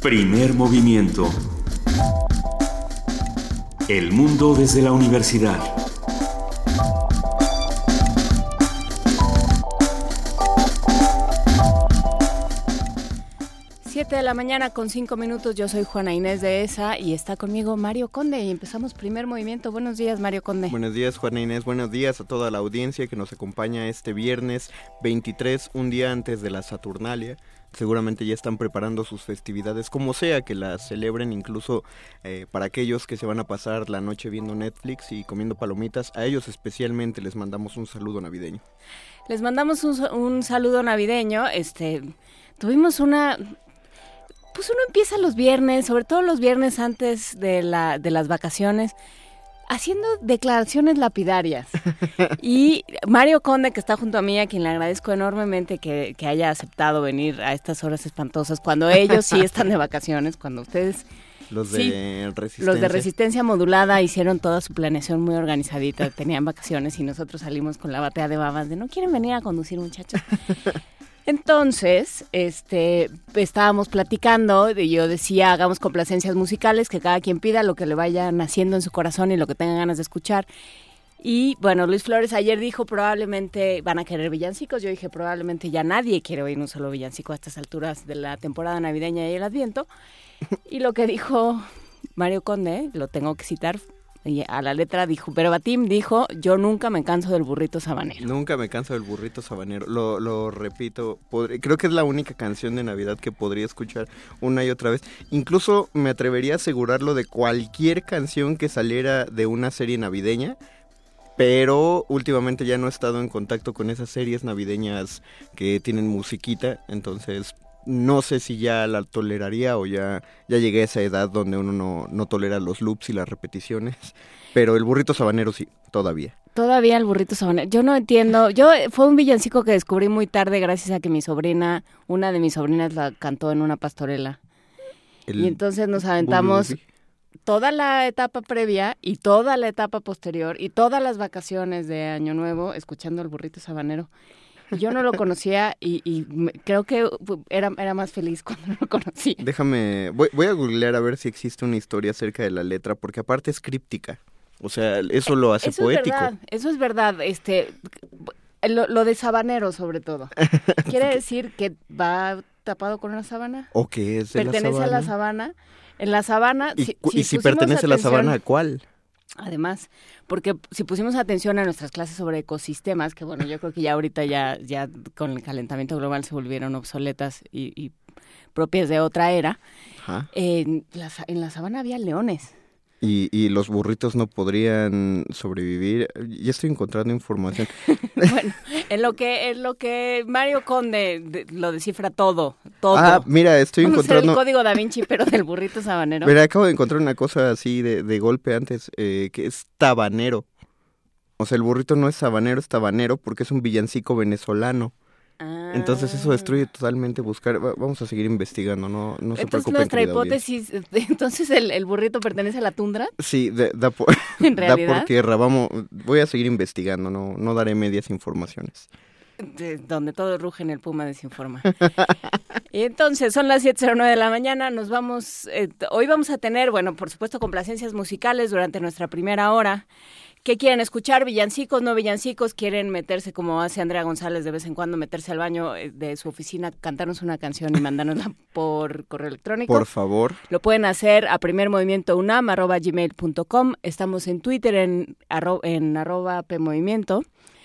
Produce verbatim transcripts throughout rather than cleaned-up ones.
Primer movimiento. El mundo desde la universidad. siete de la mañana con cinco minutos, yo soy Juana Inés de ESA y está conmigo Mario Conde y empezamos Primer Movimiento. Buenos días, Mario Conde. Buenos días, Juana Inés, buenos días a toda la audiencia que nos acompaña este viernes veintitrés, un día antes de la Saturnalia. Seguramente ya están preparando sus festividades, como sea que las celebren, incluso eh, para aquellos que se van a pasar la noche viendo Netflix y comiendo palomitas, a ellos especialmente les mandamos un saludo navideño. Les mandamos un, un saludo navideño, este, tuvimos una... Pues uno empieza los viernes, sobre todo los viernes antes de la de las vacaciones, haciendo declaraciones lapidarias. Y Mario Conde, que está junto a mí, a quien le agradezco enormemente que, que haya aceptado venir a estas horas espantosas, cuando ellos sí están de vacaciones, cuando ustedes... Los de sí, Resistencia. Los de Resistencia Modulada hicieron toda su planeación muy organizadita, tenían vacaciones y nosotros salimos con la batea de babas de ¿no quieren venir a conducir, muchachos? Entonces, este, estábamos platicando y yo decía, hagamos complacencias musicales, que cada quien pida lo que le vaya naciendo en su corazón y lo que tenga ganas de escuchar. Y bueno, Luis Flores ayer dijo, probablemente van a querer villancicos. Yo dije, probablemente ya nadie quiere oír un solo villancico a estas alturas de la temporada navideña y el Adviento. Y lo que dijo Mario Conde, lo tengo que citar, y a la letra dijo, pero Batim dijo, yo nunca me canso del burrito sabanero. Nunca me canso del burrito sabanero, lo, lo repito, podré, creo que es la única canción de Navidad que podría escuchar una y otra vez. Incluso me atrevería a asegurarlo de cualquier canción que saliera de una serie navideña, pero últimamente ya no he estado en contacto con esas series navideñas que tienen musiquita, entonces... No sé si ya la toleraría o ya, ya llegué a esa edad donde uno no, no tolera los loops y las repeticiones, pero el burrito sabanero sí, todavía. Todavía el burrito sabanero. Yo no entiendo, yo fue un villancico que descubrí muy tarde gracias a que mi sobrina, una de mis sobrinas la cantó en una pastorela. El y entonces nos aventamos bubi, bubi. toda la etapa previa y toda la etapa posterior y todas las vacaciones de Año Nuevo escuchando el burrito sabanero. Yo no lo conocía y, y creo que era, era más feliz cuando no lo conocí. Déjame, voy, voy a googlear a ver si existe una historia acerca de la letra, porque aparte es críptica. O sea, eso lo hace eso poético. Es verdad, eso es verdad, este, lo, lo de sabanero sobre todo. ¿Quiere decir que va tapado con una sábana? ¿O que es de la ¿Pertenece sabana? a la sabana? En la sabana... ¿Y si, si, y si pertenece a la sabana a cuál? Además, porque si pusimos atención a nuestras clases sobre ecosistemas, que bueno, yo creo que ya ahorita ya, ya con el calentamiento global se volvieron obsoletas y, y propias de otra era, en la, en la sabana había leones. Y, y los burritos no podrían sobrevivir. Ya estoy encontrando información. Bueno, en lo que en lo que Mario Conde de, lo descifra todo, todo. Ah, mira, estoy Vamos encontrando... a hacer el código Da Vinci, pero del burrito sabanero. Mira, acabo de encontrar una cosa así de, de golpe antes, eh, que es tabanero. O sea, el burrito no es sabanero, es tabanero porque es un villancico venezolano. Ah. Entonces eso destruye totalmente buscar. Vamos a seguir investigando, no, no se entonces preocupen. Nuestra hipótesis, entonces el, el burrito pertenece a la tundra. Sí, de, da, por, ¿En da realidad? por tierra. Vamos, voy a seguir investigando, no, no daré medias informaciones. De, donde todo ruge en el puma desinforma. Y entonces son las siete cero nueve de la mañana, nos vamos, eh, hoy vamos a tener, bueno, por supuesto complacencias musicales durante nuestra primera hora. ¿Qué quieren escuchar? ¿Villancicos, no villancicos? ¿Quieren meterse, como hace Andrea González de vez en cuando, meterse al baño de su oficina, cantarnos una canción y mandárnosla por correo electrónico? Por favor. Lo pueden hacer a primermovimientounam arroba gmail punto com. Estamos en Twitter en, arro, en arroba pmovimiento,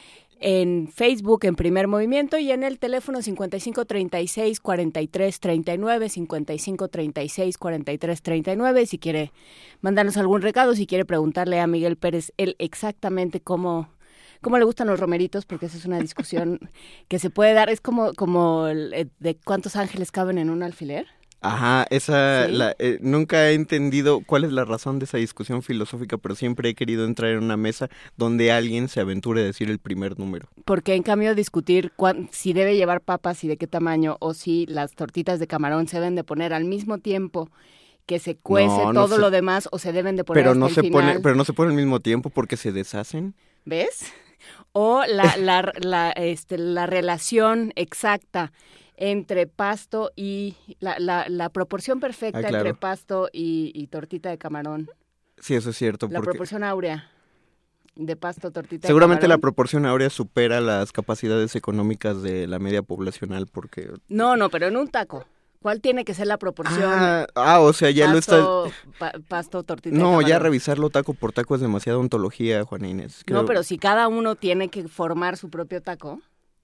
en Facebook en Primer Movimiento y en el teléfono cincuenta y cinco treinta y seis cuarenta y tres treinta y nueve, cincuenta y cinco treinta y seis cuarenta y tres treinta y nueve. Si quiere mandarnos algún recado, si quiere preguntarle a Miguel Pérez él exactamente cómo, cómo le gustan los romeritos, porque esa es una discusión que se puede dar. Es como, como el, de cuántos ángeles caben en un alfiler. Ajá, esa, ¿Sí? la, eh, nunca he entendido cuál es la razón de esa discusión filosófica, pero siempre he querido entrar en una mesa donde alguien se aventure a decir el primer número. Porque en cambio discutir cuán, si debe llevar papas y de qué tamaño, o si las tortitas de camarón se deben de poner al mismo tiempo que se cuece No, no todo se- lo demás, o se deben de poner Pero hasta no el se final. pone, pero no se pone al mismo tiempo porque se deshacen. ¿Ves? O la, la, la, este, la relación exacta entre pasto y la, la, la proporción perfecta Ah, claro. entre pasto y, y tortita de camarón. Sí, eso es cierto. La porque proporción áurea de pasto, tortita seguramente de la camarón. proporción áurea supera las capacidades económicas de la media poblacional porque... No, no, pero en un taco. ¿Cuál tiene que ser la proporción? Ah, ah, o sea, ya lo pasto, está... pa- pasto, tortita de No, camarón. ya revisarlo taco por taco es demasiada ontología, Juana Inés. Creo- No, pero si cada uno tiene que formar su propio taco,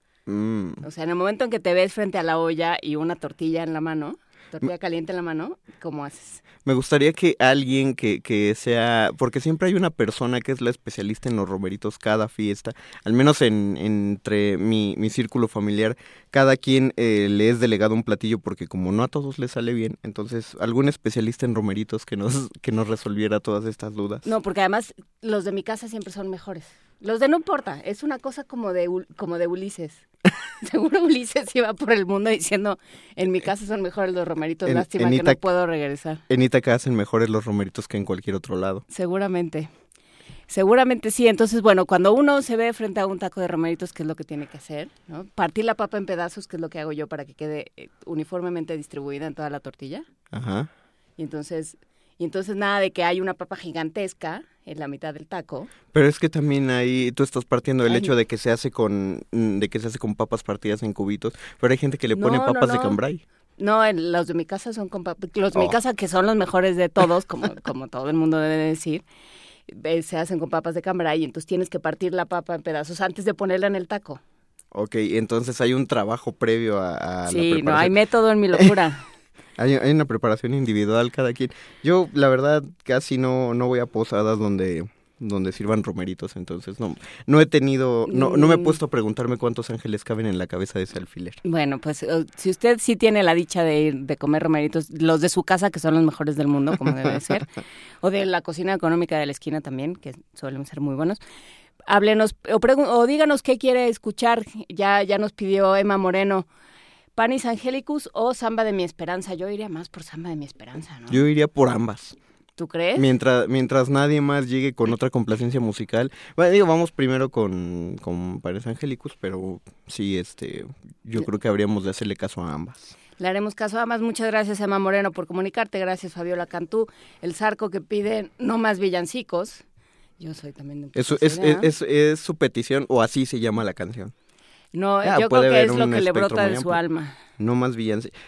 Mm. o sea, en el momento en que te ves frente a la olla y una tortilla en la mano, tortilla caliente en la mano, ¿cómo haces? Me gustaría que alguien que, que sea, porque siempre hay una persona que es la especialista en los romeritos cada fiesta, al menos en, entre mi, mi círculo familiar, cada quien eh, le es delegado un platillo porque como no a todos les sale bien, entonces algún especialista en romeritos que nos, que nos resolviera todas estas dudas. No, porque además los de mi casa siempre son mejores. Los de no importa, es una cosa como de, Ul- como de Ulises. Seguro Ulises iba por el mundo diciendo, en mi casa son mejores los romeritos, En- lástima en que no Itac- puedo regresar. En Ítaca hacen mejores los romeritos que en cualquier otro lado. Seguramente. Seguramente sí. Entonces, bueno, cuando uno se ve frente a un taco de romeritos, ¿qué es lo que tiene que hacer? ¿No? Partir la papa en pedazos, que es lo que hago yo para que quede eh, uniformemente distribuida en toda la tortilla. Ajá. Y entonces, y entonces nada de que hay una papa gigantesca en la mitad del taco. Pero es que también ahí tú estás partiendo del Ay. hecho de que se hace con mm, de que se hace con papas partidas en cubitos, pero hay gente que le No, pone no, papas de no. cambray. No, en- los de mi casa son con papa- los de mi Oh. casa que son los mejores de todos, como, como todo el mundo debe decir, eh, se hacen con papas de cambray y entonces tienes que partir la papa en pedazos antes de ponerla en el taco. Ok, entonces hay un trabajo previo a, a la Sí, no, hay preparación. método en mi locura. Hay, hay una preparación individual cada quien. Yo, la verdad, casi no, no voy a posadas donde, donde sirvan romeritos, entonces no, no he tenido, no, no me he Mm. puesto a preguntarme cuántos ángeles caben en la cabeza de ese alfiler. Bueno, pues eh, si usted sí tiene la dicha de ir de comer romeritos, los de su casa que son los mejores del mundo, como debe de ser, o de la cocina económica de la esquina también, que suelen ser muy buenos, háblenos o, pregun- o díganos qué quiere escuchar. Ya, ya nos pidió Emma Moreno, Panis Angelicus o Samba de mi Esperanza. Yo iría más por Samba de mi Esperanza, ¿no? Yo iría por ambas. ¿Tú crees? Mientras, mientras nadie más llegue con otra complacencia musical. Bueno, digo, vamos primero con, con Panis Angelicus, pero sí, este, yo creo que habríamos de hacerle caso a ambas. Le haremos caso. Además, muchas gracias, Emma Moreno, por comunicarte. Gracias, Fabiola Cantú. El Zarco que pide no más villancicos. Yo soy también de Eso esa es, idea. es, es, es su petición, o así se llama la canción. No, Ah, yo puede creo que haber es lo un que le espectro brota muy de su amplio. alma. No más villancicos.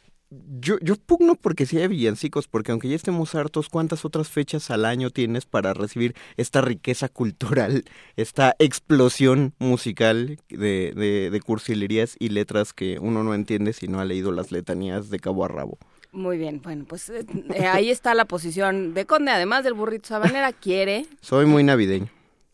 Yo, yo pugno porque sí hay villancicos, porque aunque ya estemos hartos, ¿cuántas otras fechas al año tienes para recibir esta riqueza cultural, esta explosión musical de, de, de cursilerías y letras que uno no entiende si no ha leído las letanías de cabo a rabo? Muy bien, bueno, pues eh, eh, ahí está la posición de Conde, además del burrito sabanera, quiere, Soy muy navideño.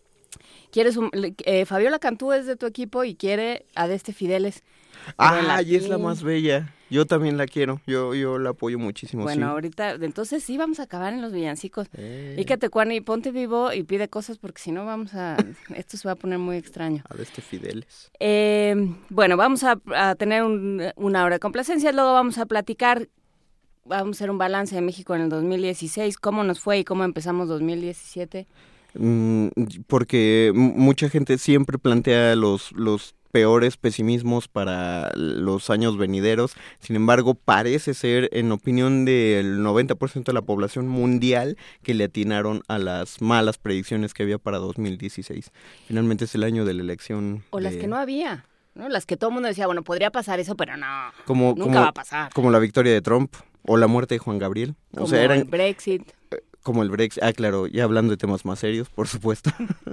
quiere su- le- eh, Fabiola Cantú es de tu equipo y quiere a Deste Fideles. Pero en ¡Ay, es la latín. más bella! Yo también la quiero, yo, yo la apoyo muchísimo, Bueno, sí. ahorita, entonces sí vamos a acabar en los villancicos. Eh, Y que te Cuani, ponte vivo y pide cosas porque si no vamos a, esto se va a poner muy extraño. a este Fideles. Eh, bueno, vamos a, a tener un- una hora de complacencias, luego vamos a platicar, vamos a hacer un balance de México en el dos mil dieciséis, cómo nos fue y cómo empezamos dos mil diecisiete. Mm, porque m- mucha gente siempre plantea los, los peores pesimismos para los años venideros. Sin embargo, parece ser, en opinión del noventa por ciento de la población mundial, que le atinaron a las malas predicciones que había para dos mil dieciséis. Finalmente es el año de la elección. O las de- que no había, ¿no? Las que todo el mundo decía, bueno, podría pasar eso, pero no, como, nunca como, va a pasar. como la victoria de Trump o la muerte de Juan Gabriel. Como o sea, eran el Brexit. como el Brexit. Ah, claro, ya hablando de temas más serios, por supuesto.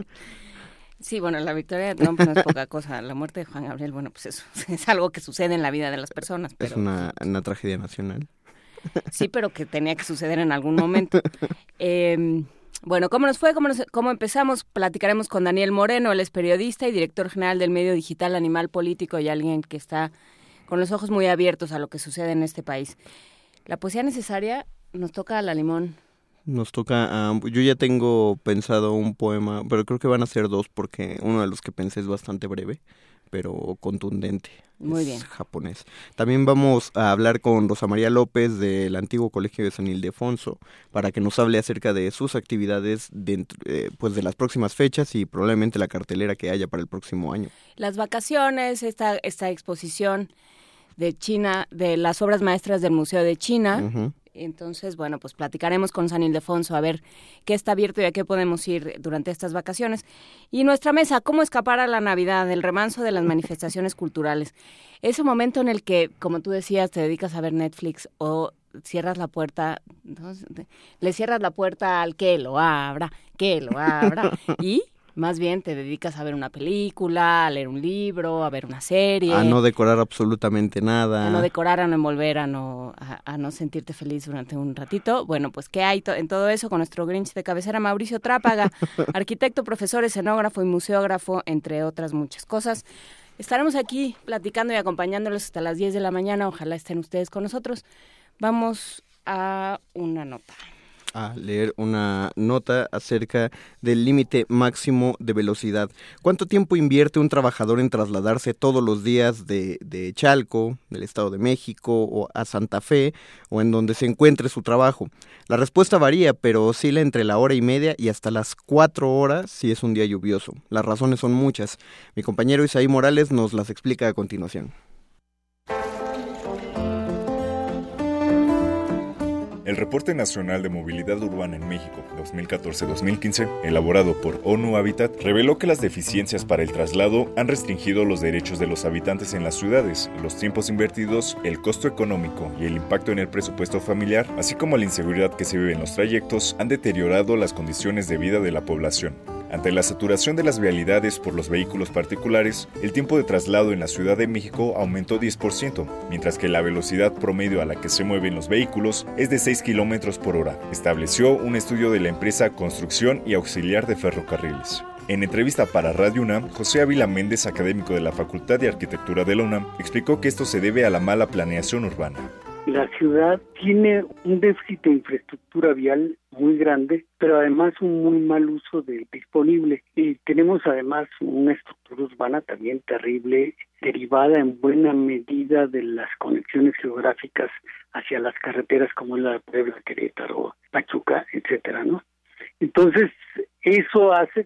Sí, bueno, la victoria de Trump no es poca cosa. La muerte de Juan Gabriel, bueno, pues eso es algo que sucede en la vida de las personas. Pero, Es una, una tragedia nacional. sí, pero que tenía que suceder en algún momento. Eh, bueno, ¿cómo nos fue? ¿Cómo, nos- ¿Cómo empezamos? Platicaremos con Daniel Moreno, él es periodista y director general del medio digital Animal Político y alguien que está con los ojos muy abiertos a lo que sucede en este país. La poesía necesaria nos toca a la limón. Nos toca, a- yo ya tengo pensado un poema, pero creo que van a ser dos porque uno de los que pensé es bastante breve, pero contundente. Muy es bien. japonés. También vamos a hablar con Rosa María López del antiguo Colegio de San Ildefonso para que nos hable acerca de sus actividades dentro, eh, pues de las próximas fechas y probablemente la cartelera que haya para el próximo año. Las vacaciones, esta, esta exposición de China, de las obras maestras del Museo de China. Uh-huh. Entonces, bueno, pues platicaremos con San Ildefonso a ver qué está abierto y a qué podemos ir durante estas vacaciones. Y nuestra mesa, ¿cómo escapar a la Navidad? El remanso de las manifestaciones culturales. Ese momento en el que, como tú decías, te dedicas a ver Netflix o cierras la puerta, ¿no? Le cierras la puerta al que lo abra, que lo abra, y más bien te dedicas a ver una película, a leer un libro, a ver una serie. A no decorar absolutamente nada. A no decorar, a no envolver, a no, a, a no sentirte feliz durante un ratito. Bueno, pues ¿qué hay to- en todo eso con nuestro Grinch de cabecera, Mauricio Trápaga, arquitecto, profesor, escenógrafo y museógrafo, entre otras muchas cosas? Estaremos aquí platicando y acompañándolos hasta las diez de la mañana. Ojalá estén ustedes con nosotros. Vamos a una nota. A leer una nota acerca del límite máximo de velocidad. ¿Cuánto tiempo invierte un trabajador en trasladarse todos los días de, de Chalco, del Estado de México, o a Santa Fe, o en donde se encuentre su trabajo? La respuesta varía, pero oscila entre la hora y media y hasta las cuatro horas si es un día lluvioso. Las razones son muchas. Mi compañero Isaí Morales nos las explica a continuación. El Reporte Nacional de Movilidad Urbana en México dos mil catorce dos mil quince, elaborado por ONU Habitat, reveló que las deficiencias para el traslado han restringido los derechos de los habitantes en las ciudades, los tiempos invertidos, el costo económico y el impacto en el presupuesto familiar, así como la inseguridad que se vive en los trayectos, han deteriorado las condiciones de vida de la población. Ante la saturación de las vialidades por los vehículos particulares, el tiempo de traslado en la Ciudad de México aumentó diez por ciento, mientras que la velocidad promedio a la que se mueven los vehículos es de seis kilómetros por hora, estableció un estudio de la empresa Construcción y Auxiliar de Ferrocarriles. En entrevista para Radio UNAM, José Ávila Méndez, académico de la Facultad de Arquitectura de la UNAM, explicó que esto se debe a la mala planeación urbana. La ciudad tiene un déficit de infraestructura vial muy grande, pero además un muy mal uso del disponible. Y tenemos además una estructura urbana también terrible, derivada en buena medida de las conexiones geográficas hacia las carreteras como la Puebla, Querétaro, Pachuca, etcétera, ¿no? Entonces, eso hace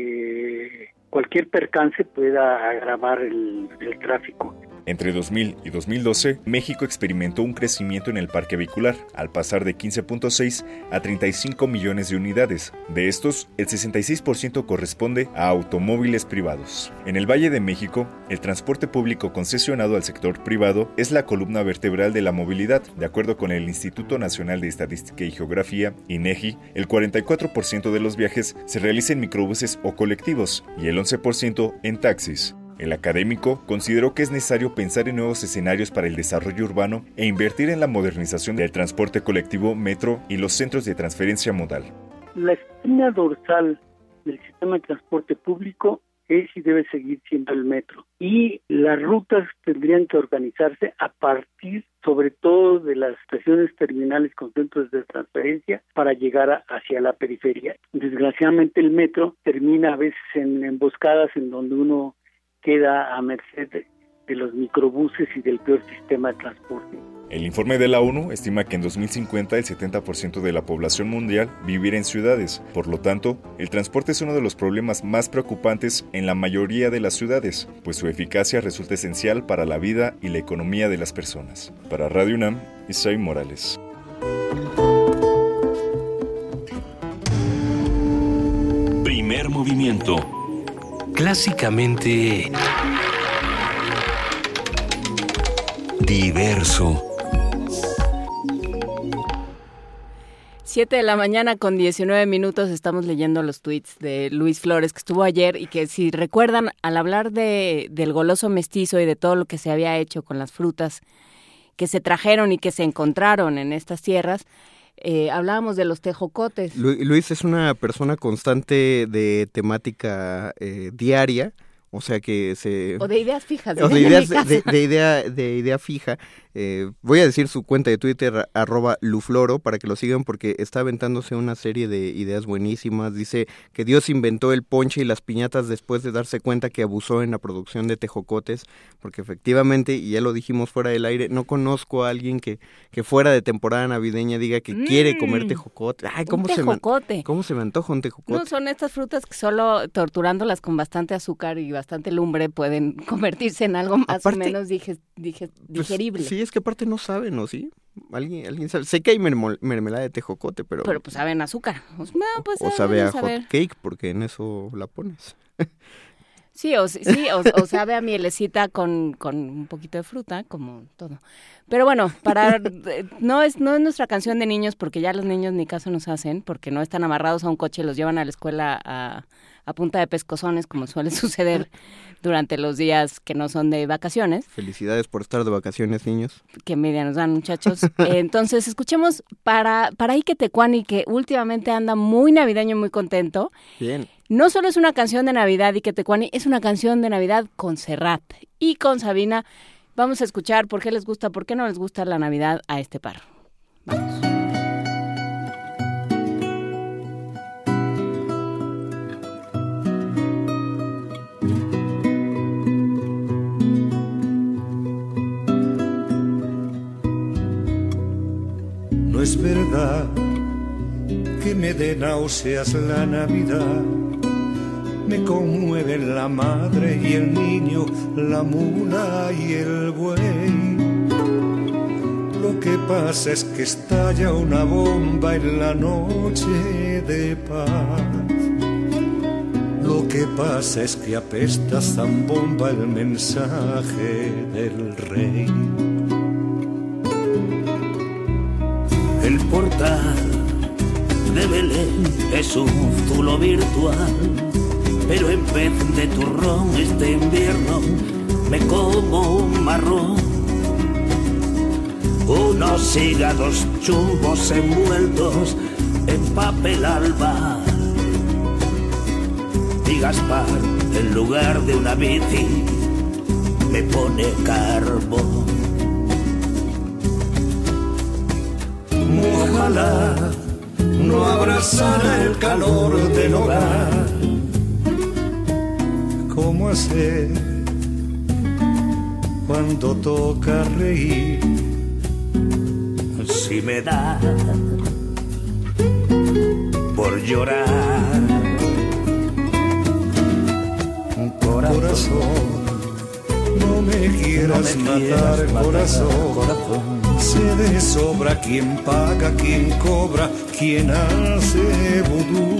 que cualquier percance pueda agravar el, el tráfico. Entre dos mil y dos mil doce, México experimentó un crecimiento en el parque vehicular, al pasar de quince punto seis a treinta y cinco millones de unidades. De estos, el sesenta y seis por ciento corresponde a automóviles privados. En el Valle de México, el transporte público concesionado al sector privado es la columna vertebral de la movilidad. De acuerdo con el Instituto Nacional de Estadística y Geografía, INEGI, el cuarenta y cuatro por ciento de los viajes se realiza en microbuses o colectivos y el once por ciento en taxis. El académico consideró que es necesario pensar en nuevos escenarios para el desarrollo urbano e invertir en la modernización del transporte colectivo, metro y los centros de transferencia modal. La espina dorsal del sistema de transporte público es y debe seguir siendo el metro. Y las rutas tendrían que organizarse a partir, sobre todo, de las estaciones terminales con centros de transferencia para llegar a, hacia la periferia. Desgraciadamente el metro termina a veces en emboscadas en donde uno queda a merced de, de los microbuses y del peor sistema de transporte. El informe de la ONU estima que en dos mil cincuenta el setenta por ciento de la población mundial vivirá en ciudades. Por lo tanto, el transporte es uno de los problemas más preocupantes en la mayoría de las ciudades, pues su eficacia resulta esencial para la vida y la economía de las personas. Para Radio UNAM, Isaí Morales. Primer movimiento. Clásicamente diverso. Siete de la mañana con diecinueve minutos, estamos leyendo los tweets de Luis Flores, que estuvo ayer y que, si recuerdan, al hablar de del goloso mestizo y de todo lo que se había hecho con las frutas que se trajeron y que se encontraron en estas tierras, Eh, hablábamos de los tejocotes. Lu- Luis es una persona constante de temática eh, diaria, o sea que se... O de ideas fijas. O de ideas de, de, de idea de idea fija. Eh, voy a decir su cuenta de Twitter, arroba Lufloro, para que lo sigan, porque está aventándose una serie de ideas buenísimas. Dice que Dios inventó el ponche y las piñatas después de darse cuenta que abusó en la producción de tejocotes, porque efectivamente, y ya lo dijimos fuera del aire, no conozco a alguien que, que fuera de temporada navideña diga que mm, quiere comer tejocote. Ay, ¿cómo tejocote. Se me, ¿Cómo se me antoja un tejocote? No, son estas frutas que solo torturándolas con bastante azúcar y bastante bastante lumbre pueden convertirse en algo más aparte, o menos dije, dije, digerible. Pues, sí, es que aparte no saben, ¿no? ¿Sí? ¿Alguien, alguien sabe? Sé que hay mermo, mermelada de tejocote, pero... Pero pues saben azúcar. No, pues, o sabe a saber. Hot cake, porque en eso la pones. Sí, o, sí, o, o sabe a mielecita con, con un poquito de fruta, como todo. Pero bueno, para no es no es nuestra canción de niños, porque ya los niños ni caso nos hacen, porque no están amarrados a un coche y los llevan a la escuela a, a punta de pescozones, como suele suceder durante los días que no son de vacaciones. Felicidades por estar de vacaciones, niños. Qué envidia nos dan, muchachos. Entonces, escuchemos para, para Ike Tecuani, que últimamente anda muy navideño, muy contento. Bien. No solo es una canción de Navidad, Ike Tecuani, es una canción de Navidad con Serrat y con Sabina. Vamos a escuchar por qué les gusta, por qué no les gusta la Navidad a este par. Vamos. No es verdad que me dé náuseas la Navidad. Me conmueven la madre y el niño, la mula y el buey. Lo que pasa es que estalla una bomba en la noche de paz. Lo que pasa es que apesta zambomba el mensaje del rey. El portal de Belén es un zulo virtual, pero en vez de turrón este invierno me como un marrón. Unos hígados chumbos envueltos en papel alba. Y Gaspar, en lugar de una bici, me pone carbón. Ojalá no abrazara el calor del hogar. ¿Cómo hacer cuando toca reír? Si me da por llorar. Corazón, no me quieras, no me quieras matar, matar, corazón. corazón. Se de sobra quien paga, quien cobra, quien hace vudú,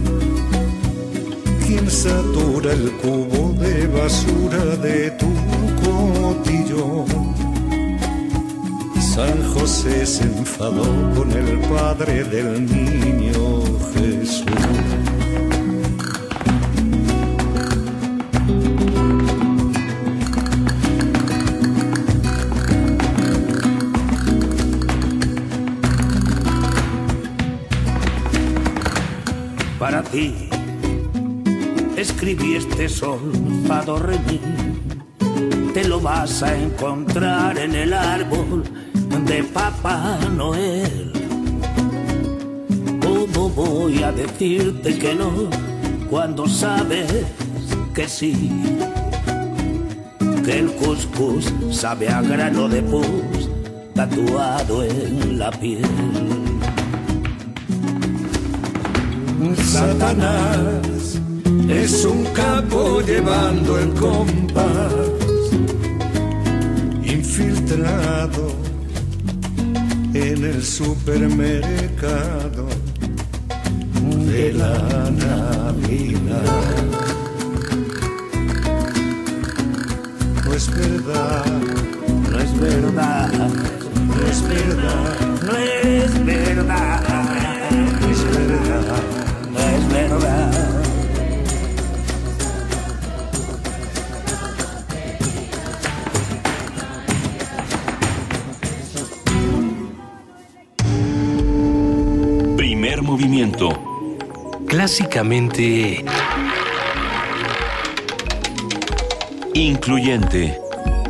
quien satura el cubo de basura de tu cotillón. San José se enfadó con el padre del niño Jesús. Para ti escribí este sol, fa, do, re, mi. Te lo vas a encontrar en el árbol de Papá Noel. ¿Cómo voy a decirte que no cuando sabes que sí? Que el cuscús sabe a grano de pus tatuado en la piel. Satanás es un capo llevando el compás, infiltrado en el supermercado de la Navidad. No es verdad, no es verdad, no es verdad, no es verdad, no es verdad. No es verdad. Primer movimiento. Clásicamente incluyente.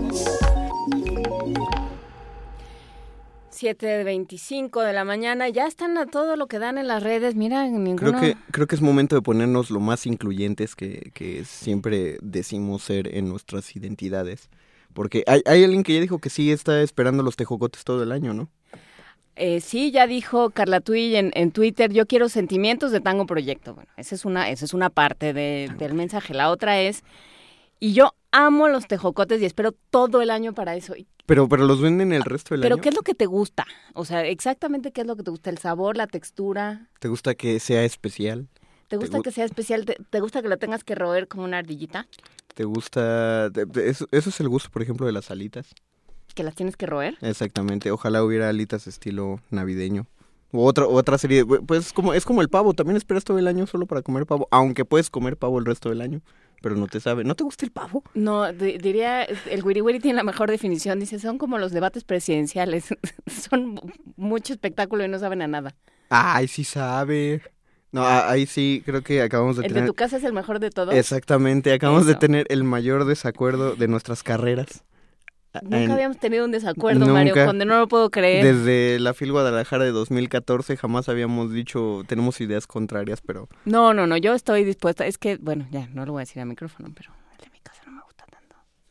siete veinticinco de la mañana, ya están a todo lo que dan en las redes, mira, ninguno... Creo que, creo que es momento de ponernos lo más incluyentes que, que siempre decimos ser en nuestras identidades, porque hay, hay alguien que ya dijo que sí está esperando los tejocotes todo el año, ¿no? Eh, sí, ya dijo Carla Tuy en, en Twitter, yo quiero sentimientos de Tango Proyecto. Bueno, esa es una, esa es una parte de, del mensaje. La otra es Y yo amo los tejocotes y espero todo el año para eso. Pero, pero los venden el resto del ¿Pero año. qué es lo que te gusta? O sea, exactamente qué es lo que te gusta. ¿El sabor, la textura? ¿Te gusta que sea especial? ¿Te gusta gu- que sea especial? ¿Te, te gusta que lo tengas que roer como una ardillita? ¿Te gusta...? te- te- Eso, eso es el gusto, por ejemplo, de las alitas. ¿Que las tienes que roer? Exactamente. Ojalá hubiera alitas estilo navideño. O otra, otra serie. Pues como, es como el pavo. También esperas todo el año solo para comer pavo. Aunque puedes comer pavo el resto del año. Pero no te sabe. ¿No te gusta el pavo? No, di- diría, el Wiri Wiri tiene la mejor definición. Dice, son como los debates presidenciales. Son mucho espectáculo y no saben a nada. Ay, sí sabe. No, a- ahí sí creo que acabamos de ¿El tener... de tu casa es el mejor de todos? Exactamente. Acabamos de Eso. tener el mayor desacuerdo de nuestras carreras. Nunca En- habíamos tenido un desacuerdo, Nunca. Mario Conde, no lo puedo creer. Desde la FIL Guadalajara de dos mil catorce jamás habíamos dicho, tenemos ideas contrarias, pero... No, no, no, yo estoy dispuesta. Es que, bueno, ya, no lo voy a decir al micrófono, pero el de mi casa no me gusta tanto.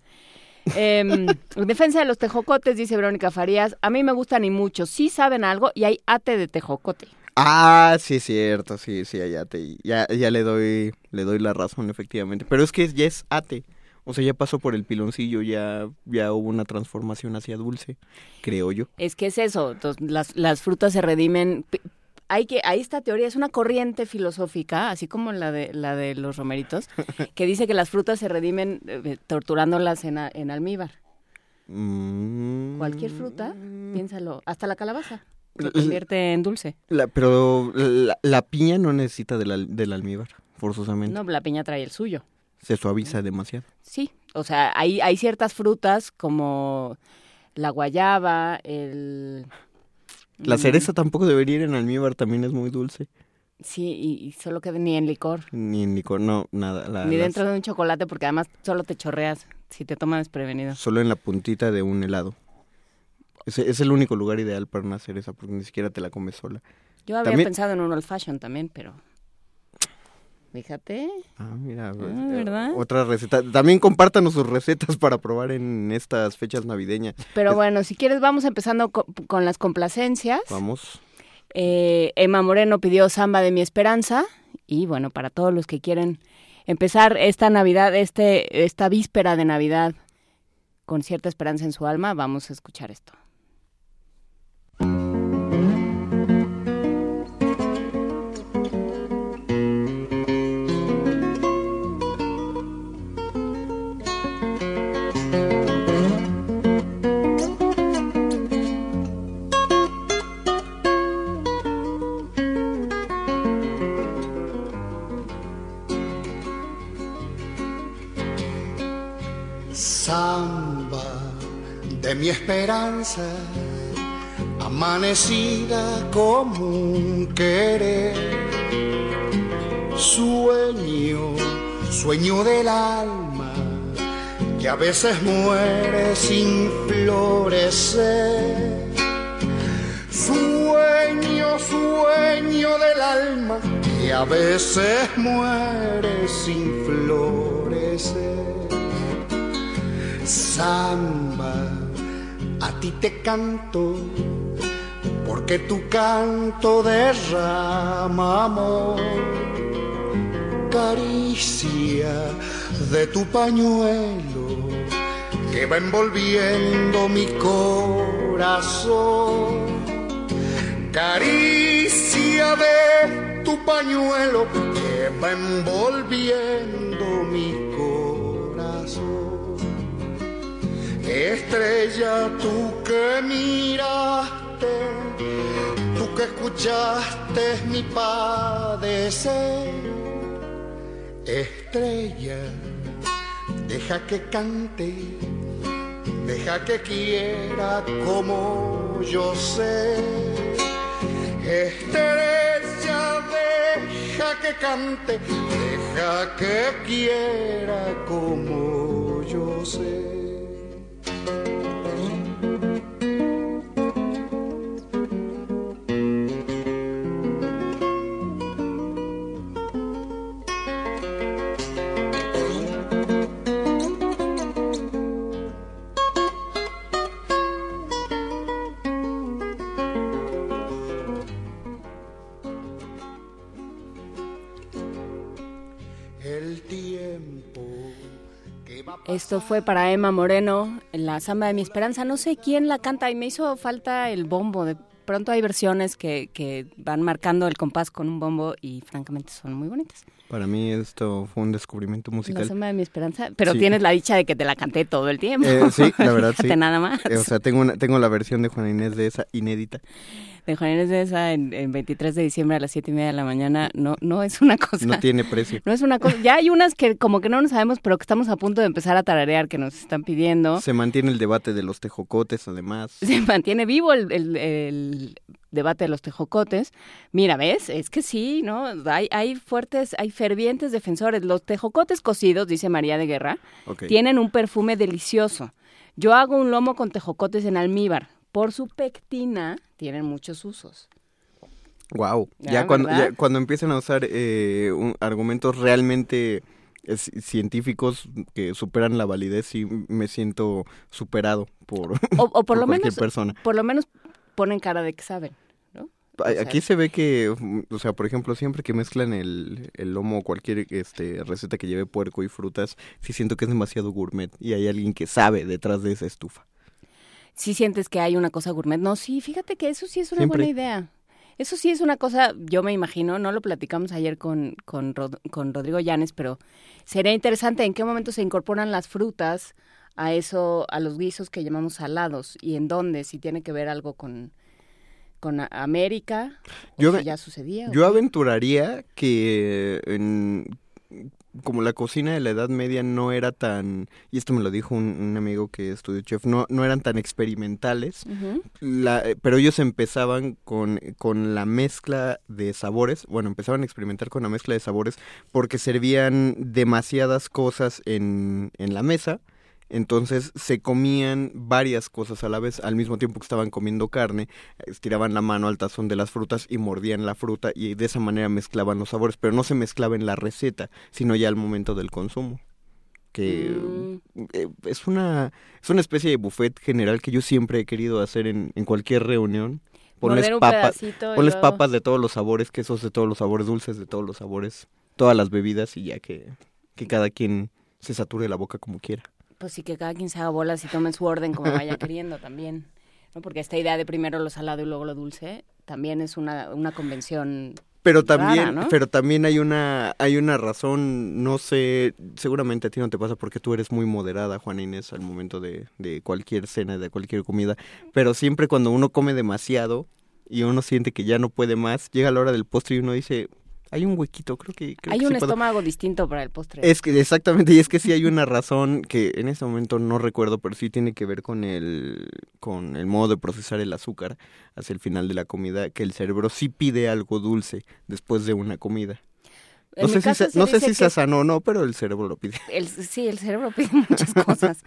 Eh, en defensa de los tejocotes, dice Verónica Farías, a mí me gustan y mucho. Sí saben algo y hay ate de tejocote. Ah, sí es cierto, sí, sí, ya, te, ya, ya le doy le doy la razón, efectivamente. Pero es que ya es ate, o sea, ya pasó por el piloncillo, ya, ya hubo una transformación hacia dulce, creo yo. Es que es eso, entonces, las, las frutas se redimen. P- Hay que, hay esta teoría, es una corriente filosófica, así como la de la de los romeritos, que dice que las frutas se redimen eh, torturándolas en, a- en almíbar. Mm. Cualquier fruta, piénsalo, hasta la calabaza se L- convierte en dulce. La, pero la, la piña no necesita del, al- del almíbar, forzosamente. No, la piña trae el suyo. Se suaviza demasiado. Sí, o sea, hay, hay ciertas frutas como la guayaba, el... La mm, cereza tampoco debería ir en almíbar, también es muy dulce. Sí, y, y solo que ni en licor, Ni en licor, no, nada. La- ni las- dentro de un chocolate, porque además solo te chorreas si te tomas desprevenido. Solo en la puntita de un helado. Es, es el único lugar ideal para una cereza, porque ni siquiera te la comes sola. Yo había También- pensado en un old fashion también, pero... Fíjate. Ah, mira, Ah, ¿verdad? otra receta. También compártanos sus recetas para probar en estas fechas navideñas. Pero Es- bueno, si quieres vamos empezando co- con las complacencias. Vamos. Eh, Emma Moreno pidió Samba de mi Esperanza. Y bueno, para todos los que quieren empezar esta Navidad, este, esta víspera de Navidad con cierta esperanza en su alma, vamos a escuchar esto. Samba de mi esperanza, amanecida como un querer. Sueño, sueño del alma, que a veces muere sin florecer. Sueño, sueño del alma, que a veces muere sin florecer. Samba, a ti te canto, porque tu canto derrama amor. Caricia de tu pañuelo, que va envolviendo mi corazón. Caricia de tu pañuelo, que va envolviendo mi corazón. Estrella, tú que miraste, tú que escuchaste mi padecer. Estrella, deja que cante, deja que quiera como yo sé. Estrella, deja que cante, deja que quiera como yo sé. El tiempo que Esto fue para Emma Moreno, la Samba de mi Esperanza. No sé quién la canta y me hizo falta el bombo. De pronto hay versiones que, que van marcando el compás con un bombo y francamente son muy bonitas. Para mí esto fue un descubrimiento musical. La Samba de mi Esperanza, pero sí. Tienes la dicha de que te la canté todo el tiempo. Eh, sí, la verdad sí. Nada más. Eh, o sea, tengo una, tengo la versión de Juana Inés de esa inédita. De Juana Inés de esa en, en veintitrés de diciembre a las siete y media de la mañana, no, no es una cosa. No tiene precio. No es una cosa. Ya hay unas que como que no nos sabemos, pero que estamos a punto de empezar a tararear, que nos están pidiendo. Se mantiene el debate de los tejocotes, además. Se mantiene vivo el, el, el debate de los tejocotes. Mira, ¿ves? Es que sí, ¿no? Hay, hay fuertes, hay fervientes defensores. Los tejocotes cocidos, dice María de Guerra, okay. tienen un perfume delicioso. Yo hago un lomo con tejocotes en almíbar. Por su pectina tienen muchos usos. Wow. Ya, ya, cuando, ya cuando empiezan a usar eh, un, argumentos realmente eh, científicos que superan la validez, sí me siento superado por, o, o por, por lo cualquier menos, persona. Por lo menos ponen cara de que saben, ¿no? Aquí se ve que, o sea, por ejemplo, siempre que mezclan el, el lomo o cualquier este, receta que lleve puerco y frutas, sí siento que es demasiado gourmet y hay alguien que sabe detrás de esa estufa. ¿Sí sientes que hay una cosa gourmet? No, sí, fíjate que eso sí es una Siempre. buena idea. Eso sí es una cosa, yo me imagino, no lo platicamos ayer con, con, Rod, con Rodrigo Llanes, pero sería interesante en qué momento se incorporan las frutas a eso, a los guisos que llamamos salados y en dónde, si tiene que ver algo con, con América, yo, o si ya sucedía. Yo aventuraría que en... como la cocina de la Edad Media no era tan, y esto me lo dijo un, un amigo que estudió chef, no, no eran tan experimentales, uh-huh. la, pero ellos empezaban con, con la mezcla de sabores, bueno, empezaban a experimentar con la mezcla de sabores porque servían demasiadas cosas en, en la mesa. Entonces se comían varias cosas a la vez, al mismo tiempo que estaban comiendo carne, estiraban la mano al tazón de las frutas y mordían la fruta y de esa manera mezclaban los sabores, pero no se mezclaba en la receta, sino ya al momento del consumo. Que mm. eh, es una es una especie de buffet general que yo siempre he querido hacer en, en cualquier reunión. Ponles papas, ponles luego... papas de todos los sabores, quesos de todos los sabores, dulces de todos los sabores, todas las bebidas y ya que, que cada quien se sature la boca como quiera. Pues sí, que cada quien se haga bolas y tome su orden como vaya queriendo también, ¿no? Porque esta idea de primero lo salado y luego lo dulce también es una, una convención pero también, rara, ¿no? Pero también hay una hay una razón, no sé, seguramente a ti no te pasa porque tú eres muy moderada, Juana Inés, al momento de, de cualquier cena, de cualquier comida, pero siempre cuando uno come demasiado y uno siente que ya no puede más, llega la hora del postre y uno dice... Hay un huequito, creo que... Creo hay que un sí estómago puedo... distinto para el postre. Es que, exactamente, y es que sí hay una razón que en este momento no recuerdo, pero sí tiene que ver con el, con el modo de procesar el azúcar hacia el final de la comida, que el cerebro sí pide algo dulce después de una comida. No sé, si, se, no sé si se sanó o no, pero el cerebro lo pide. El, sí, el cerebro pide muchas cosas.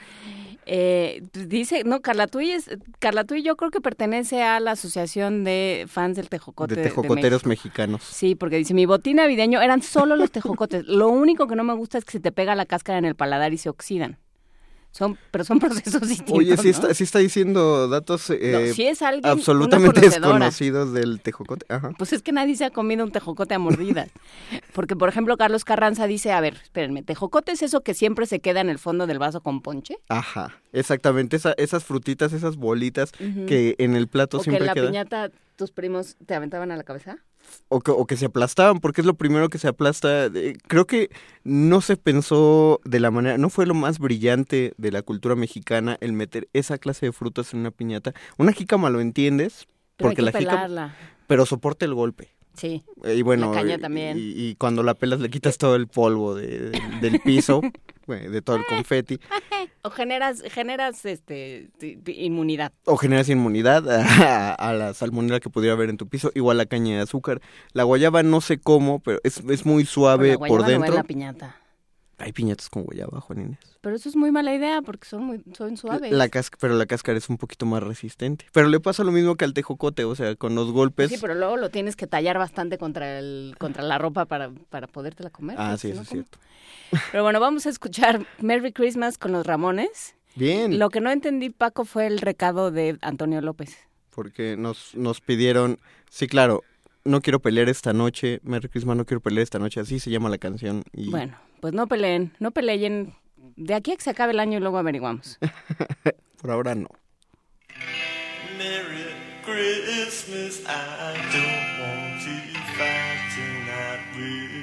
Eh, dice, no, Carla Tuy, es, Carla Tuy yo creo que pertenece a la asociación de fans del tejocote. De tejocoteros de mexicanos. Sí, porque dice, mi botín navideño eran solo los tejocotes. Lo único que no me gusta es que se te pega la cáscara en el paladar y se oxidan. Son, pero son procesos distintos. Oye, sí, ¿no? está, sí está diciendo datos eh, no, si es alguien, absolutamente desconocidos del tejocote. Ajá. Pues es que nadie se ha comido un tejocote a mordidas. Porque, por ejemplo, Carlos Carranza dice, a ver, espérenme, ¿tejocote es eso que siempre se queda en el fondo del vaso con ponche? Ajá, exactamente, esa, esas frutitas, esas bolitas uh-huh. que en el plato o siempre quedan. O que queda... la piñata tus primos te aventaban a la cabeza. O que, o que se aplastaban, porque es lo primero que se aplasta. Eh, creo que no se pensó de la manera, no fue lo más brillante de la cultura mexicana el meter esa clase de frutas en una piñata. Una jícama lo entiendes, pero porque hay que la pelarla. jícama, pero soporta el golpe. Sí. Eh, y bueno, la caña también. Y, y cuando la pelas le quitas todo el polvo de, de, del piso, de todo el confeti. O generas, generas este inmunidad. O generas inmunidad a, a la salmonela que pudiera haber en tu piso. Igual la caña de azúcar. La guayaba no sé cómo, pero es, es muy suave por por dentro. No va en la piñata. Hay piñatas con guayaba, Juan Inés. Pero eso es muy mala idea porque son muy son suaves. La casca, pero la cáscara es un poquito más resistente. Pero le pasa lo mismo que al tejocote, o sea, con los golpes. Sí, pero luego lo tienes que tallar bastante contra el contra la ropa para, para podértela comer. Ah, sí, eso no es cierto. Pero bueno, vamos a escuchar Merry Christmas con los Ramones. Bien. Lo que no entendí, Paco, fue el recado de Antonio López. Porque nos, nos pidieron, sí, claro, no quiero pelear esta noche, Merry Christmas, no quiero pelear esta noche, así se llama la canción. Y... Bueno, pues no peleen, no peleen de aquí a que se acabe el año y luego averiguamos. Por ahora no. Merry Christmas, I don't want to fight tonight with.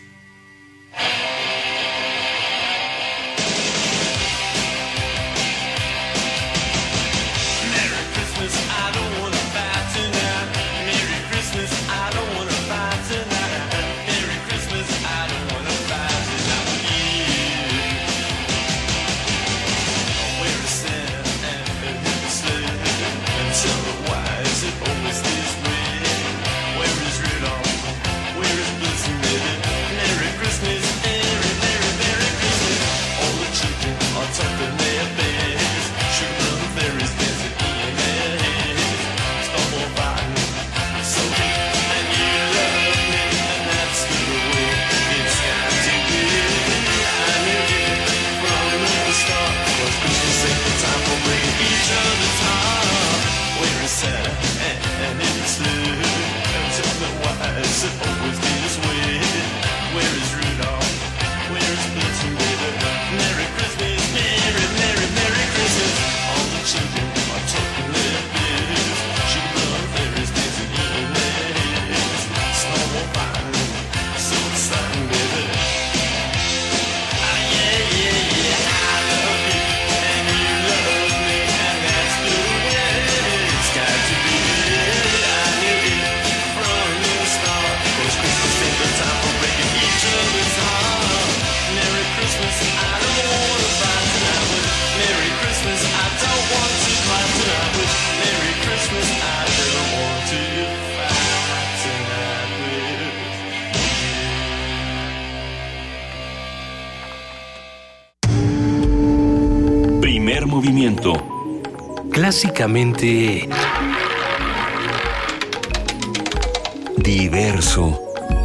Merry Christmas, I don't want to fight tonight. Merry Christmas, I don't want to fight tonight. Merry Christmas, I don't want to fight tonight with you. Where is Santa and the sled? And tell me why is it always this way? Where is Rudolph? Where is Blitzen, baby? Merry Christmas, Merry, Merry, Merry Christmas. All the children are tucked in their beds. Sugar and fairies dancing in their heads. Snowball fighting, so deep, and you love me, and that's the way it's got to be. I knew it from the start, 'cause Christmas ain't the time for breaking each other's heart. Where is Santa and, and it's Luke? And tell me why is it always this way? Where is Rudolph? Where is Blitzen, baby? Merry Christmas, Merry, Merry, Merry Christmas. All the children are talking their biz. Sugar and fairies dancing in their heads. Snowball fighting, so exciting, baby. Ah, yeah, yeah, yeah, I love you, and you love me, and that's the way it's got to be. I knew it from the start, 'cause Christmas ain't the time for breaking each other's heart. Merry Christmas, I don't want to fight tonight with. Merry Christmas, I don't want to fight tonight with. Merry Christmas, I don't want to fight tonight with. Primer movimiento. Clásicamente diverso.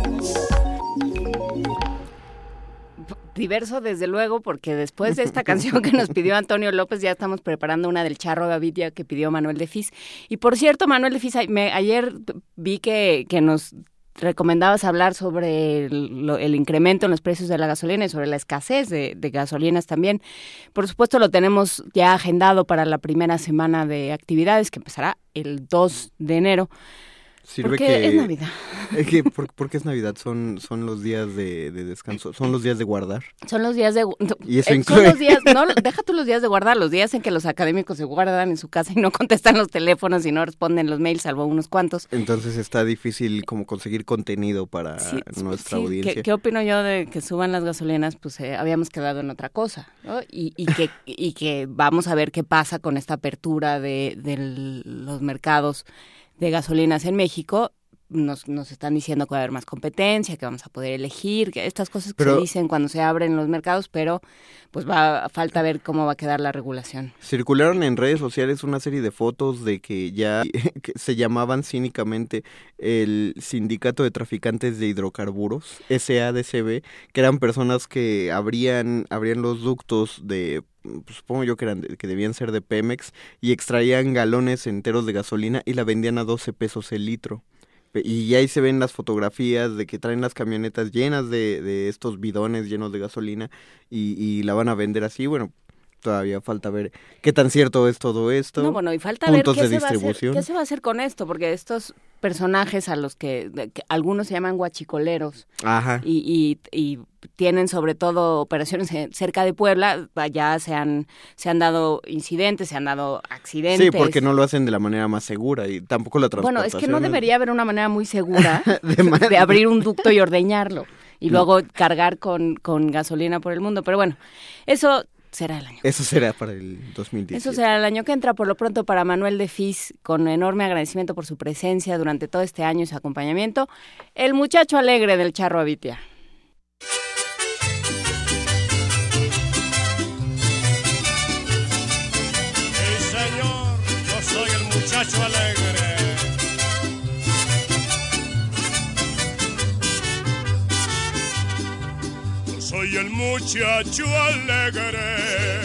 Diverso, desde luego, porque después de esta canción que nos pidió Antonio López, ya estamos preparando una del Charro Gavidia que pidió Manuel de Fis. Y por cierto, Manuel de Fis, me, ayer vi que, que nos recomendabas hablar sobre el, lo, el incremento en los precios de la gasolina y sobre la escasez de, de gasolinas también. Por supuesto, lo tenemos ya agendado para la primera semana de actividades, que empezará el dos de enero. Sirve porque que, es Navidad. Es que por, porque es Navidad, son, son los días de, de descanso, son los días de guardar. Son los días de... Y eso eh, incluye... Son los días, no, deja tú los días de guardar, los días en que los académicos se guardan en su casa y no contestan los teléfonos y no responden los mails, salvo unos cuantos. Entonces está difícil como conseguir contenido para sí, nuestra sí, audiencia. ¿qué, ¿Qué opino yo de que suban las gasolinas? Pues eh, habíamos quedado en otra cosa, ¿no? Y, y, que, y que vamos a ver qué pasa con esta apertura de, de los mercados de gasolinas en México. Nos, nos están diciendo que va a haber más competencia, que vamos a poder elegir, que estas cosas que pero, se dicen cuando se abren los mercados, pero pues va a falta ver cómo va a quedar la regulación. Circularon en redes sociales una serie de fotos de que ya que se llamaban cínicamente el Sindicato de Traficantes de Hidrocarburos, S A D C B, que eran personas que abrían, abrían los ductos de... Pues supongo yo que eran de, que debían ser de Pemex y extraían galones enteros de gasolina y la vendían a doce pesos el litro. Y ahí se ven las fotografías de que traen las camionetas llenas de, de estos bidones llenos de gasolina y, y la van a vender así. Bueno, todavía falta ver qué tan cierto es todo esto. No, bueno, y falta ver qué se, va a hacer, qué se va a hacer con esto, porque estos personajes a los que, que algunos se llaman guachicoleros. Ajá. Y, y, y tienen sobre todo operaciones cerca de Puebla, ya se han, se han dado incidentes, se han dado accidentes. Sí, porque no lo hacen de la manera más segura y tampoco la transportación. Bueno, es que no debería haber una manera muy segura de, de abrir un ducto y ordeñarlo y no. luego cargar con, con gasolina por el mundo. Pero bueno, eso será el año. Eso será para el dos mil diecisiete. Eso será el año que entra. Por lo pronto, para Manuel de Fis, con enorme agradecimiento por su presencia durante todo este año y su acompañamiento, el muchacho alegre del Charro Avitia. Sí, señor, yo soy el muchacho alegre. Yo soy el muchacho alegre,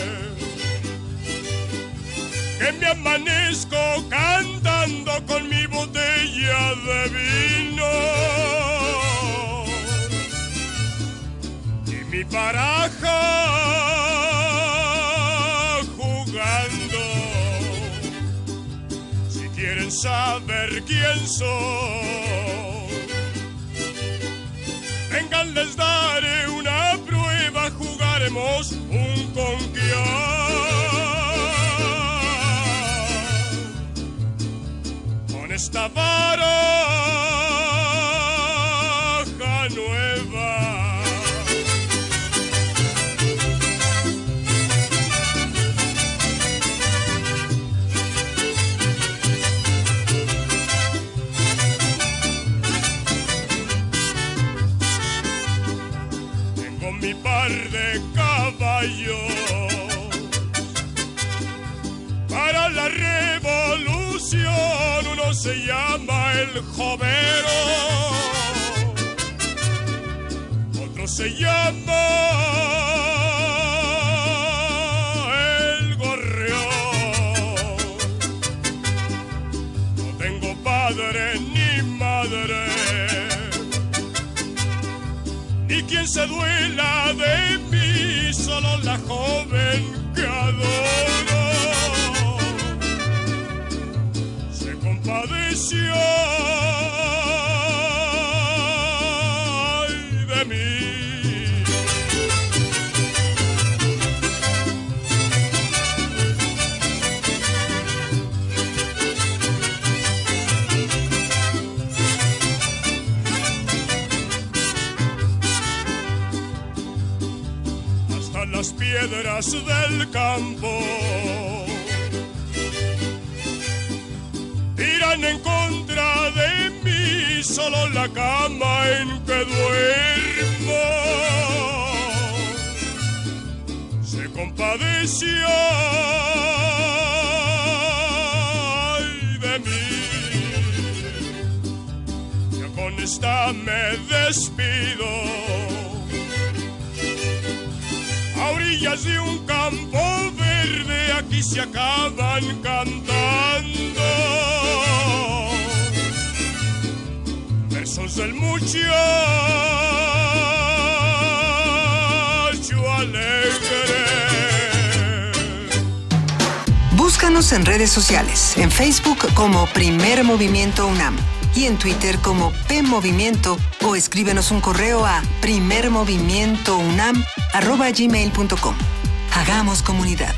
que me amanezco cantando con mi botella de vino y mi baraja quieren saber quién soy. Vengan, les daré una prueba, jugaremos un conquiar. Con esta baraja nueva. Tengo mi par de caballos para la revolución. Uno se llama el Jovero, otro se llama el Gorrión. No tengo padre ni madre, ni quien se duela de mí, solo la joven que adoro se compadeció ay, de mí. Hasta las piedras del campo tiran en contra de mí, solo la cama en que duermo se compadeció ay, de mí. Ya con esta me despido, a orillas de un campo verde, aquí se acaban cantando versos del muchacho alegre. Búscanos en redes sociales, en Facebook como Primer Movimiento UNAM y en Twitter como P Movimiento, o escríbenos un correo a primermovimientounam arroba gmail punto com. Hagamos comunidad.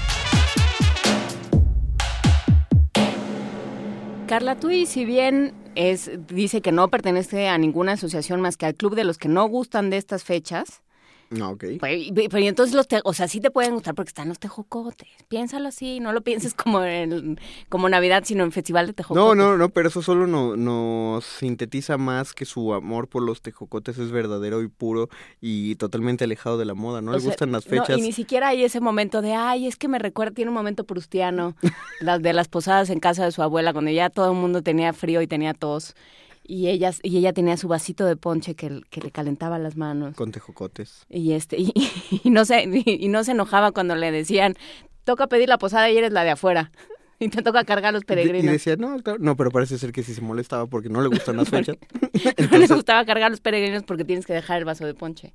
Carla Tui, si bien es, dice que no pertenece a ninguna asociación más que al club de los que no gustan de estas fechas. No, ok. Pues, pero entonces los te, o sea, sí te pueden gustar porque están los tejocotes. Piénsalo así, no lo pienses como en como Navidad, sino en Festival de Tejocotes. No, no, no, pero eso solo no, nos sintetiza más que su amor por los tejocotes es verdadero y puro y totalmente alejado de la moda. No O le sea, gustan las no, fechas. y ni siquiera hay ese momento de, ay, es que me recuerda, tiene un momento prustiano, las de las posadas en casa de su abuela, cuando ya todo el mundo tenía frío y tenía tos. Y ella, y ella tenía su vasito de ponche que, que le calentaba las manos. Con tejocotes. Y este y, y no se y, y no se enojaba cuando le decían, toca pedir la posada y eres la de afuera. Y te toca cargar los peregrinos. Y decía, no, claro, no, pero parece ser que sí se molestaba porque no le gustan las fechas. Entonces, no le gustaba cargar los peregrinos porque tienes que dejar el vaso de ponche.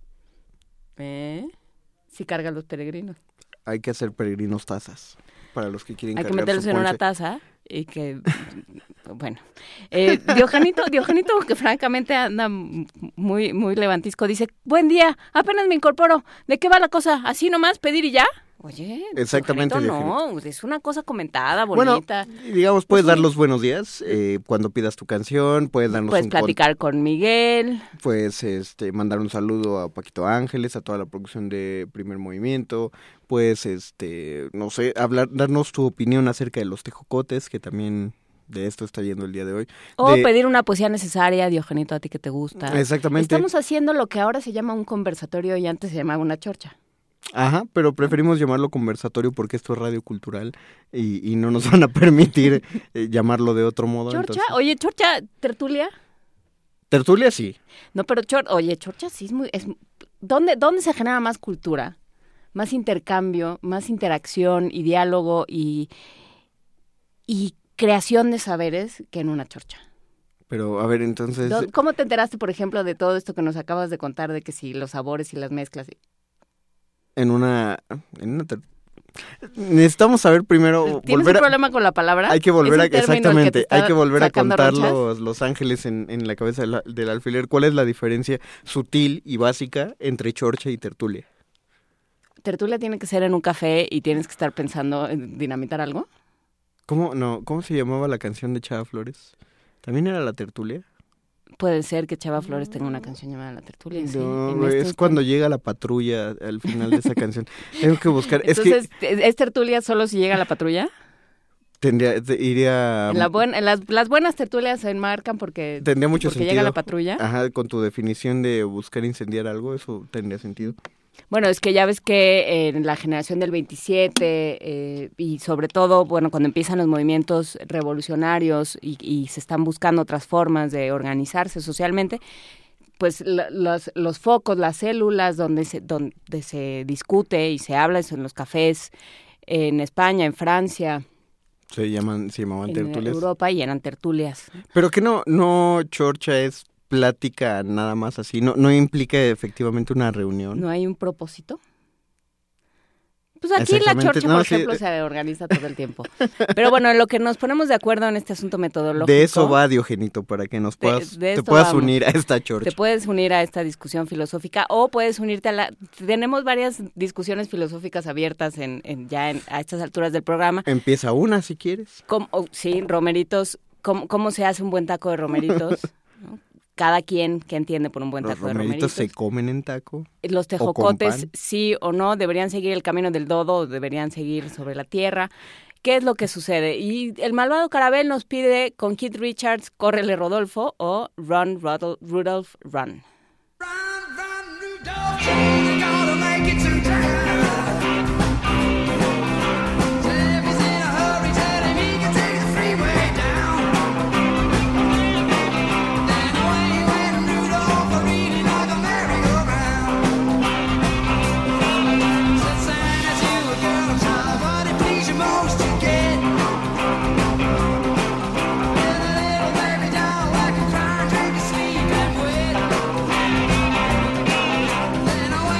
¿Eh? Sí cargan los peregrinos. Hay que hacer peregrinos tazas para los que quieren Hay que cargar meterlos su en ponche. una taza y que, bueno, eh, Diogenito, Diogenito, que francamente anda muy, muy levantisco, dice, buen día, apenas me incorporo, ¿de qué va la cosa? ¿Así nomás, pedir y ya? Oye, Exactamente, Diogenito, no, es una cosa comentada, bonita. Bueno, digamos, puedes dar los buenos días eh, cuando pidas tu canción, puedes darnos Puedes un platicar con Miguel. Puedes este, mandar un saludo a Paquito Ángeles, a toda la producción de Primer Movimiento, puedes, este, no sé, hablar, darnos tu opinión acerca de los tejocotes, que también de esto está yendo el día de hoy. O de... pedir una poesía necesaria, Diogenito, a ti que te gusta. Exactamente. Estamos haciendo lo que ahora se llama un conversatorio y antes se llamaba una chorcha. Ajá, pero preferimos llamarlo conversatorio porque esto es radio cultural y, y no nos van a permitir eh, llamarlo de otro modo. ¿Chorcha? Entonces... Oye, ¿chorcha, tertulia? Tertulia sí. No, pero chor, oye, chorcha sí es muy... Es, ¿dónde, ¿Dónde se genera más cultura? Más intercambio, más interacción y diálogo y, y creación de saberes que en una chorcha. Pero, a ver, entonces... ¿Cómo te enteraste, por ejemplo, de todo esto que nos acabas de contar, de que si los sabores y las mezclas? En una... En una ter... Necesitamos saber primero... ¿Tienes volver un a- problema con la palabra? Hay que volver ¿Es a... un término el que te Exactamente, está hay que volver a sacando contar ronchas? los, los ángeles en, en la cabeza del, del alfiler. ¿Cuál es la diferencia sutil y básica entre chorcha y tertulia? ¿Tertulia tiene que ser en un café y tienes que estar pensando en dinamitar algo? ¿Cómo, no, ¿Cómo se llamaba la canción de Chava Flores? ¿También era la tertulia? Puede ser que Chava Flores tenga una canción llamada La Tertulia. sí, No, en güey, este es instante. cuando llega la patrulla al final de esa canción. Tengo que buscar. Es Entonces, que ¿es tertulia solo si llega la patrulla? tendría, te- iría... En la buen- en las, las buenas tertulias se enmarcan porque, Tendría mucho porque sentido. llega la patrulla. Ajá, con tu definición de buscar incendiar algo, eso tendría sentido. Bueno, es que ya ves que en la generación del veintisiete eh, y sobre todo, bueno, cuando empiezan los movimientos revolucionarios y, y se están buscando otras formas de organizarse socialmente, pues la- los, los focos, las células donde se, donde se discute y se habla son los cafés en España, en Francia, Se llaman, se llamaban en tertulias. Europa y eran tertulias. Pero que no, no chorcha es plática nada más así, no, no implica efectivamente una reunión. ¿No hay un propósito? Pues aquí la Exactamente, chorcha, no, por sí. ejemplo, se organiza todo el tiempo. Pero bueno, en lo que nos ponemos de acuerdo en este asunto metodológico... De eso va, Diogenito, para que nos De- puedas, de te esto puedas vamos. unir a esta chorcha. Te puedes unir a esta discusión filosófica o puedes unirte a la... Tenemos varias discusiones filosóficas abiertas en, en- ya en- a estas alturas del programa. Empieza una si quieres. ¿Cómo- oh, sí, romeritos. ¿Cómo, cómo se hace un buen taco de romeritos? ¿No? Cada quien que entiende por un buen Los taco de romeritos romeritos. se comen en taco. Los o con tejocotes, pan. sí o no, deberían seguir el camino del dodo, o deberían seguir sobre la tierra. ¿Qué es lo que sucede? Y el malvado Carabel nos pide con Keith Richards, Córrele Rodolfo o Run, Rudolph, Rudolph, Run. Then I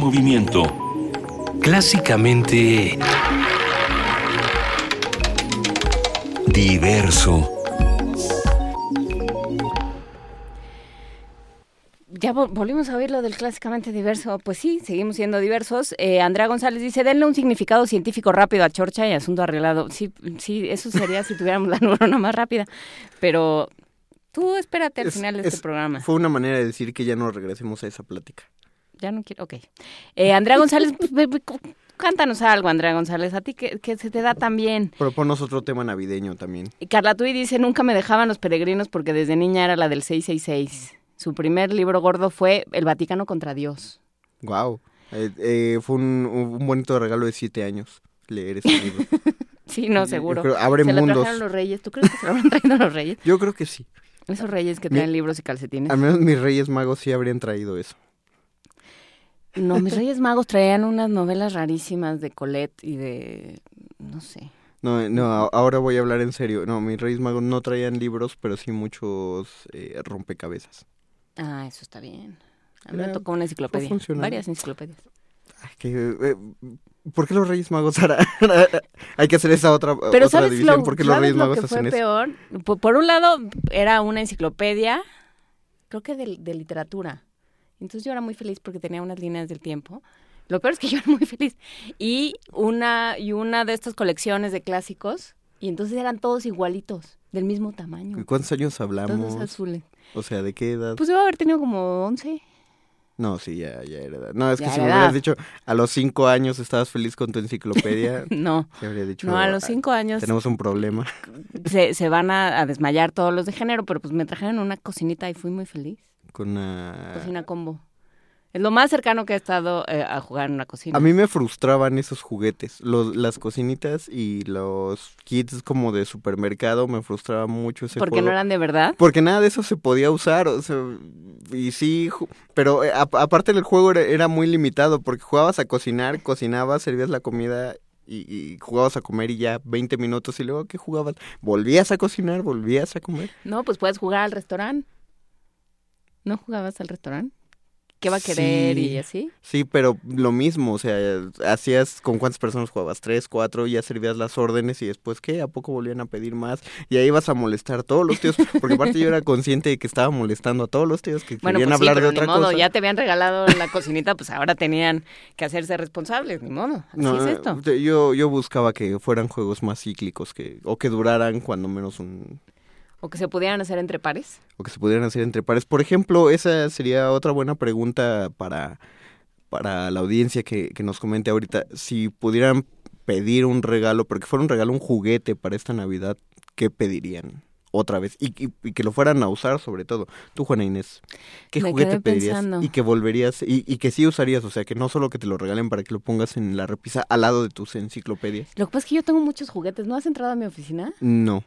movimiento. Clásicamente diverso. Ya vo- volvimos a oír lo del clásicamente diverso. Pues sí, seguimos siendo diversos. Eh, Andrea González dice, denle un significado científico rápido a Chorcha y asunto arreglado. Sí, sí, eso sería si tuviéramos la neurona más rápida. Pero tú espérate al Es- final de es- este programa. Fue una manera de decir que ya no regresemos a esa plática. Ya no quiero, ok. Eh, Andrea González, ve- ve- cu- cántanos algo, Andrea González, a ti que, que se te da tan bien. Proponos otro tema navideño también. Y Carla Tui dice, nunca me dejaban los peregrinos porque desde niña era la del seiscientos sesenta y seis. Su primer libro gordo fue El Vaticano contra Dios. Wow. Eh, eh, fue un, un bonito regalo de siete años leer ese libro. Sí, no, Yo seguro. creo- abre se mundos. lo trajeron los reyes. ¿Tú crees que se lo habrán traído los reyes? Yo creo que sí. Esos reyes que Mi- traen libros y calcetines. Al menos mis Reyes Magos sí habrían traído eso. No, mis reyes magos traían unas novelas rarísimas de Colette y de... no sé. No, no, a- ahora voy a hablar en serio. No, mis Reyes Magos no traían libros, pero sí muchos eh, rompecabezas. Ah, eso está bien. A mí me Era- tocó una enciclopedia. fue funcional. Varias enciclopedias. Ay, que, eh, ¿por qué los Reyes Magos hará- hay que hacer esa otra, Pero otra ¿sabes división? lo, ¿Por qué los ¿sabes Reyes lo Magos que fue hacen eso? peor? Por, por un lado, era una enciclopedia, creo que de, de literatura. Entonces yo era muy feliz porque tenía unas líneas del tiempo. Lo peor es que yo era muy feliz. Y una, y una de estas colecciones de clásicos, y entonces eran todos igualitos, del mismo tamaño. ¿Y cuántos años hablamos? Todos azules. O sea, ¿de qué edad? Pues debo haber tenido como once. No, sí, ya, ya era edad. No, es que Ya si era me edad. hubieras dicho a los cinco años estabas feliz con tu enciclopedia, No. te habría dicho... No, a los "Ah, cinco años tenemos un problema. se, se van a, a desmayar todos los de género, pero pues me trajeron una cocinita y fui muy feliz. Con una... Cocina combo. Es lo más cercano que he estado eh, a jugar en una cocina. A mí me frustraban esos juguetes, los, las cocinitas y los kits como de supermercado, me frustraba mucho ese ¿Porque juego. no eran de verdad? Porque nada de eso se podía usar, o sea, y sí, ju- pero eh, a- aparte el juego era, era muy limitado, porque jugabas a cocinar, cocinabas, servías la comida y, y jugabas a comer y ya veinte minutos, y luego ¿qué jugabas? Volvías a cocinar, volvías a comer. No, pues puedes jugar al restaurante. ¿No jugabas al restaurante? ¿Qué va a querer Sí. y así? Sí, pero lo mismo, o sea, hacías, ¿con cuántas personas jugabas? Tres, cuatro, ya servías las órdenes y después, ¿qué? ¿A poco volvían a pedir más? Y ahí ibas a molestar a todos los tíos, porque aparte yo era consciente de que estaba molestando a todos los tíos que Bueno, querían pues sí, hablar pero de ni otra modo, cosa. ya te habían regalado la cocinita, pues ahora tenían que hacerse responsables, ni modo. Así No, es esto. te- Yo, yo buscaba que fueran juegos más cíclicos, que o que duraran cuando menos un... O que se pudieran hacer entre pares. o que se pudieran hacer entre pares. Por ejemplo, esa sería otra buena pregunta para, para la audiencia que, que nos comente ahorita. Si pudieran pedir un regalo, pero que fuera un regalo, un juguete para esta Navidad, ¿qué pedirían? Otra vez. Y, y, y que lo fueran a usar sobre todo. Tú, Juana Inés, ¿qué Me juguete quedé pedirías? pensando. Y que volverías, y, y que sí usarías, o sea, que no solo que te lo regalen para que lo pongas en la repisa al lado de tus enciclopedias. Lo que pasa es que yo tengo muchos juguetes. ¿No has entrado a mi oficina? No.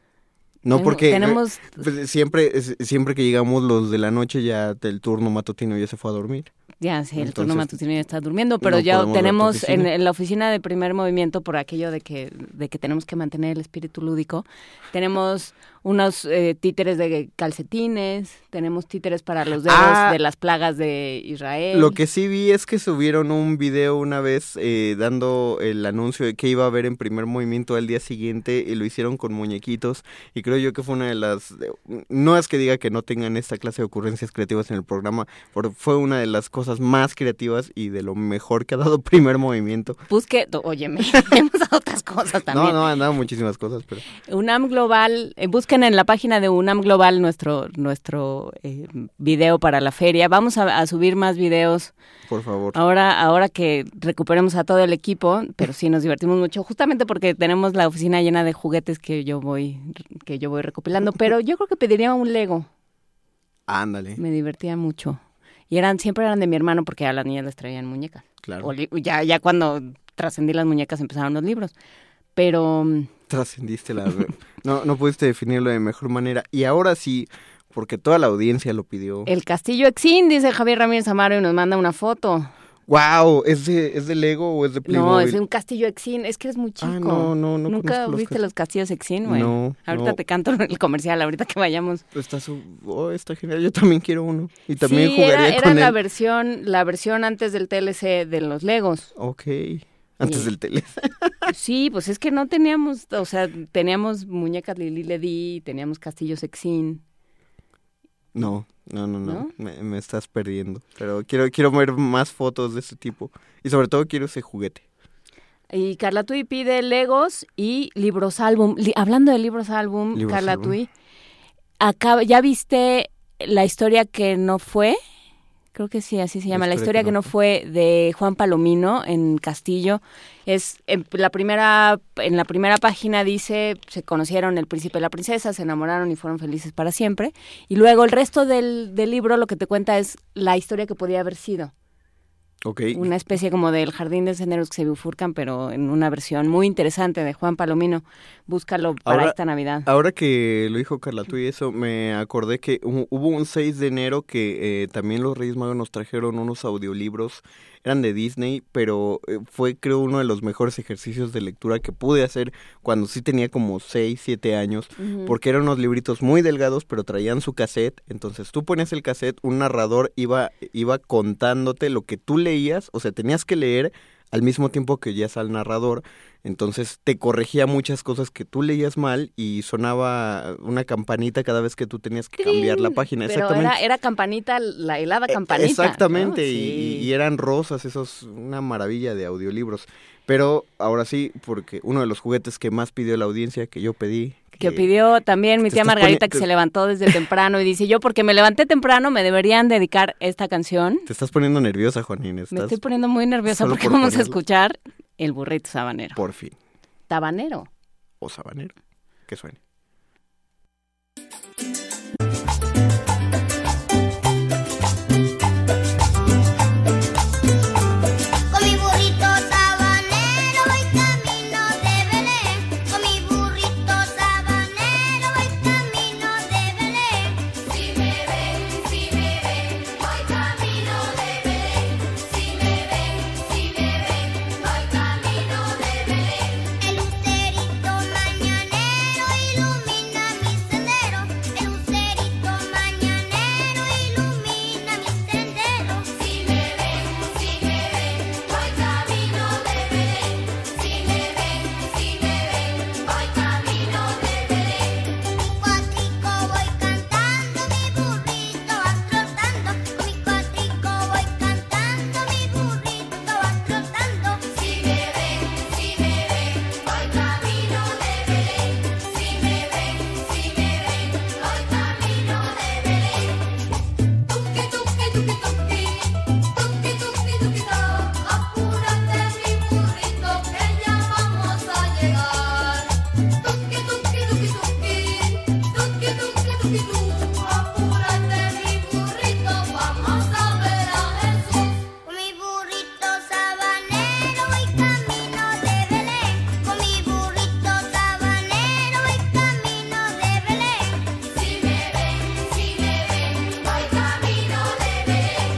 No, Tengo- porque tenemos- eh, pues, siempre, es- siempre que llegamos los de la noche ya el turno matutino ya se fue a dormir. Ya, sí, el Entonces, turno matutino ya está durmiendo, pero no ya podemos ver tu tenemos en, oficina. en la oficina de Primer Movimiento, por aquello de que, de que tenemos que mantener el espíritu lúdico, tenemos unos eh, títeres de calcetines, tenemos títeres para los dedos Ah. de las plagas de Israel. Lo que sí vi es que subieron un video una vez eh, dando el anuncio de que iba a haber en Primer Movimiento al día siguiente y lo hicieron con muñequitos y creo yo que fue una de las... de- no es que diga que no tengan esta clase de ocurrencias creativas en el programa, pero fue una de las cosas más creativas y de lo mejor que ha dado Primer Movimiento. Busque, óyeme, hemos dado otras cosas también. No, no, han dado muchísimas cosas, pero... UNAM Global, eh, busquen en la página de UNAM Global nuestro nuestro eh, video para la feria. Vamos a, a subir más videos. Por favor. Ahora ahora que recuperemos a todo el equipo, pero sí nos divertimos mucho, justamente porque tenemos la oficina llena de juguetes que yo voy que yo voy recopilando, pero yo creo que pediría un Lego. Ándale. Me divertía mucho. Y eran siempre eran de mi hermano porque a las niñas les traían muñecas. Claro. O li- ya ya cuando trascendí las muñecas empezaron los libros. Pero Trascendiste la... No, no pudiste definirlo de mejor manera. Y ahora sí, porque toda la audiencia lo pidió. el Castillo Exin, dice Javier Ramírez Amaro y nos manda una foto. Wow, ¿es de, ¿es de Lego o es de Playmobil? No, es de un castillo Exin, es que eres muy chico. Ah, no, no, no. ¿Nunca los viste cast... los castillos Exin, güey? No, Ahorita no. te canto el comercial, ahorita que vayamos. Está, su... oh, está genial, yo también quiero uno. Y también sí, jugaría era, con era la él. versión, la versión antes del T L C de los Legos. Ok, antes Sí. del tele. Sí, pues es que no teníamos, o sea, teníamos muñecas Lili Ledi, teníamos castillos Exin. No, no, no, no, ¿No? Me, me estás perdiendo. Pero quiero quiero ver más fotos de ese tipo. Y sobre todo quiero ese juguete. Y Carla Tui pide Legos y libros álbum. Li- hablando de libros álbum, Libros Carla álbum. Tui, acaba, ¿ya viste La historia que no fue? Creo que sí, así se llama. La historia que no fue de Juan Palomino en Castillo. Es en la primera en la primera página dice se conocieron el príncipe y la princesa, se enamoraron y fueron felices para siempre. Y luego el resto del, del libro lo que te cuenta es la historia que podía haber sido. Ok. Una especie como del Jardín de Senderos que se bifurcan, pero en una versión muy interesante de Juan Palomino. Búscalo para Ahora- esta Navidad. Ahora que lo dijo Carla Tui eso, me acordé que hu- hubo un seis de enero que eh, también los Reyes Magos nos trajeron unos audiolibros, eran de Disney, pero eh, fue creo uno de los mejores ejercicios de lectura que pude hacer cuando sí tenía como seis, siete años, Ujú. porque eran unos libritos muy delgados, pero traían su cassette, entonces tú ponías el cassette, un narrador iba, iba contándote lo que tú leías, o sea, tenías que leer al mismo tiempo que oías al narrador, entonces te corregía muchas cosas que tú leías mal y sonaba una campanita cada vez que tú tenías que cambiar la página. Pero Exactamente. era, era campanita, la helada campanita. Exactamente, ¿no? y, Sí. y eran rosas, esos, una maravilla de audiolibros. Pero ahora sí, porque uno de los juguetes que más pidió la audiencia, que yo pedí... Que pidió también mi te tía estás Margarita poni- que te- se levantó desde temprano y dice, yo porque me levanté temprano me deberían dedicar esta canción. Te estás poniendo nerviosa, Juanín. Me Estás estoy poniendo muy nerviosa solo porque por vamos a ponerlo. escuchar El burrito sabanero. Por fin. Tabanero. O sabanero. Que suene. Con mi burrito sabanero voy camino de Belén. Con mi burrito sabanero voy camino de Belén. Si me ven, si me ven, voy camino de Belén. Si me ven, si me ven, voy camino de Belén. El lucerito mañanero ilumina mi sendero. El lucerito mañanero ilumina mi sendero. Si me ven, si me ven, voy camino de Belén. Si me ven, si me ven, voy camino de Belén. Con mi cuatrico voy cantando, mi burrito va trotando. Con mi cuatrico voy cantando, mi burrito va trotando. Si me ven, si me ven, voy camino de Belén. Si me ven, si me ven, voy camino de Belén. Tuki, tuki, tuki, tuki. Tuki, tuki, tuki, to. Apúrate, mi burrito, que ya vamos a llegar. Tuki, tuki, tuki, tuki. Tuki, tuki, tuki, tu. Apúrate, mi burrito, vamos a ver a Jesús. Con mi burrito sabanero voy camino de Belén. Con mi burrito sabanero voy camino de Belén. Si me ven, si me ven, voy camino de Belén.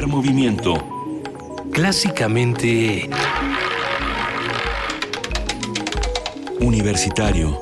Primer movimiento. Clásicamente Universitario.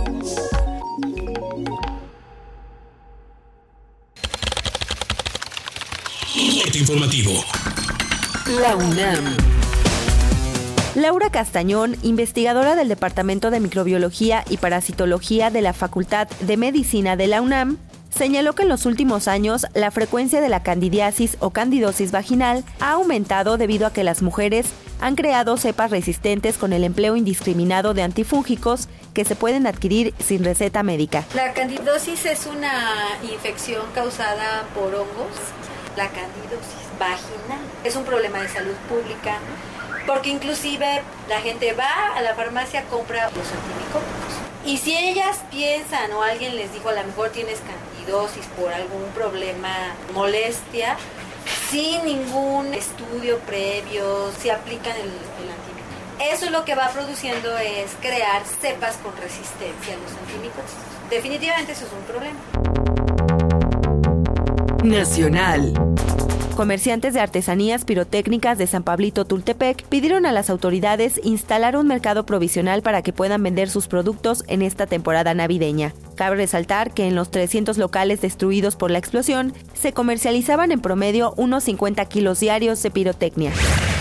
Corte informativo. La UNAM. Laura Castañón, investigadora del Departamento de Microbiología y Parasitología de la Facultad de Medicina de la UNAM, señaló que en los últimos años la frecuencia de la candidiasis o candidosis vaginal ha aumentado debido a que las mujeres han creado cepas resistentes con el empleo indiscriminado de antifúngicos que se pueden adquirir sin receta médica. La candidosis es una infección causada por hongos. La candidosis vaginal es un problema de salud pública porque inclusive la gente va a la farmacia, compra los antimicóticos. Y si ellas piensan o alguien les dijo a lo mejor tienes candidosis por algún problema, molestia, sin ningún estudio previo, se aplican el, el antimicótico. Eso lo que va produciendo es crear cepas con resistencia a los antimicóticos. Definitivamente eso es un problema. Nacional. Comerciantes de artesanías pirotécnicas de San Pablito Tultepec pidieron a las autoridades instalar un mercado provisional para que puedan vender sus productos en esta temporada navideña. Cabe resaltar que en los trescientos locales destruidos por la explosión se comercializaban en promedio unos cincuenta kilos diarios de pirotecnia.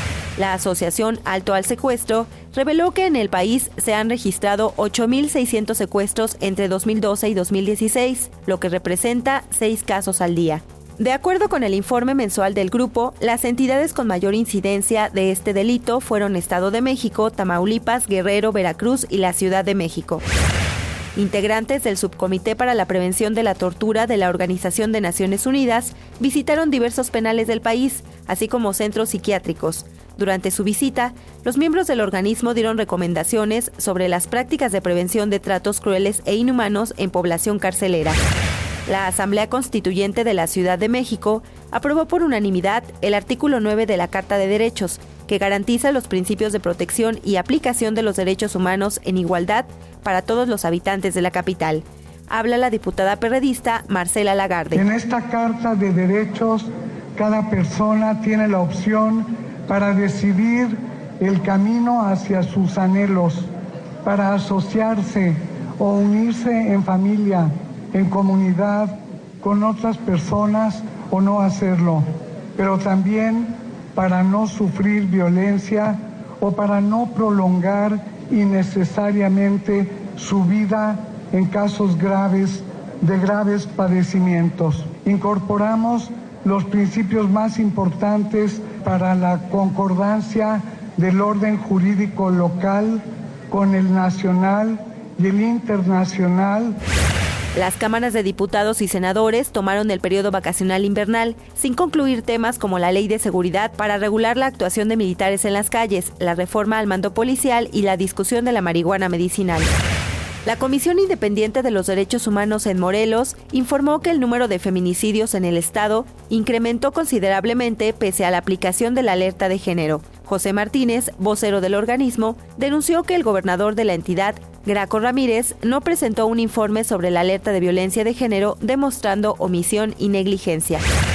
La asociación Alto al Secuestro reveló que en el país se han registrado ocho mil seiscientos secuestros entre dos mil doce y dos mil dieciséis, lo que representa seis casos al día. De acuerdo con el informe mensual del grupo, las entidades con mayor incidencia de este delito fueron Estado de México, Tamaulipas, Guerrero, Veracruz y la Ciudad de México. Integrantes del Subcomité para la Prevención de la Tortura de la Organización de Naciones Unidas visitaron diversos penales del país, así como centros psiquiátricos. Durante su visita, los miembros del organismo dieron recomendaciones sobre las prácticas de prevención de tratos crueles e inhumanos en población carcelera. La Asamblea Constituyente de la Ciudad de México aprobó por unanimidad el artículo nueve de la Carta de Derechos, que garantiza los principios de protección y aplicación de los derechos humanos en igualdad para todos los habitantes de la capital. Habla la diputada perredista Marcela Lagarde. En esta Carta de Derechos, cada persona tiene la opción para decidir el camino hacia sus anhelos, para asociarse o unirse en familia, en comunidad, con otras personas o no hacerlo, pero también para no sufrir violencia o para no prolongar innecesariamente su vida en casos graves de graves padecimientos. Incorporamos los principios más importantes para la concordancia del orden jurídico local con el nacional y el internacional. Las cámaras de diputados y senadores tomaron el periodo vacacional invernal, sin concluir temas como la ley de seguridad para regular la actuación de militares en las calles, la reforma al mando policial y la discusión de la marihuana medicinal. La Comisión Independiente de los Derechos Humanos en Morelos informó que el número de feminicidios en el estado incrementó considerablemente pese a la aplicación de la alerta de género. José Martínez, vocero del organismo, denunció que el gobernador de la entidad, Graco Ramírez, no presentó un informe sobre la alerta de violencia de género, demostrando omisión y negligencia.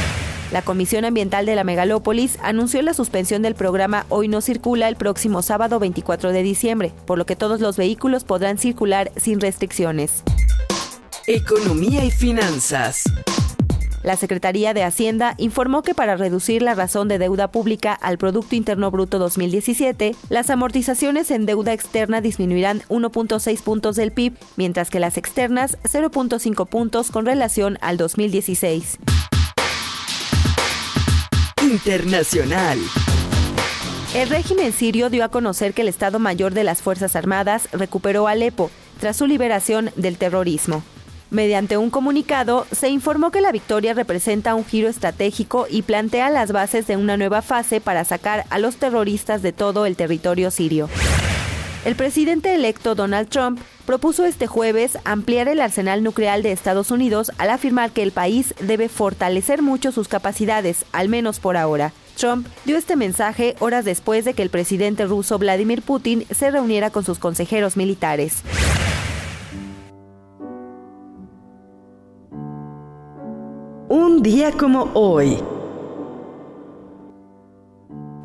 La Comisión Ambiental de la Megalópolis anunció la suspensión del programa Hoy No Circula el próximo sábado veinticuatro de diciembre, por lo que todos los vehículos podrán circular sin restricciones. Economía y finanzas. La Secretaría de Hacienda informó que para reducir la razón de deuda pública al Producto Interno Bruto dos mil diecisiete, las amortizaciones en deuda externa disminuirán uno punto seis puntos del P I B, mientras que las externas cero punto cinco puntos con relación al dos mil dieciséis. Internacional. El régimen sirio dio a conocer que el Estado Mayor de las Fuerzas Armadas recuperó Alepo tras su liberación del terrorismo. Mediante un comunicado, se informó que la victoria representa un giro estratégico y plantea las bases de una nueva fase para sacar a los terroristas de todo el territorio sirio. El presidente electo Donald Trump propuso este jueves ampliar el arsenal nuclear de Estados Unidos al afirmar que el país debe fortalecer mucho sus capacidades, al menos por ahora. Trump dio este mensaje horas después de que el presidente ruso Vladimir Putin se reuniera con sus consejeros militares. Un día como hoy.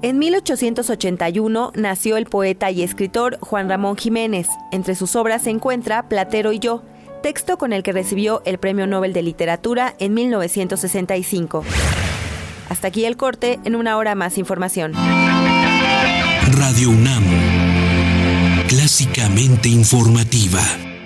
En mil ochocientos ochenta y uno nació el poeta y escritor Juan Ramón Jiménez. Entre sus obras se encuentra Platero y yo, texto con el que recibió el Premio Nobel de Literatura en mil novecientos sesenta y cinco. Hasta aquí el corte, en una hora más información. Radio UNAM, clásicamente informativa.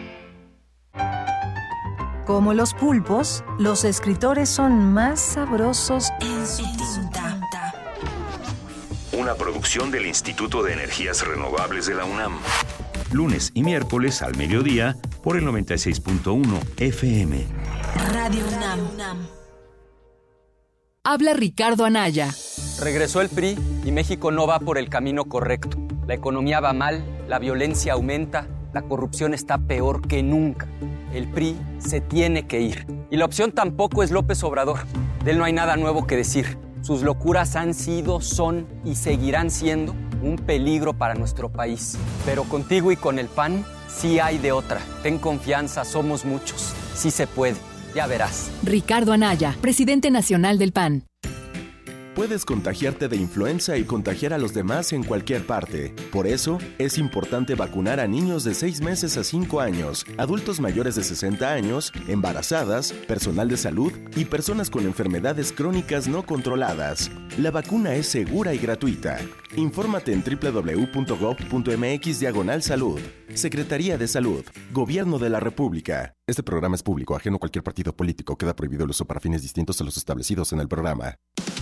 Como los pulpos, los escritores son más sabrosos en su tinta. Una producción del Instituto de Energías Renovables de la UNAM. Lunes y miércoles al mediodía por el noventa y seis punto uno F M. Radio UNAM. Habla Ricardo Anaya. Regresó el P R I y México no va por el camino correcto. La economía va mal, la violencia aumenta, la corrupción está peor que nunca. El P R I se tiene que ir. Y la opción tampoco es López Obrador. De él no hay nada nuevo que decir. Sus locuras han sido, son y seguirán siendo un peligro para nuestro país. Pero contigo y con el P A N, sí hay de otra. Ten confianza, somos muchos. Sí se puede, ya verás. Ricardo Anaya, presidente nacional del P A N. Puedes contagiarte de influenza y contagiar a los demás en cualquier parte. Por eso, es importante vacunar a niños de seis meses a cinco años, adultos mayores de sesenta años, embarazadas, personal de salud y personas con enfermedades crónicas no controladas. La vacuna es segura y gratuita. Infórmate en doble u doble u doble u punto gob punto eme equis diagonal salud. Secretaría de Salud. Gobierno de la República. Este programa es público, ajeno a cualquier partido político. Queda prohibido el uso para fines distintos a los establecidos en el programa.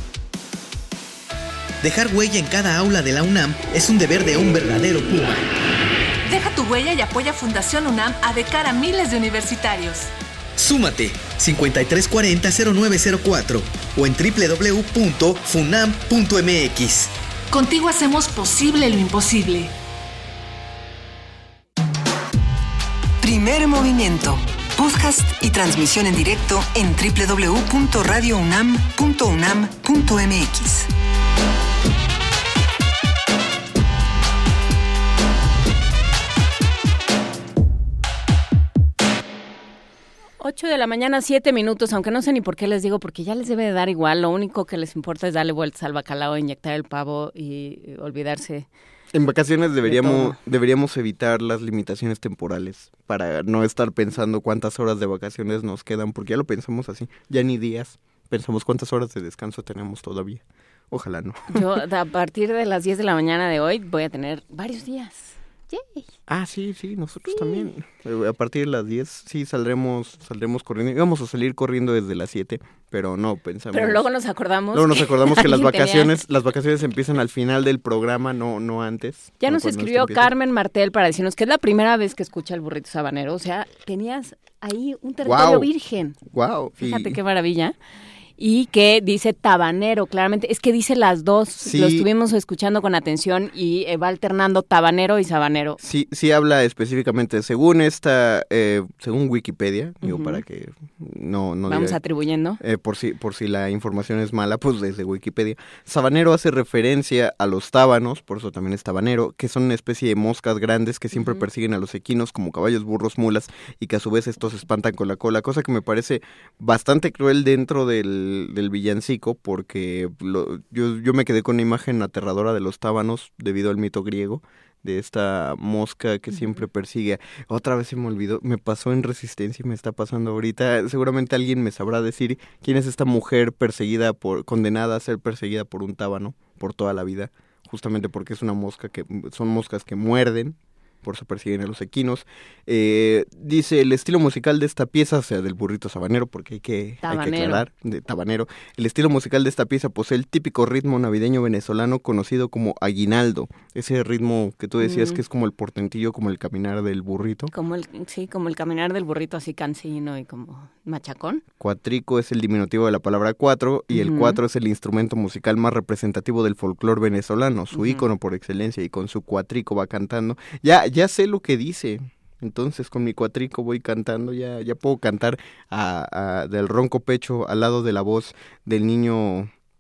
Dejar huella en cada aula de la UNAM es un deber de un verdadero Puma. Deja tu huella y apoya Fundación UNAM a de cara a miles de universitarios. Súmate cincuenta y tres cuarenta cero nueve cero cuatro o en doble u doble u doble u punto funam punto eme equis. Contigo hacemos posible lo imposible. Primer movimiento. Podcast y transmisión en directo en doble u doble u doble u punto radio unam punto unam punto eme equis. ocho de la mañana, siete minutos, aunque no sé ni por qué les digo, porque ya les debe de dar igual. Lo único que les importa es darle vueltas al bacalao, inyectar el pavo y olvidarse. En vacaciones deberíamos de deberíamos evitar las limitaciones temporales para no estar pensando cuántas horas de vacaciones nos quedan, porque ya lo pensamos así, ya ni días, pensamos cuántas horas de descanso tenemos todavía. Ojalá no. Yo a partir de las diez de la mañana de hoy voy a tener varios días. Yay. Ah, sí, sí, nosotros sí. también. A partir de las diez, sí, saldremos saldremos corriendo. Íbamos a salir corriendo desde las siete, pero no pensamos. Pero luego nos acordamos. Luego nos acordamos que, que las vacaciones tenía... las vacaciones empiezan al final del programa, no no antes. Ya no nos escribió Carmen Martel para decirnos que es la primera vez que escucha el burrito sabanero. O sea, tenías ahí un territorio wow. virgen. Wow. Fíjate y... qué maravilla. Y que dice tabanero, claramente, es que dice las dos, sí. Lo estuvimos escuchando con atención y eh, va alternando tabanero y sabanero. Sí, sí habla específicamente, según esta, eh, según Wikipedia, digo, uh-huh. para que no... no Vamos diga, atribuyendo. Eh, por si por si la información es mala, pues desde Wikipedia. Sabanero hace referencia a los tábanos, por eso también es tabanero, que son una especie de moscas grandes que siempre uh-huh. persiguen a los equinos como caballos, burros, mulas, y que a su vez estos espantan con la cola, cosa que me parece bastante cruel dentro del del villancico, porque lo, yo, yo me quedé con una imagen aterradora de los tábanos debido al mito griego, de esta mosca que siempre persigue. Otra vez se me olvidó, me pasó en Resistencia y me está pasando ahorita. Seguramente alguien me sabrá decir quién es esta mujer perseguida por, condenada a ser perseguida por un tábano por toda la vida, justamente porque es una mosca que, son moscas que muerden, por eso persiguen a los equinos. Eh, dice, el estilo musical de esta pieza, o sea, del burrito sabanero, porque hay que, hay que aclarar, de tabanero, el estilo musical de esta pieza posee el típico ritmo navideño venezolano conocido como aguinaldo, ese ritmo que tú decías mm. que es como el portentillo, como el caminar del burrito. Como el, sí, como el caminar del burrito así cansino y como machacón. Cuatrico es el diminutivo de la palabra cuatro, y uh-huh. el cuatro es el instrumento musical más representativo del folclore venezolano, su uh-huh. ícono por excelencia, y con su cuatrico va cantando. Ya, ya sé lo que dice. Entonces con mi cuatrico voy cantando, ya ya puedo cantar a, a, del ronco pecho al lado de la voz del niño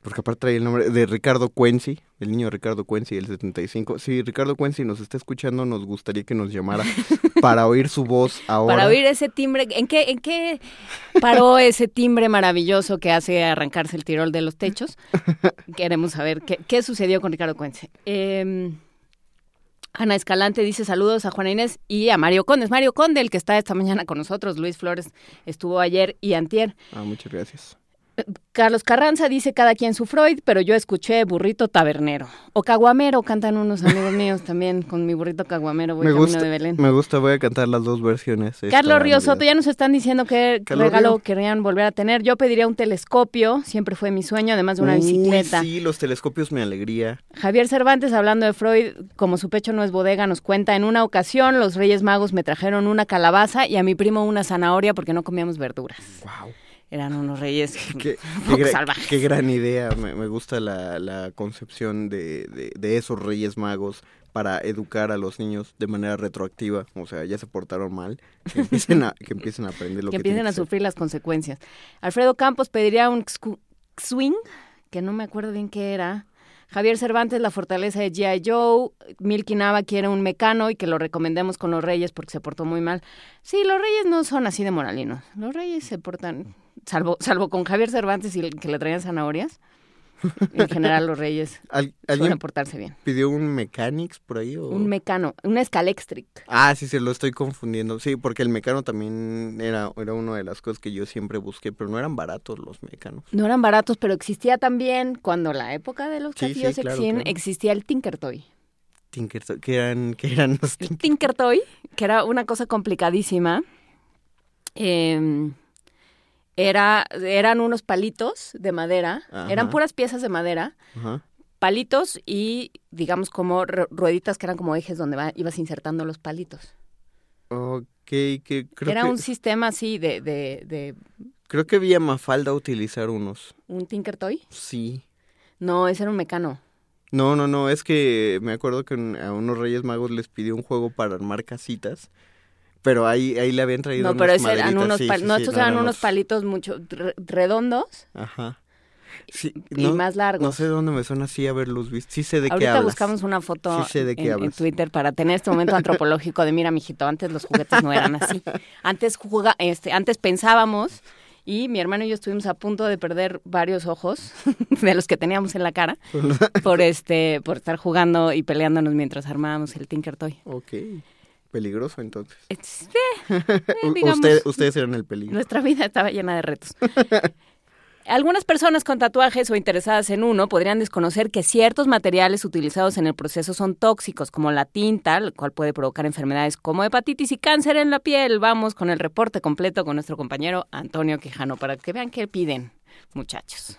Porque aparte trae el nombre de Ricardo Cuenci, el niño Ricardo Cuenci del setenta y cinco. Si Ricardo Cuenci nos está escuchando, nos gustaría que nos llamara para oír su voz ahora. Para oír ese timbre. ¿En qué, en qué paró ese timbre maravilloso que hace arrancarse el tirol de los techos? Queremos saber qué, qué sucedió con Ricardo Cuenci. Eh, Ana Escalante dice saludos a Juana Inés y a Mario Conde. Es Mario Conde el que está esta mañana con nosotros. Luis Flores estuvo ayer y antier. Ah, muchas gracias. Carlos Carranza dice cada quien su Freud, pero yo escuché burrito tabernero. O caguamero, cantan unos amigos míos también con mi burrito caguamero, voy me camino gusta, de Belén. Me gusta, voy a cantar las dos versiones. Carlos Río Soto, ya nos están diciendo qué regalo querían volver a tener. Yo pediría un telescopio, siempre fue mi sueño, además de una Uy, bicicleta. Sí, los telescopios me alegría. Javier Cervantes, hablando de Freud, como su pecho no es bodega, nos cuenta, en una ocasión los Reyes Magos me trajeron una calabaza y a mi primo una zanahoria porque no comíamos verduras. Wow. Eran unos reyes qué, qué gra- salvajes. Qué gran idea, me, me gusta la, la concepción de, de, de esos Reyes Magos para educar a los niños de manera retroactiva. O sea, ya se portaron mal, que empiecen a, que empiecen a aprender lo que, que empiecen tienen a que sufrir las consecuencias. Alfredo Campos pediría un X-Wing, que no me acuerdo bien qué era. Javier Cervantes, la fortaleza de G I. Joe. Milky Nava quiere un Mecano y que lo recomendemos con los Reyes porque se portó muy mal. Sí, los Reyes no son así de moralinos. Los Reyes se portan, salvo salvo con Javier Cervantes y que le traían zanahorias. En general los Reyes ¿Al, suelen portarse bien. ¿Pidió un Mechanics por ahí? O? Un Mecano, una Scalextric. Ah, sí, se lo estoy confundiendo. Sí, porque el Mecano también era, era una de las cosas que yo siempre busqué, pero no eran baratos los Mecanos. No eran baratos, pero existía también, cuando la época de los sí, castillos sí, claro, Exin, claro. existía el Tinkertoy. Tinkertoy, ¿qué eran, qué eran los Tinkertoy? Tinkertoy, que era una cosa complicadísima. Eh, era, eran unos palitos de madera, Ajá. eran puras piezas de madera, Ajá. palitos y, digamos, como ru- rueditas que eran como ejes donde va, ibas insertando los palitos. Ok, que creo Era que... un sistema así de, de, de... Creo que vi a Mafalda utilizar unos. ¿Un Tinkertoy? Sí. No, ese era un Mecano. No, no, no, es que me acuerdo que a unos Reyes Magos les pidió un juego para armar casitas, pero ahí ahí le habían traído No, unas pero ese maderitas. eran unos sí, pal- sí, no, sí, estos no, eran eran unos los- palitos mucho re- redondos. Ajá. Sí, y no, más largos. No sé de dónde me suena así haberlos visto. Sí sé de qué Ahorita hablas. buscamos una foto Sí sé de qué en, en hablas. Twitter para tener este momento antropológico de mira, mijito, antes los juguetes no eran así. Antes juga, este, antes pensábamos y mi hermano y yo estuvimos a punto de perder varios ojos de los que teníamos en la cara por este por estar jugando y peleándonos mientras armábamos el Tinkertoy. Ok. Peligroso entonces. Este, eh, U- digamos, Usted, ustedes eran el peligro. Nuestra vida estaba llena de retos. Algunas personas con tatuajes o interesadas en uno podrían desconocer que ciertos materiales utilizados en el proceso son tóxicos, como la tinta, el cual puede provocar enfermedades como hepatitis y cáncer en la piel. Vamos con el reporte completo con nuestro compañero Antonio Quijano para que vean qué piden, muchachos.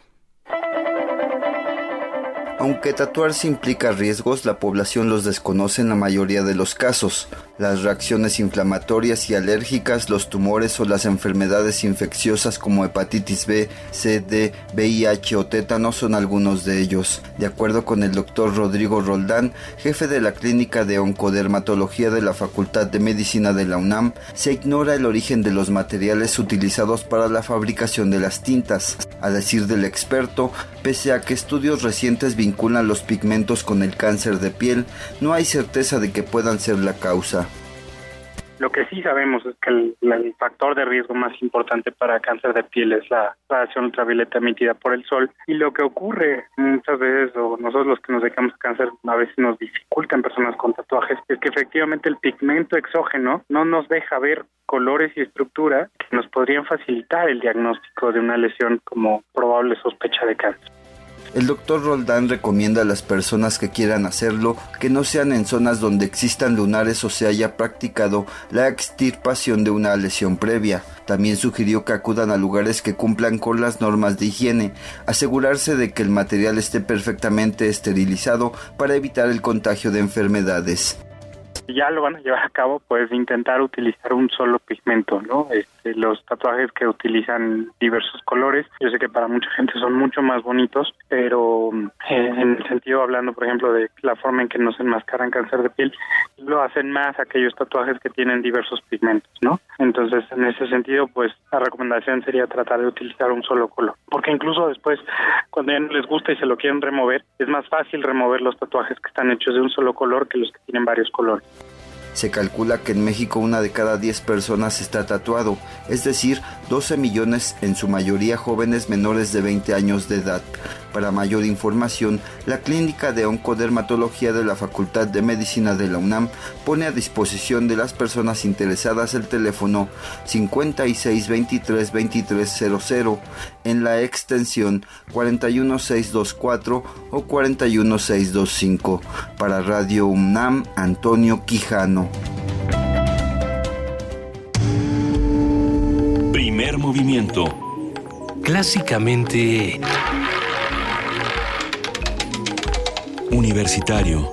Aunque tatuarse implica riesgos, la población los desconoce en la mayoría de los casos. Las reacciones inflamatorias y alérgicas, los tumores o las enfermedades infecciosas como hepatitis B, C, D, V I H o tétano son algunos de ellos. De acuerdo con el doctor Rodrigo Roldán, jefe de la Clínica de Oncodermatología de la Facultad de Medicina de la UNAM, se ignora el origen de los materiales utilizados para la fabricación de las tintas. A decir del experto, pese a que estudios recientes vinculan los pigmentos con el cáncer de piel, no hay certeza de que puedan ser la causa. Lo que sí sabemos es que el, el factor de riesgo más importante para cáncer de piel es la radiación ultravioleta emitida por el sol, y lo que ocurre muchas veces, o nosotros los que nos dedicamos a cáncer a veces nos dificulta en personas con tatuajes, es que efectivamente el pigmento exógeno no nos deja ver colores y estructura que nos podrían facilitar el diagnóstico de una lesión como probable sospecha de cáncer. El doctor Roldán recomienda a las personas que quieran hacerlo que no sean en zonas donde existan lunares o se haya practicado la extirpación de una lesión previa. También sugirió que acudan a lugares que cumplan con las normas de higiene, asegurarse de que el material esté perfectamente esterilizado para evitar el contagio de enfermedades. si ya lo van a llevar a cabo, pues intentar utilizar un solo pigmento, ¿no? Este, los tatuajes que utilizan diversos colores, yo sé que para mucha gente son mucho más bonitos, pero eh, en el sentido hablando, por ejemplo, de la forma en que nos enmascaran cáncer de piel, lo hacen más aquellos tatuajes que tienen diversos pigmentos, ¿no? Entonces, en ese sentido, pues la recomendación sería tratar de utilizar un solo color, porque incluso después, cuando ya no les gusta y se lo quieren remover, es más fácil remover los tatuajes que están hechos de un solo color que los que tienen varios colores. Se calcula que en México una de cada diez personas está tatuado, es decir, doce millones, en su mayoría jóvenes menores de veinte años de edad. Para mayor información, la Clínica de Oncodermatología de la Facultad de Medicina de la UNAM pone a disposición de las personas interesadas el teléfono cincuenta y seis veintitrés veintitrés cero cero en la extensión cuarenta y uno seiscientos veinticuatro o cuarenta y uno seiscientos veinticinco. Para Radio UNAM, Antonio Quijano. Primer movimiento. Clásicamente universitario.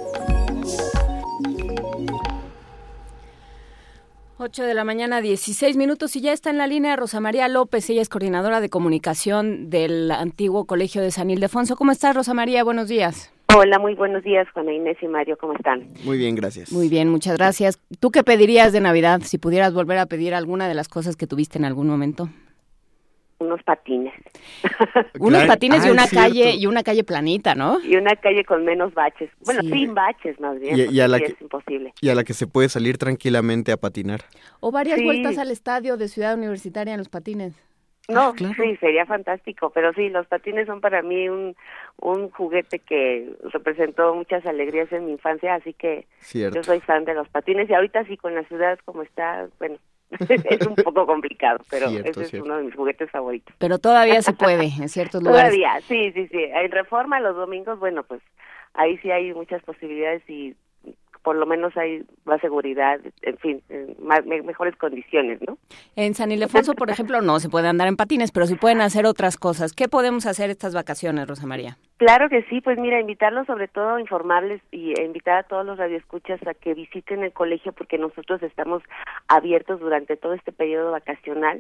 ocho de la mañana, dieciséis minutos, y ya está en la línea Rosa María López. Ella es coordinadora de comunicación del antiguo Colegio de San Ildefonso. ¿Cómo estás, Rosa María? Buenos días. Hola, muy buenos días, Juana Inés y Mario, ¿cómo están? Muy bien, gracias. Muy bien, muchas gracias. ¿Tú qué pedirías de Navidad si pudieras volver a pedir alguna de las cosas que tuviste en algún momento? Unos patines. Unos Claro. patines Ah, y una es cierto. calle y una calle planita, ¿no? Y una calle con menos baches. Bueno, Sí. sin baches más bien, Y- y porque a la sí que- es imposible. Y a la que se puede salir tranquilamente a patinar. O varias Sí. vueltas al estadio de Ciudad Universitaria en los patines. No, claro. sí, sería fantástico, pero sí, los patines son para mí un, un juguete que representó muchas alegrías en mi infancia, así que Cierto. yo soy fan de los patines y ahorita sí con la ciudad como está, bueno, es un poco complicado, pero Cierto, ese cierto. es uno de mis juguetes favoritos. Pero todavía se puede en ciertos lugares. Todavía, sí, sí, sí. En Reforma los domingos, bueno, pues ahí sí hay muchas posibilidades y por lo menos hay más seguridad, en fin, en más, me- mejores condiciones, ¿no? En San Ildefonso, por ejemplo, no se puede andar en patines, pero sí pueden hacer otras cosas. ¿Qué podemos hacer estas vacaciones, Rosa María? Claro que sí, pues mira, invitarlos sobre todo, informarles y e invitar a todos los radioescuchas a que visiten el colegio porque nosotros estamos abiertos durante todo este periodo vacacional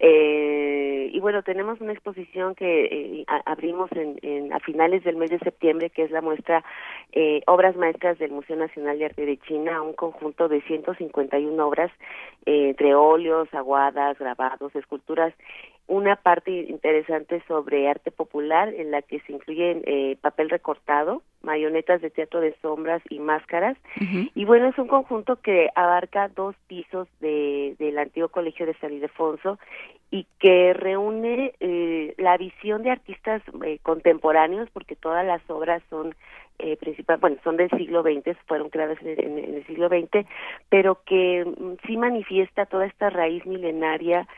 eh, y bueno, tenemos una exposición que eh, a- abrimos en, en- a finales del mes de septiembre, que es la muestra eh, Obras Maestras del Museo Nacional de Arte de China, un conjunto de ciento cincuenta y una obras eh, entre óleos, aguadas, grabados, esculturas, una parte interesante sobre arte popular en la que se incluyen eh, papel recortado, marionetas de teatro de sombras y máscaras. Y bueno, es un conjunto que abarca dos pisos de, del antiguo Colegio de San Ildefonso y que reúne eh, la visión de artistas eh, contemporáneos, porque todas las obras son eh, principal, bueno, son del siglo veinte, fueron creadas en, en, en el siglo veinte, pero que mm, sí manifiesta toda esta raíz milenaria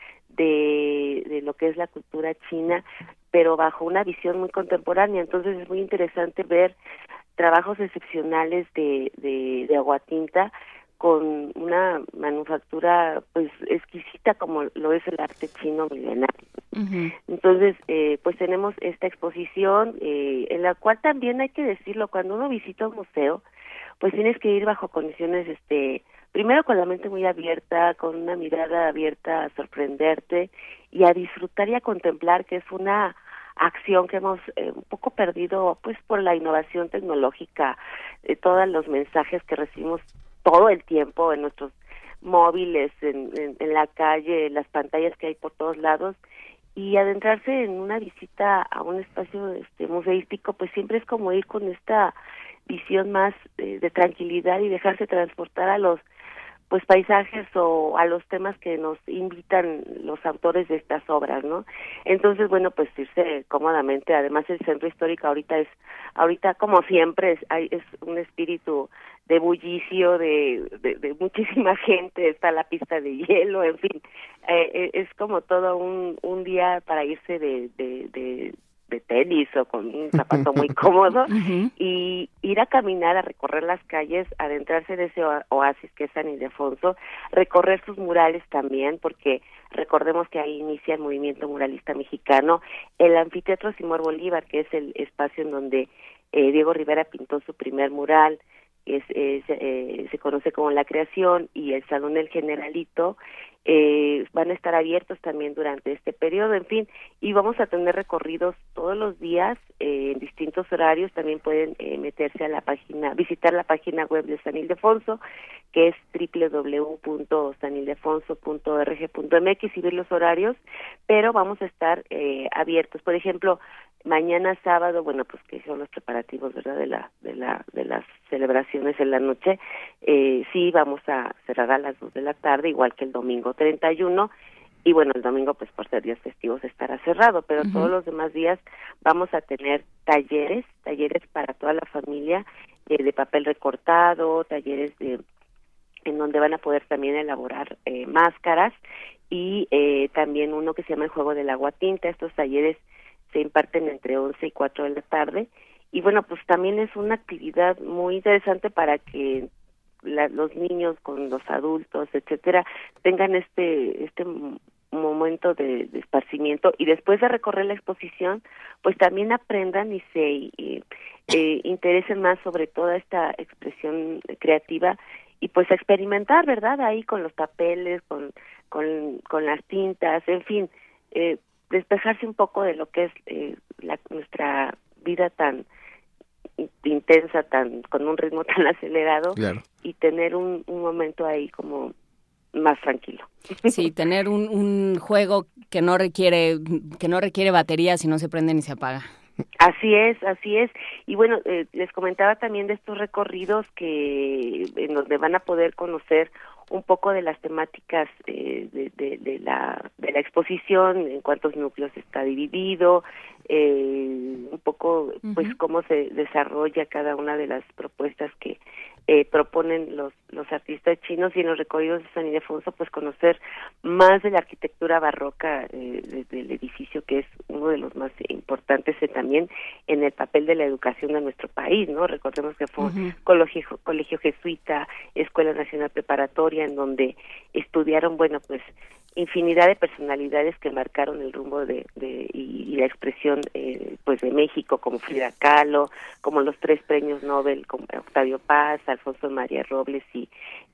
de, de lo que es la cultura china, pero bajo una visión muy contemporánea. Entonces es muy interesante ver trabajos excepcionales de, de, de aguatinta con una manufactura pues exquisita como lo es el arte chino milenario. Uh-huh. Entonces, eh, pues tenemos esta exposición eh, en la cual también hay que decirlo, cuando uno visita un museo, pues tienes que ir bajo condiciones, este, primero con la mente muy abierta, con una mirada abierta a sorprenderte y a disfrutar y a contemplar, que es una acción que hemos eh, un poco perdido pues por la innovación tecnológica, de todos los mensajes que recibimos todo el tiempo en nuestros móviles, en, en, en la calle, las pantallas que hay por todos lados, y adentrarse en una visita a un espacio este museístico pues siempre es como ir con esta visión más eh, de tranquilidad y dejarse transportar a los pues paisajes o a los temas que nos invitan los autores de estas obras, ¿no? Entonces, bueno, pues irse cómodamente. Además, el centro histórico ahorita es, ahorita como siempre, es, hay, es un espíritu de bullicio, de, de, de muchísima gente, está la pista de hielo, en fin, eh, es como todo un, un día para irse de, de, de de tenis o con un zapato muy cómodo Uh-huh. y ir a caminar, a recorrer las calles, adentrarse en ese oasis que es San Ildefonso, recorrer sus murales también, porque recordemos que ahí inicia el movimiento muralista mexicano, el anfiteatro Simón Bolívar, que es el espacio en donde eh, Diego Rivera pintó su primer mural, es, es eh, se conoce como La Creación, y el Salón El Generalito, eh, van a estar abiertos también durante este periodo, en fin, y vamos a tener recorridos todos los días eh, en distintos horarios. También pueden eh, meterse a la página, visitar la página web de San Ildefonso, que es doble u doble u doble u punto san ildefonso punto org punto m x, y ver los horarios, pero vamos a estar eh, abiertos. Por ejemplo, mañana sábado, bueno, pues que son los preparativos, ¿verdad?, de la de la de las celebraciones en la noche, eh, sí vamos a cerrar a las dos de la tarde, igual que el domingo treinta y uno, y bueno, el domingo pues por ser días festivos estará cerrado, pero uh-huh. todos los demás días vamos a tener talleres, talleres para toda la familia, eh, de papel recortado, talleres de en donde van a poder también elaborar eh, máscaras, y eh, también uno que se llama el juego del agua tinta. Estos talleres se imparten entre once y cuatro de la tarde, y bueno, pues también es una actividad muy interesante para que la, los niños con los adultos, etcétera, tengan este este momento de, de esparcimiento, y después de recorrer la exposición, pues también aprendan y se y, eh, interesen más sobre toda esta expresión creativa, y pues experimentar, ¿verdad?, ahí con los papeles, con con, con las tintas, en fin, eh, despejarse un poco de lo que es eh, la, nuestra vida tan intensa, tan con un ritmo tan acelerado, claro. y tener un, un momento ahí como más tranquilo. Sí, tener un, un juego que no requiere que no requiere baterías y no se prende ni se apaga. Así es, así es. Y bueno, eh, les comentaba también de estos recorridos que en donde van a poder conocer un poco de las temáticas eh, de, de, de la de la exposición, en cuántos núcleos está dividido, eh, un poco pues uh-huh. cómo se desarrolla cada una de las propuestas que eh, proponen los los artistas chinos, y en los recorridos de San Ildefonso pues conocer más de la arquitectura barroca eh, de, del edificio, que es uno de los más importantes eh, también en el papel de la educación de nuestro país, ¿no? Recordemos que fue un uh-huh. colegio, colegio jesuita, Escuela Nacional Preparatoria, en donde estudiaron, bueno, pues infinidad de personalidades que marcaron el rumbo de, de y, y la expresión eh, pues de México, como Frida Kahlo, como los tres premios Nobel, como Octavio Paz, Alfonso María Robles y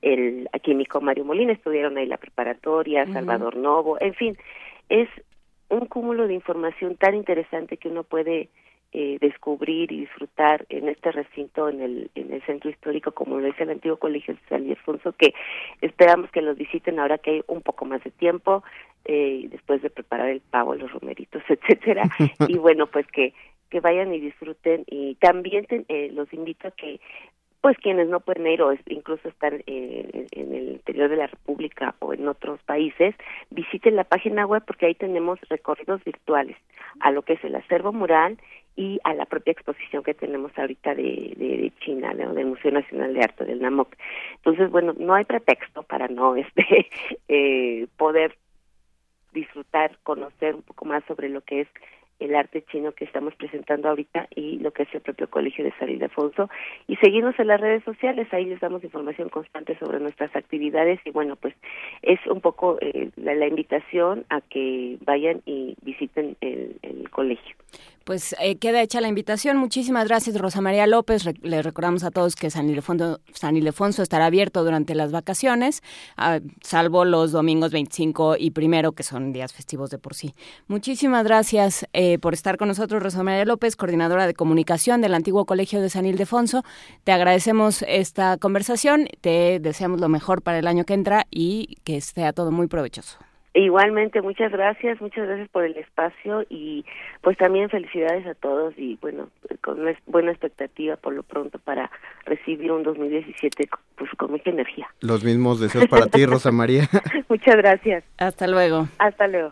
el químico Mario Molina, estudiaron ahí la preparatoria, uh-huh. Salvador Novo, en fin, es un cúmulo de información tan interesante que uno puede eh, descubrir y disfrutar en este recinto, en el en el centro histórico, como lo es el antiguo Colegio de San Ildefonso, que esperamos que los visiten ahora que hay un poco más de tiempo, eh, después de preparar el pavo, los romeritos, etcétera, y bueno, pues que que vayan y disfruten, y también te, eh, los invito a que pues quienes no pueden ir o es, incluso están eh, en el interior de la República o en otros países, visiten la página web, porque ahí tenemos recorridos virtuales a lo que es el acervo mural y a la propia exposición que tenemos ahorita de, de, de China, ¿no?, del Museo Nacional de Arte del Namok. Entonces, bueno, no hay pretexto para no este eh, poder disfrutar, conocer un poco más sobre lo que es el arte chino que estamos presentando ahorita y lo que es el propio Colegio de San Ildefonso, y seguirnos en las redes sociales. Ahí les damos información constante sobre nuestras actividades, y bueno, pues es un poco eh, la, la invitación a que vayan y visiten el, el colegio. Pues eh, queda hecha la invitación. Muchísimas gracias, Rosa María López. Re- le recordamos a todos que San Ildefonso, San Ildefonso estará abierto durante las vacaciones, uh, salvo los domingos veinticinco y primero, que son días festivos de por sí. Muchísimas gracias eh, por estar con nosotros, Rosa María López, coordinadora de comunicación del antiguo Colegio de San Ildefonso. Te agradecemos esta conversación, te deseamos lo mejor para el año que entra y que sea todo muy provechoso. Igualmente, muchas gracias, muchas gracias por el espacio, y pues también felicidades a todos, y bueno, con una buena expectativa por lo pronto para recibir un dos mil diecisiete pues con mucha energía. Los mismos deseos para ti, Rosa María. Muchas gracias. Hasta luego. Hasta luego.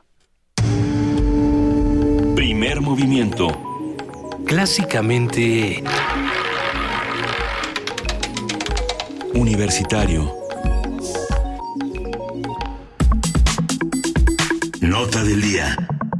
Primer movimiento. Clásicamente universitario. Nota del día.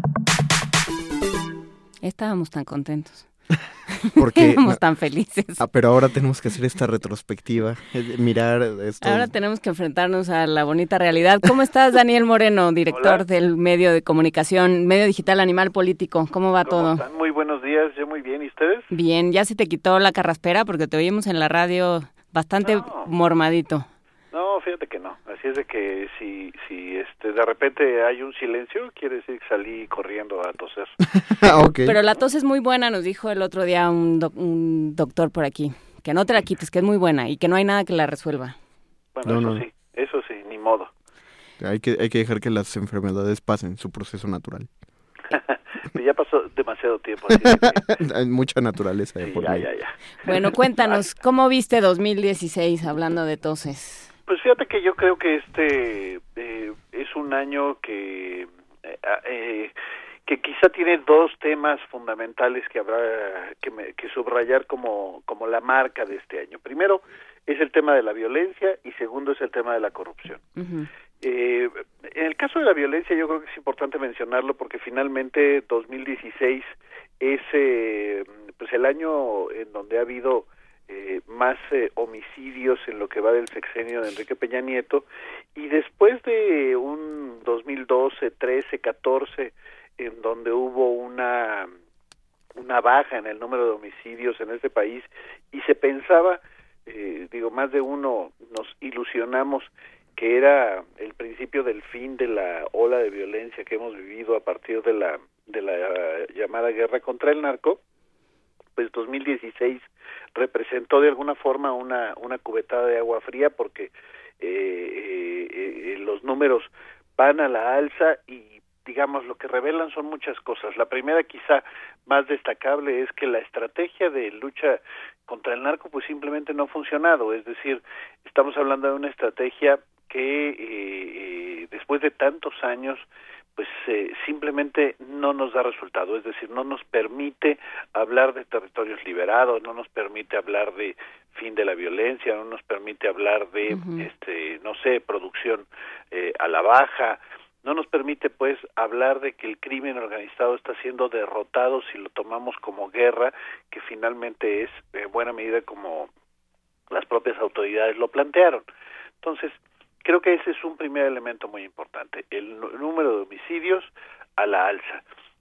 Estábamos tan contentos. Porque éramos tan felices. Ah, pero ahora tenemos que hacer esta retrospectiva, mirar esto. Ahora tenemos que enfrentarnos a la bonita realidad. ¿Cómo estás, Daniel Moreno, director Hola. del medio de comunicación, medio digital Animal Político? ¿Cómo va ¿Cómo todo? están? Muy buenos días, yo muy bien, ¿y ustedes? Bien, ya se te quitó la carraspera porque te oímos en la radio bastante No. mormadito. No, fíjate que no. Así es de que si si este de repente hay un silencio, quiere decir que salí corriendo a toser. Okay. Pero la tos es muy buena, nos dijo el otro día un, doc- un doctor por aquí. Que no te la quites, que es muy buena y que no hay nada que la resuelva. Bueno, No, eso no. sí, eso sí, ni modo. Hay que, hay que dejar que las enfermedades pasen su proceso natural. Ya pasó demasiado tiempo. Así de que, Hay mucha naturaleza de sí, por ya, medio. ya, ya. Bueno, cuéntanos, ¿cómo viste dos mil dieciséis hablando de toses? Pues fíjate que yo creo que este eh, es un año que eh, eh, que quizá tiene dos temas fundamentales que habrá que, me- que subrayar como como la marca de este año. Primero es el tema de la violencia y segundo es el tema de la corrupción. Eh, en el caso de la violencia yo creo que es importante mencionarlo porque finalmente dos mil dieciséis es eh, pues el año en donde ha habido eh, más eh, homicidios en lo que va del sexenio de Enrique Peña Nieto y después de un dos mil doce, trece, catorce en donde hubo una una baja en el número de homicidios en este país y se pensaba, eh, digo, más de uno nos ilusionamos que era el principio del fin de la ola de violencia que hemos vivido a partir de la de la llamada guerra contra el narco, pues dos mil dieciséis representó de alguna forma una una cubetada de agua fría porque eh, eh, eh, los números van a la alza y digamos lo que revelan son muchas cosas. La primera quizá más destacable es que la estrategia de lucha contra el narco pues simplemente no ha funcionado, es decir, estamos hablando de una estrategia que eh, eh, después de tantos años pues eh, simplemente no nos da resultado, es decir, no nos permite hablar de territorios liberados, no nos permite hablar de fin de la violencia, no nos permite hablar de, uh-huh. este, no sé, producción eh, a la baja, no nos permite pues hablar de que el crimen organizado está siendo derrotado si lo tomamos como guerra, que finalmente es en buena medida como las propias autoridades lo plantearon. Entonces, creo que ese es un primer elemento muy importante, el número de homicidios a la alza.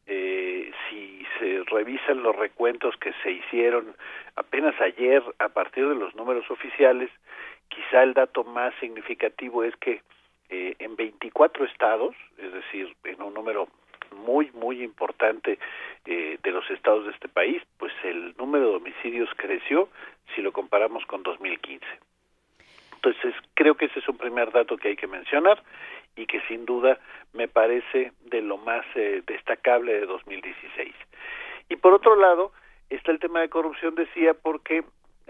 Eh, si se revisan los recuentos que se hicieron apenas ayer a partir de los números oficiales, quizá el dato más significativo es que eh, en veinticuatro estados, es decir, en un número muy, muy importante eh, de los estados de este país, pues el número de homicidios creció si lo comparamos con dos mil quince. Entonces, creo que ese es un primer dato que hay que mencionar y que sin duda me parece de lo más eh, destacable de dos mil dieciséis. Y por otro lado, está el tema de corrupción, decía, porque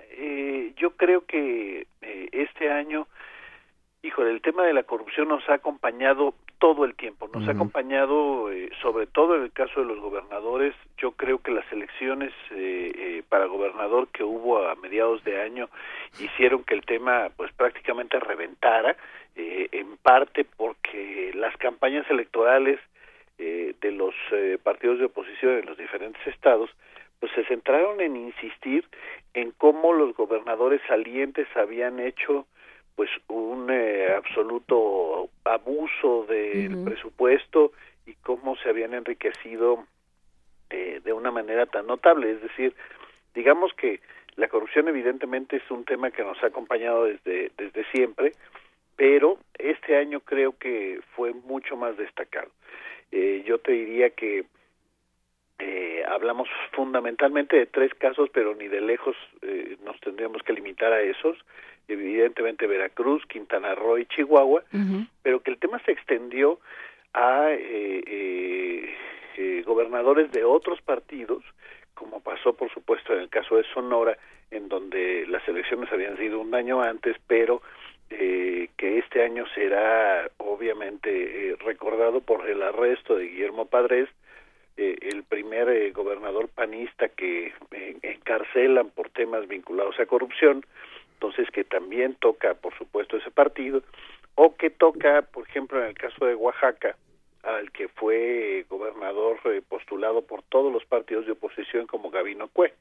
eh, yo creo que eh, este año, híjole, el tema de la corrupción nos ha acompañado todo el tiempo, nos uh-huh. ha acompañado eh, sobre todo en el caso de los gobernadores. Yo creo que las elecciones eh, eh, para gobernador que hubo a mediados de año hicieron que el tema pues prácticamente reventara, eh, en parte porque las campañas electorales eh, de los eh, partidos de oposición en los diferentes estados pues se centraron en insistir en cómo los gobernadores salientes habían hecho pues un eh, absoluto abuso del uh-huh. presupuesto y cómo se habían enriquecido eh, de una manera tan notable. Es decir, digamos que la corrupción evidentemente es un tema que nos ha acompañado desde desde siempre, pero este año creo que fue mucho más destacado. Eh, yo te diría que eh, hablamos fundamentalmente de tres casos, pero ni de lejos eh, nos tendríamos que limitar a esos. Evidentemente Veracruz, Quintana Roo y Chihuahua, uh-huh. pero que el tema se extendió a eh, eh, eh, gobernadores de otros partidos, como pasó por supuesto en el caso de Sonora, en donde las elecciones habían sido un año antes, pero eh, que este año será obviamente eh, recordado por el arresto de Guillermo Padres, eh, el primer eh, gobernador panista que eh, encarcelan por temas vinculados a corrupción. Entonces, que también toca, por supuesto, ese partido, o que toca, por ejemplo, en el caso de Oaxaca, al que fue gobernador eh, postulado por todos los partidos de oposición como Gabino Cue.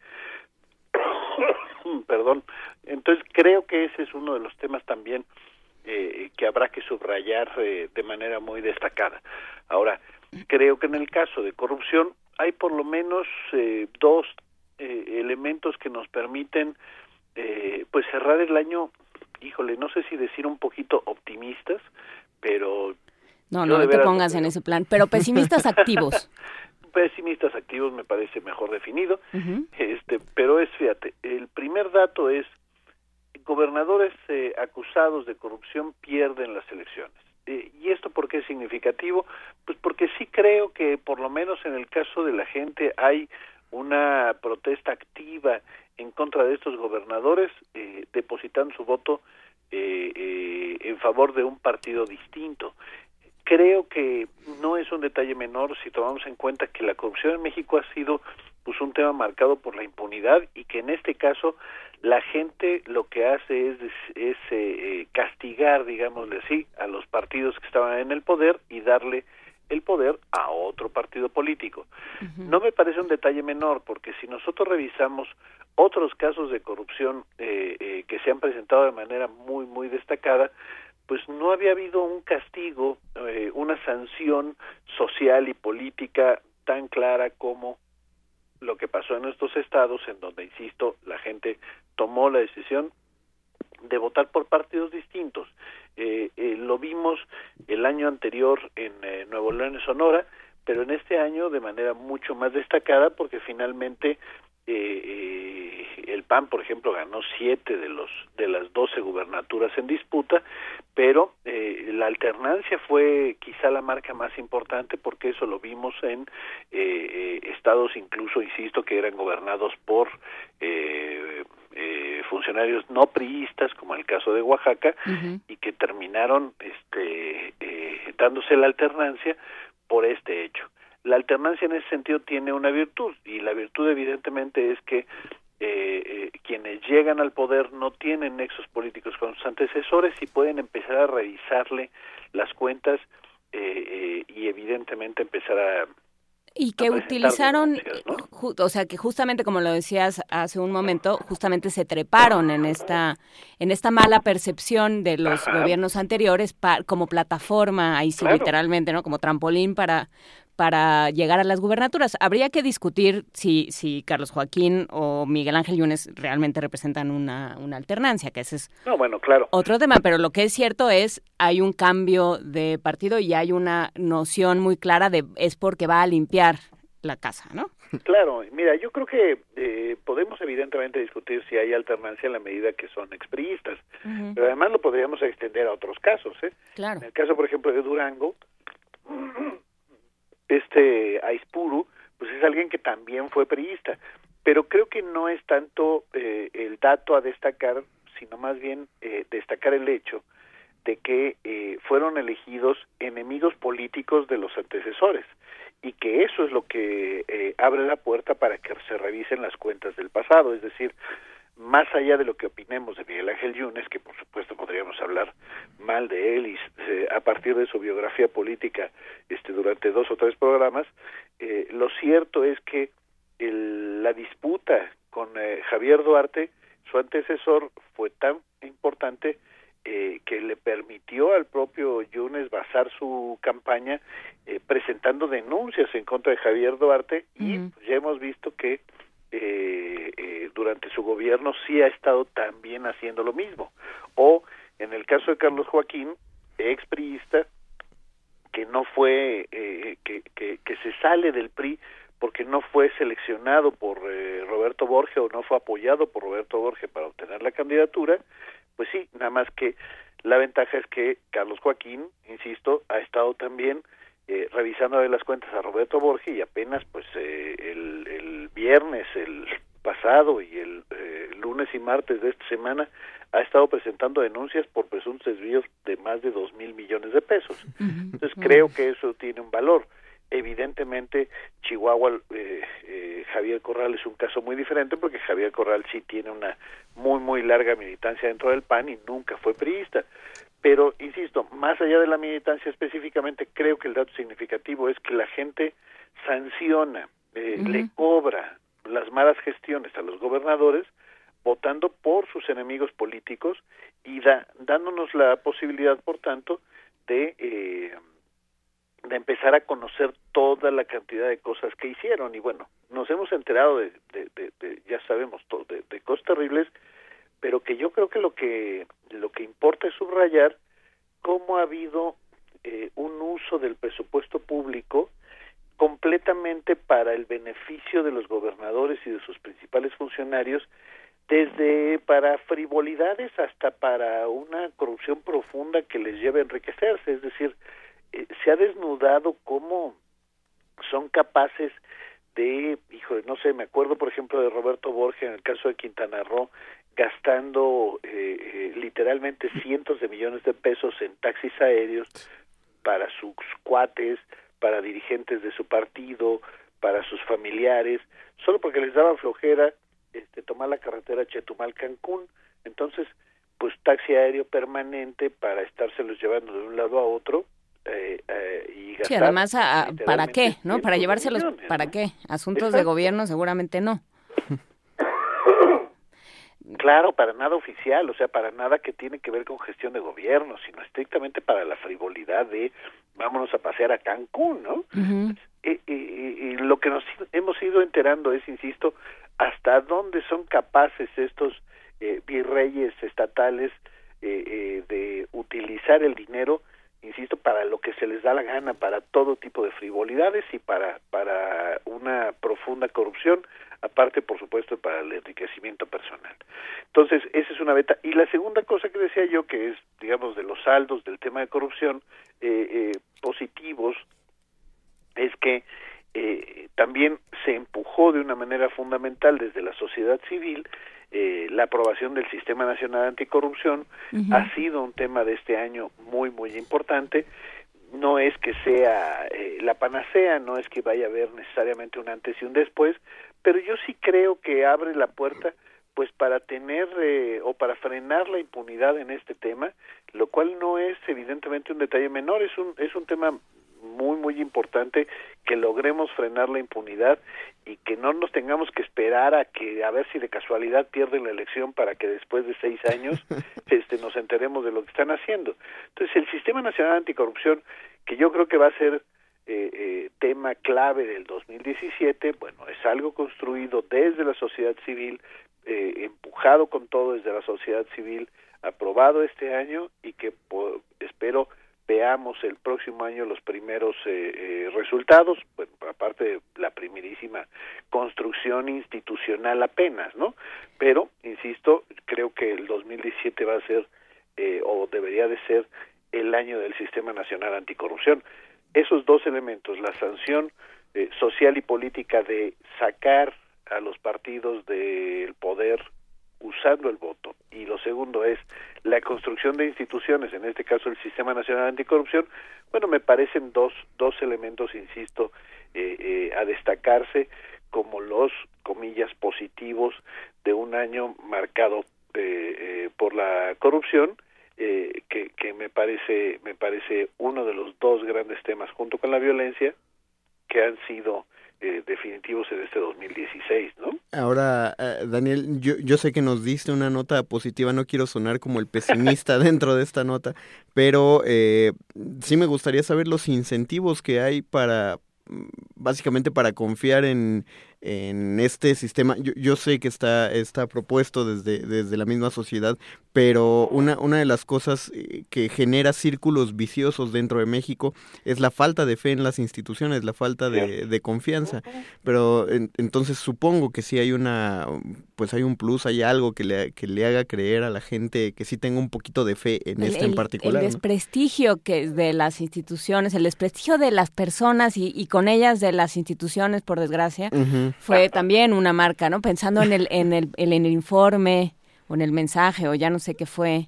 Perdón. Entonces, creo que ese es uno de los temas también eh, que habrá que subrayar eh, de manera muy destacada. Ahora, creo que en el caso de corrupción hay por lo menos eh, dos eh, elementos que nos permiten eh, pues cerrar el año, híjole, no sé si decir un poquito optimistas, pero... No, no, no te pongas en ese plan, pero pesimistas activos. Pesimistas activos me parece mejor definido, uh-huh. este, pero es, fíjate, el primer dato es, gobernadores eh, acusados de corrupción pierden las elecciones. Eh, ¿Y esto por qué es significativo? Pues porque sí creo que por lo menos en el caso de la gente hay una protesta activa en contra de estos gobernadores, eh, depositando su voto eh, eh, en favor de un partido distinto. Creo que no es un detalle menor si tomamos en cuenta que la corrupción en México ha sido pues un tema marcado por la impunidad y que en este caso la gente lo que hace es, es eh, castigar, digámosle así, a los partidos que estaban en el poder y darle el poder a otro partido político. Uh-huh. No me parece un detalle menor, porque si nosotros revisamos otros casos de corrupción eh, eh, que se han presentado de manera muy, muy destacada, pues no había habido un castigo, eh, una sanción social y política tan clara como lo que pasó en estos estados, en donde, insisto, la gente tomó la decisión de votar por partidos distintos. Eh, eh, lo vimos el año anterior en eh, Nuevo León y Sonora, pero en este año de manera mucho más destacada, porque finalmente eh, eh, el P A N, por ejemplo, ganó siete de los de las doce gubernaturas en disputa, pero eh, la alternancia fue quizá la marca más importante, porque eso lo vimos en eh, eh, estados, incluso, insisto, que eran gobernados por eh, eh, funcionarios no priistas, como el caso de Oaxaca, uh-huh. y que terminaron este, eh, dándose la alternancia por este hecho. La alternancia en ese sentido tiene una virtud, y la virtud evidentemente es que eh, eh, quienes llegan al poder no tienen nexos políticos con sus antecesores y pueden empezar a revisarle las cuentas eh, eh, y evidentemente empezar a... Y que utilizaron, ¿no? ju- o sea, que justamente como lo decías hace un momento, justamente se treparon en esta en esta mala percepción de los Ajá. gobiernos anteriores pa- como plataforma, ahí sí claro. literalmente, ¿no? Como trampolín para para llegar a las gubernaturas. Habría que discutir si si Carlos Joaquín o Miguel Ángel Yunes realmente representan una, una alternancia, que ese es no, bueno, claro. otro tema, pero lo que es cierto es hay un cambio de partido y hay una noción muy clara de es porque va a limpiar la casa, ¿no? Claro, mira, yo creo que eh, podemos evidentemente discutir si hay alternancia en la medida que son expriistas, uh-huh. pero además lo podríamos extender a otros casos, ¿eh? Claro. En el caso, por ejemplo, de Durango, este Aispuru, pues es alguien que también fue priista, pero creo que no es tanto eh, el dato a destacar, sino más bien eh, destacar el hecho de que eh, fueron elegidos enemigos políticos de los antecesores, y que eso es lo que eh, abre la puerta para que se revisen las cuentas del pasado, es decir, más allá de lo que opinemos de Miguel Ángel Yunes, que por supuesto podríamos hablar mal de él y eh, a partir de su biografía política este durante dos o tres programas, eh, lo cierto es que el, la disputa con eh, Javier Duarte, su antecesor, fue tan importante eh, que le permitió al propio Yunes basar su campaña eh, presentando denuncias en contra de Javier Duarte, uh-huh. y pues, ya hemos visto que Eh, eh, durante su gobierno sí ha estado también haciendo lo mismo. O en el caso de Carlos Joaquín, expriista, que no fue, eh, que, que, que se sale del P R I porque no fue seleccionado por eh, Roberto Borge o no fue apoyado por Roberto Borge para obtener la candidatura, pues sí, nada más que la ventaja es que Carlos Joaquín, insisto, ha estado también Eh, revisando de las cuentas a Roberto Borge, y apenas pues eh, el, el viernes, el pasado y el eh, lunes y martes de esta semana ha estado presentando denuncias por presuntos desvíos de más de dos mil millones de pesos. Uh-huh. Entonces uh-huh. creo que eso tiene un valor. Evidentemente Chihuahua, eh, eh, Javier Corral es un caso muy diferente, porque Javier Corral sí tiene una muy muy larga militancia dentro del P A N y nunca fue priista. Pero, insisto, más allá de la militancia específicamente, creo que el dato significativo es que la gente sanciona, eh, uh-huh. le cobra las malas gestiones a los gobernadores, votando por sus enemigos políticos y da, dándonos la posibilidad, por tanto, de, eh, de empezar a conocer toda la cantidad de cosas que hicieron. Y bueno, nos hemos enterado de, de, de, de ya sabemos, todo, de, de cosas terribles, pero que yo creo que lo que lo que importa es subrayar cómo ha habido eh, un uso del presupuesto público completamente para el beneficio de los gobernadores y de sus principales funcionarios, desde para frivolidades hasta para una corrupción profunda que les lleve a enriquecerse. Es decir, eh, se ha desnudado cómo son capaces de, hijo, no sé, me acuerdo por ejemplo de Roberto Borges en el caso de Quintana Roo, gastando eh, eh, literalmente cientos de millones de pesos en taxis aéreos para sus cuates, para dirigentes de su partido, para sus familiares, solo porque les daba flojera este, tomar la carretera Chetumal-Cancún. Entonces, pues taxi aéreo permanente para estárselos llevando de un lado a otro. Eh, eh, y gastar, sí, además, a, a, ¿para qué? ¿No? Para llevárselos, millones, ¿para ¿no? qué? Asuntos Exacto. de gobierno seguramente no. Claro, para nada oficial, o sea, para nada que tiene que ver con gestión de gobierno, sino estrictamente para la frivolidad de vámonos a pasear a Cancún, ¿no? Uh-huh. Y, y, y lo que nos hemos ido enterando es, insisto, hasta dónde son capaces estos eh, virreyes estatales eh, eh, de utilizar el dinero, insisto, para lo que se les da la gana, para todo tipo de frivolidades y para para una profunda corrupción, aparte, por supuesto, para el enriquecimiento personal. Entonces, esa es una beta. Y la segunda cosa que decía yo, que es, digamos, de los saldos del tema de corrupción eh, eh, positivos, es que eh, también se empujó de una manera fundamental desde la sociedad civil eh, la aprobación del Sistema Nacional Anticorrupción. Uh-huh. Ha sido un tema de este año muy, muy importante. No es que sea eh, la panacea, no es que vaya a haber necesariamente un antes y un después, pero yo sí creo que abre la puerta pues para tener eh, o para frenar la impunidad en este tema, lo cual no es evidentemente un detalle menor, es un es un tema muy muy importante que logremos frenar la impunidad y que no nos tengamos que esperar a que a ver si de casualidad pierden la elección para que después de seis años este nos enteremos de lo que están haciendo. Entonces el Sistema Nacional Anticorrupción, que yo creo que va a ser eh, eh, tema clave del dos mil diecisiete, bueno, es algo construido desde la sociedad civil, eh, empujado con todo desde la sociedad civil, aprobado este año y que po- espero veamos el próximo año los primeros eh, eh, resultados, bueno, aparte de la primerísima construcción institucional apenas, ¿no? Pero, insisto, creo que el dos mil diecisiete va a ser, eh, o debería de ser, el año del Sistema Nacional Anticorrupción. Esos dos elementos, la sanción eh, social y política de sacar a los partidos del poder usando el voto, y lo segundo es la construcción de instituciones, en este caso el Sistema Nacional Anticorrupción, bueno, me parecen dos, dos elementos, insisto, eh, eh, a destacarse como los, comillas, positivos de un año marcado eh, eh, por la corrupción, eh, que, que me parece, me parece uno de los dos grandes temas, junto con la violencia, que han sido Eh, definitivos en este dos mil dieciséis, ¿no? Ahora, uh, Daniel, yo, yo sé que nos diste una nota positiva, no quiero sonar como el pesimista dentro de esta nota, pero eh, sí me gustaría saber los incentivos que hay para, básicamente para confiar en, en este sistema. Yo, yo sé que está, está propuesto desde, desde la misma sociedad, pero una, una de las cosas que genera círculos viciosos dentro de México es la falta de fe en las instituciones, la falta de, de confianza. Pero en, entonces supongo que sí hay una, pues hay un plus, hay algo que le, que le haga creer a la gente que sí tenga un poquito de fe en el, este en particular. El desprestigio, ¿no?, que es de las instituciones, el desprestigio de las personas y, y con ellas de las instituciones, por desgracia, uh-huh. fue también una marca, ¿no? Pensando en el, en el, en el informe o en el mensaje o ya no sé qué fue,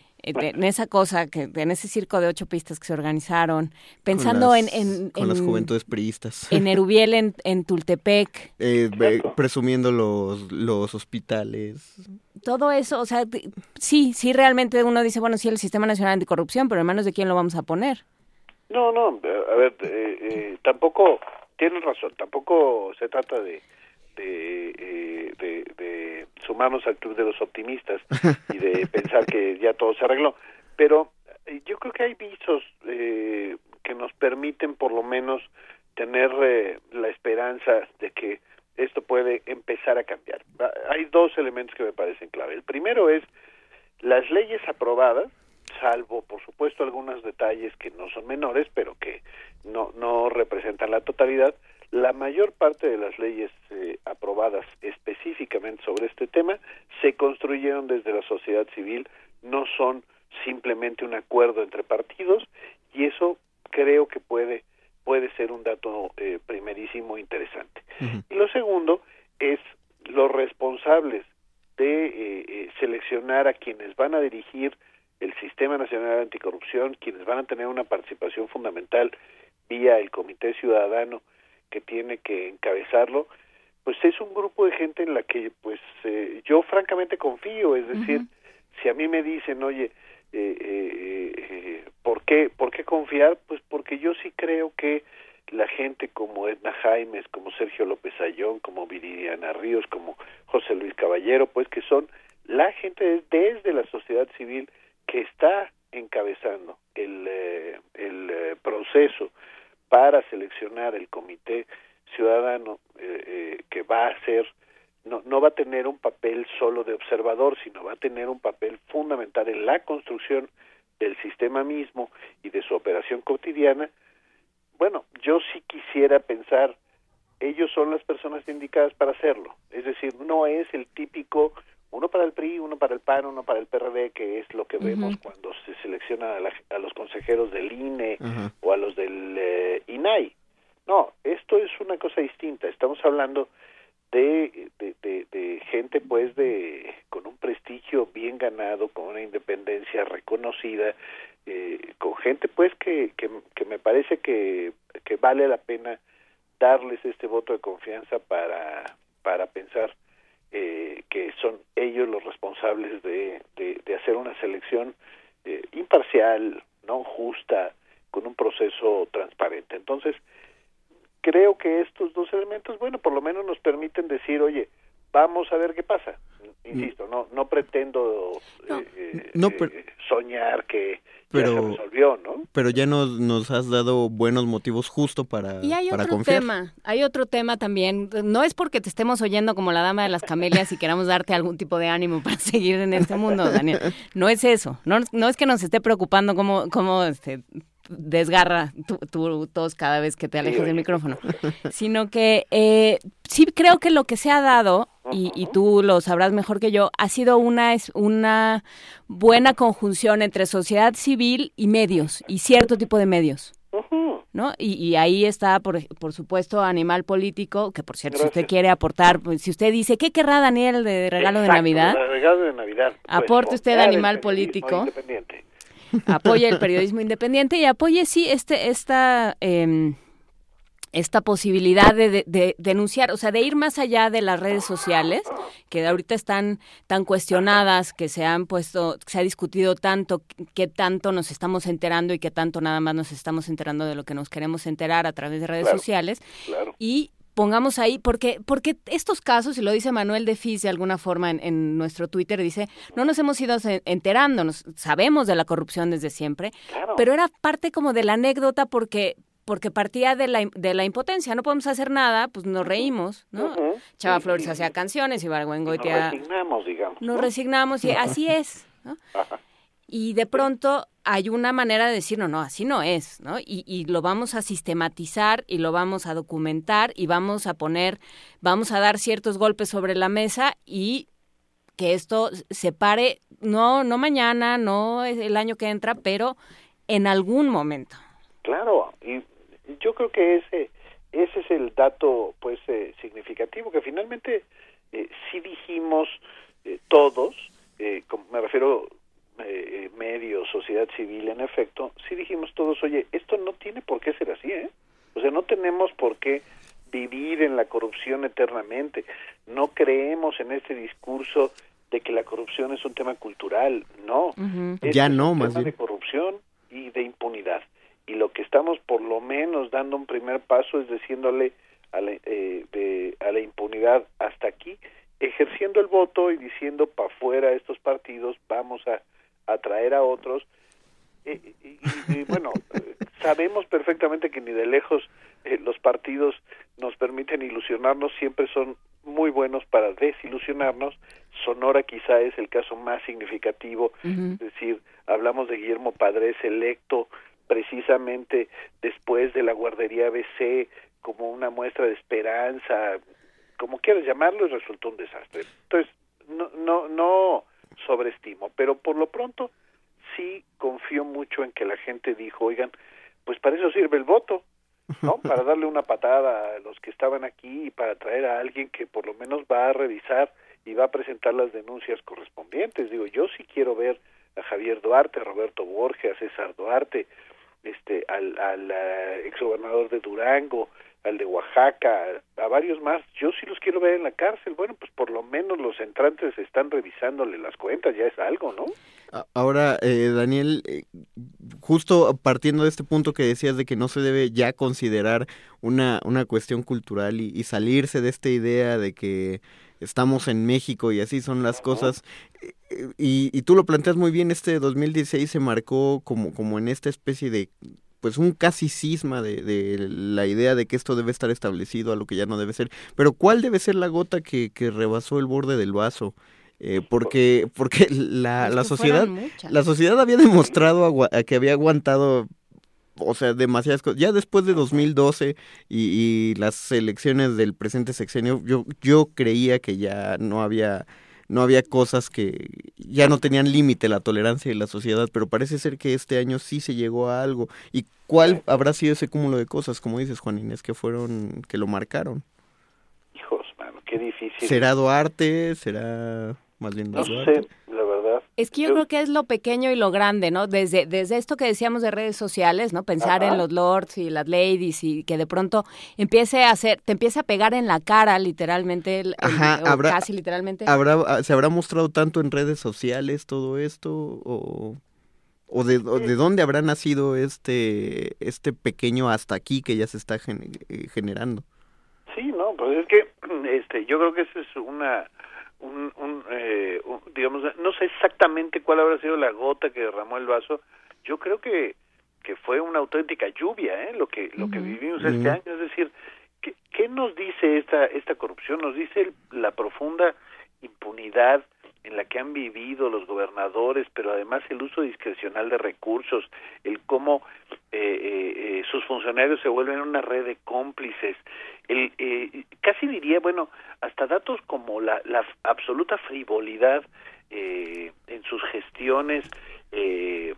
en esa cosa, que en ese circo de ocho pistas que se organizaron, pensando con las, en, en... Con en, las juventudes priistas. En Erubiel, en, en Tultepec. Eh, presumiendo los, los hospitales. Todo eso, o sea, sí, sí realmente uno dice, bueno, sí, el Sistema Nacional Anticorrupción, pero en manos de quién lo vamos a poner. No, no, a ver, eh, eh, tampoco, tienes razón, tampoco se trata de... De, eh, de, de sumarnos al club de los optimistas y de pensar que ya todo se arregló, pero eh, yo creo que hay visos eh, que nos permiten por lo menos tener eh, la esperanza de que esto puede empezar a cambiar. Hay dos elementos que me parecen clave. El primero es las leyes aprobadas, salvo por supuesto algunos detalles que no son menores, pero que no, no representan la totalidad. La mayor parte de las leyes eh, aprobadas específicamente sobre este tema se construyeron desde la sociedad civil, no son simplemente un acuerdo entre partidos, y eso creo que puede puede ser un dato eh, primerísimo interesante. Uh-huh. Y lo segundo es los responsables de eh, eh, seleccionar a quienes van a dirigir el Sistema Nacional Anticorrupción, quienes van a tener una participación fundamental vía el Comité Ciudadano que tiene que encabezarlo, pues es un grupo de gente en la que pues eh, yo francamente confío, es decir, uh-huh. si a mí me dicen, oye, eh, eh, eh, ¿por qué, por qué confiar? Pues porque yo sí creo que la gente como Edna Jaimes, como Sergio López Ayón, como Viridiana Ríos, como José Luis Caballero, pues que son la gente desde la sociedad civil que está encabezando el, eh, el eh, proceso para seleccionar el comité ciudadano eh, eh, que va a ser, no, no va a tener un papel solo de observador, sino va a tener un papel fundamental en la construcción del sistema mismo y de su operación cotidiana. Bueno, yo sí quisiera pensar, ellos son las personas indicadas para hacerlo, es decir, no es el típico uno para el P R I, uno para el P A N, uno para el P R D, que es lo que uh-huh. vemos cuando se selecciona a, la, a los consejeros del I N E uh-huh. o a los del eh, I N A I. No, esto es una cosa distinta. Estamos hablando de, de, de, de gente, pues, de con un prestigio bien ganado, con una independencia reconocida, eh, con gente, pues, que, que, que me parece que, que vale la pena darles este voto de confianza para, para pensar Eh, que son ellos los responsables de, de, de hacer una selección eh, imparcial, no justa, con un proceso transparente. Entonces, creo que estos dos elementos, bueno, por lo menos nos permiten decir, oye, vamos a ver qué pasa. Insisto, no no pretendo no, eh, no, pero, eh, soñar que pero, ya se resolvió, ¿no? Pero ya nos, nos has dado buenos motivos justo para, y hay para otro confiar. tema, hay otro tema también. No es porque te estemos oyendo como la dama de las camelias y queramos darte algún tipo de ánimo para seguir en este mundo, Daniel. No es eso. No, no es que nos esté preocupando cómo, cómo este, desgarra tu, tu tos cada vez que te alejas del micrófono, sino que eh, sí creo que lo que se ha dado, y, y tú lo sabrás mejor que yo, ha sido una, es una buena conjunción entre sociedad civil y medios, y cierto tipo de medios, ¿no? Y, y ahí está, por, por supuesto, Animal Político, que por cierto, Gracias. Si usted quiere aportar, pues, si usted dice, ¿qué querrá Daniel de regalo Exacto, de Navidad? De regalo de Navidad. Aporte pues, usted Animal Político. Apoye el periodismo independiente y apoye, sí, este esta eh, esta posibilidad de, de, de denunciar, o sea, de ir más allá de las redes sociales, que ahorita están tan cuestionadas, que se han puesto, se ha discutido tanto, qué tanto nos estamos enterando y qué tanto nada más nos estamos enterando de lo que nos queremos enterar a través de redes claro, sociales. Claro. Y pongamos ahí, porque porque estos casos, y lo dice Manuel de Fis de alguna forma en, en nuestro Twitter, dice, no nos hemos ido enterando, nos, sabemos de la corrupción desde siempre, claro. pero era parte como de la anécdota porque porque partía de la de la impotencia, no podemos hacer nada, pues nos reímos, ¿no? Uh-huh. Chava Flores sí, hacía canciones, Ibargüengoitia... Nos resignamos, digamos. Nos ¿no? resignamos y así es, ¿no? Ajá. Y de pronto hay una manera de decir, no, no, así no es, ¿no? Y, y lo vamos a sistematizar y lo vamos a documentar y vamos a poner, vamos a dar ciertos golpes sobre la mesa y que esto se pare, no, no mañana, no el año que entra, pero en algún momento. Claro, y yo creo que ese ese es el dato, pues, eh, significativo, que finalmente eh, sí dijimos eh, todos, eh, como me refiero eh, medios, sociedad civil, en efecto, sí dijimos todos, oye, esto no tiene por qué ser así, ¿eh? O sea, no tenemos por qué vivir en la corrupción eternamente. No creemos en este discurso de que la corrupción es un tema cultural, no. Uh-huh. Ya es no, un más tema bien. de corrupción y de impunidad. Y lo que estamos por lo menos dando un primer paso es diciéndole a la, eh, de, a la impunidad hasta aquí, ejerciendo el voto y diciendo para afuera estos partidos, vamos a atraer a otros eh, y, y, y bueno, sabemos perfectamente que ni de lejos eh, los partidos nos permiten ilusionarnos, siempre son muy buenos para desilusionarnos. Sonora quizá es el caso más significativo, uh-huh. Es decir, hablamos de Guillermo Padres electo precisamente después de la guardería A B C como una muestra de esperanza, como quieras llamarlo, y resultó un desastre. Entonces, no, no, no sobreestimo, pero por lo pronto sí confío mucho en que la gente dijo, oigan, pues para eso sirve el voto, ¿no? Para darle una patada a los que estaban aquí y para traer a alguien que por lo menos va a revisar y va a presentar las denuncias correspondientes. Digo, yo sí quiero ver a Javier Duarte, a Roberto Borges, a César Duarte, este, al, al uh, exgobernador de Durango, al de Oaxaca, a varios más, yo sí los quiero ver en la cárcel. Bueno, pues por lo menos los entrantes están revisándole las cuentas, ya es algo, ¿no? Ahora, eh, Daniel, eh, justo partiendo de este punto que decías de que no se debe ya considerar una, una cuestión cultural y, y salirse de esta idea de que estamos en México y así son las cosas, eh, y, y tú lo planteas muy bien, este dos mil dieciséis se marcó como, como en esta especie de pues un casi cisma de, de la idea de que esto debe estar establecido a lo que ya no debe ser, pero ¿cuál debe ser la gota que, que rebasó el borde del vaso? Eh, porque porque la, la sociedad la sociedad había demostrado agua, que había aguantado, o sea, demasiadas cosas. Ya después de dos mil doce y, y las elecciones del presente sexenio, yo yo creía que ya no había no había cosas que ya no tenían límite la tolerancia de la sociedad, pero parece ser que este año sí se llegó a algo. ¿Y cuál habrá sido ese cúmulo de cosas, como dices, Juan Inés, que fueron, que lo marcaron? Hijos, mano, qué difícil. ¿Será Duarte? ¿Será más bien no Duarte? sé, la verdad. Es que yo, yo creo que es lo pequeño y lo grande, ¿no? Desde desde esto que decíamos de redes sociales, ¿no? Pensar Ajá. en los lords y las ladies y que de pronto empiece a hacer, te empiece a pegar en la cara, literalmente, el, Ajá, el, habrá, casi literalmente. Habrá, ¿se habrá mostrado tanto en redes sociales todo esto? ¿O, o de, o de dónde habrá nacido este este pequeño hasta aquí que ya se está gen, generando? Sí, no, pues es que este yo creo que eso es una... Un, un, eh, un, digamos, no sé exactamente cuál habrá sido la gota que derramó el vaso. Yo creo que que fue una auténtica lluvia, ¿eh? Lo que lo uh-huh. que vivimos uh-huh. este año, es decir, ¿qué, qué nos dice esta esta corrupción? Nos dice el, la profunda impunidad en la que han vivido los gobernadores, pero además el uso discrecional de recursos, el cómo eh, eh, sus funcionarios se vuelven una red de cómplices, el eh, casi diría, bueno, hasta datos como la, la absoluta frivolidad eh, en sus gestiones, eh,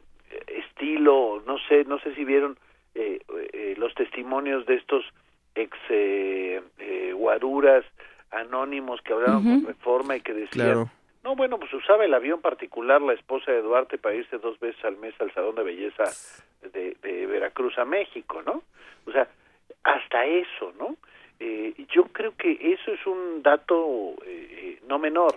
estilo, no sé, no sé si vieron eh, eh, los testimonios de estos ex eh, eh, guaruras anónimos que hablaron uh-huh. con Reforma y que decían, claro. no, bueno, pues usaba el avión particular la esposa de Duarte para irse dos veces al mes al Salón de Belleza de, de Veracruz a México, ¿no? O sea, hasta eso, ¿no? Eh, yo creo que eso es un dato eh, no menor.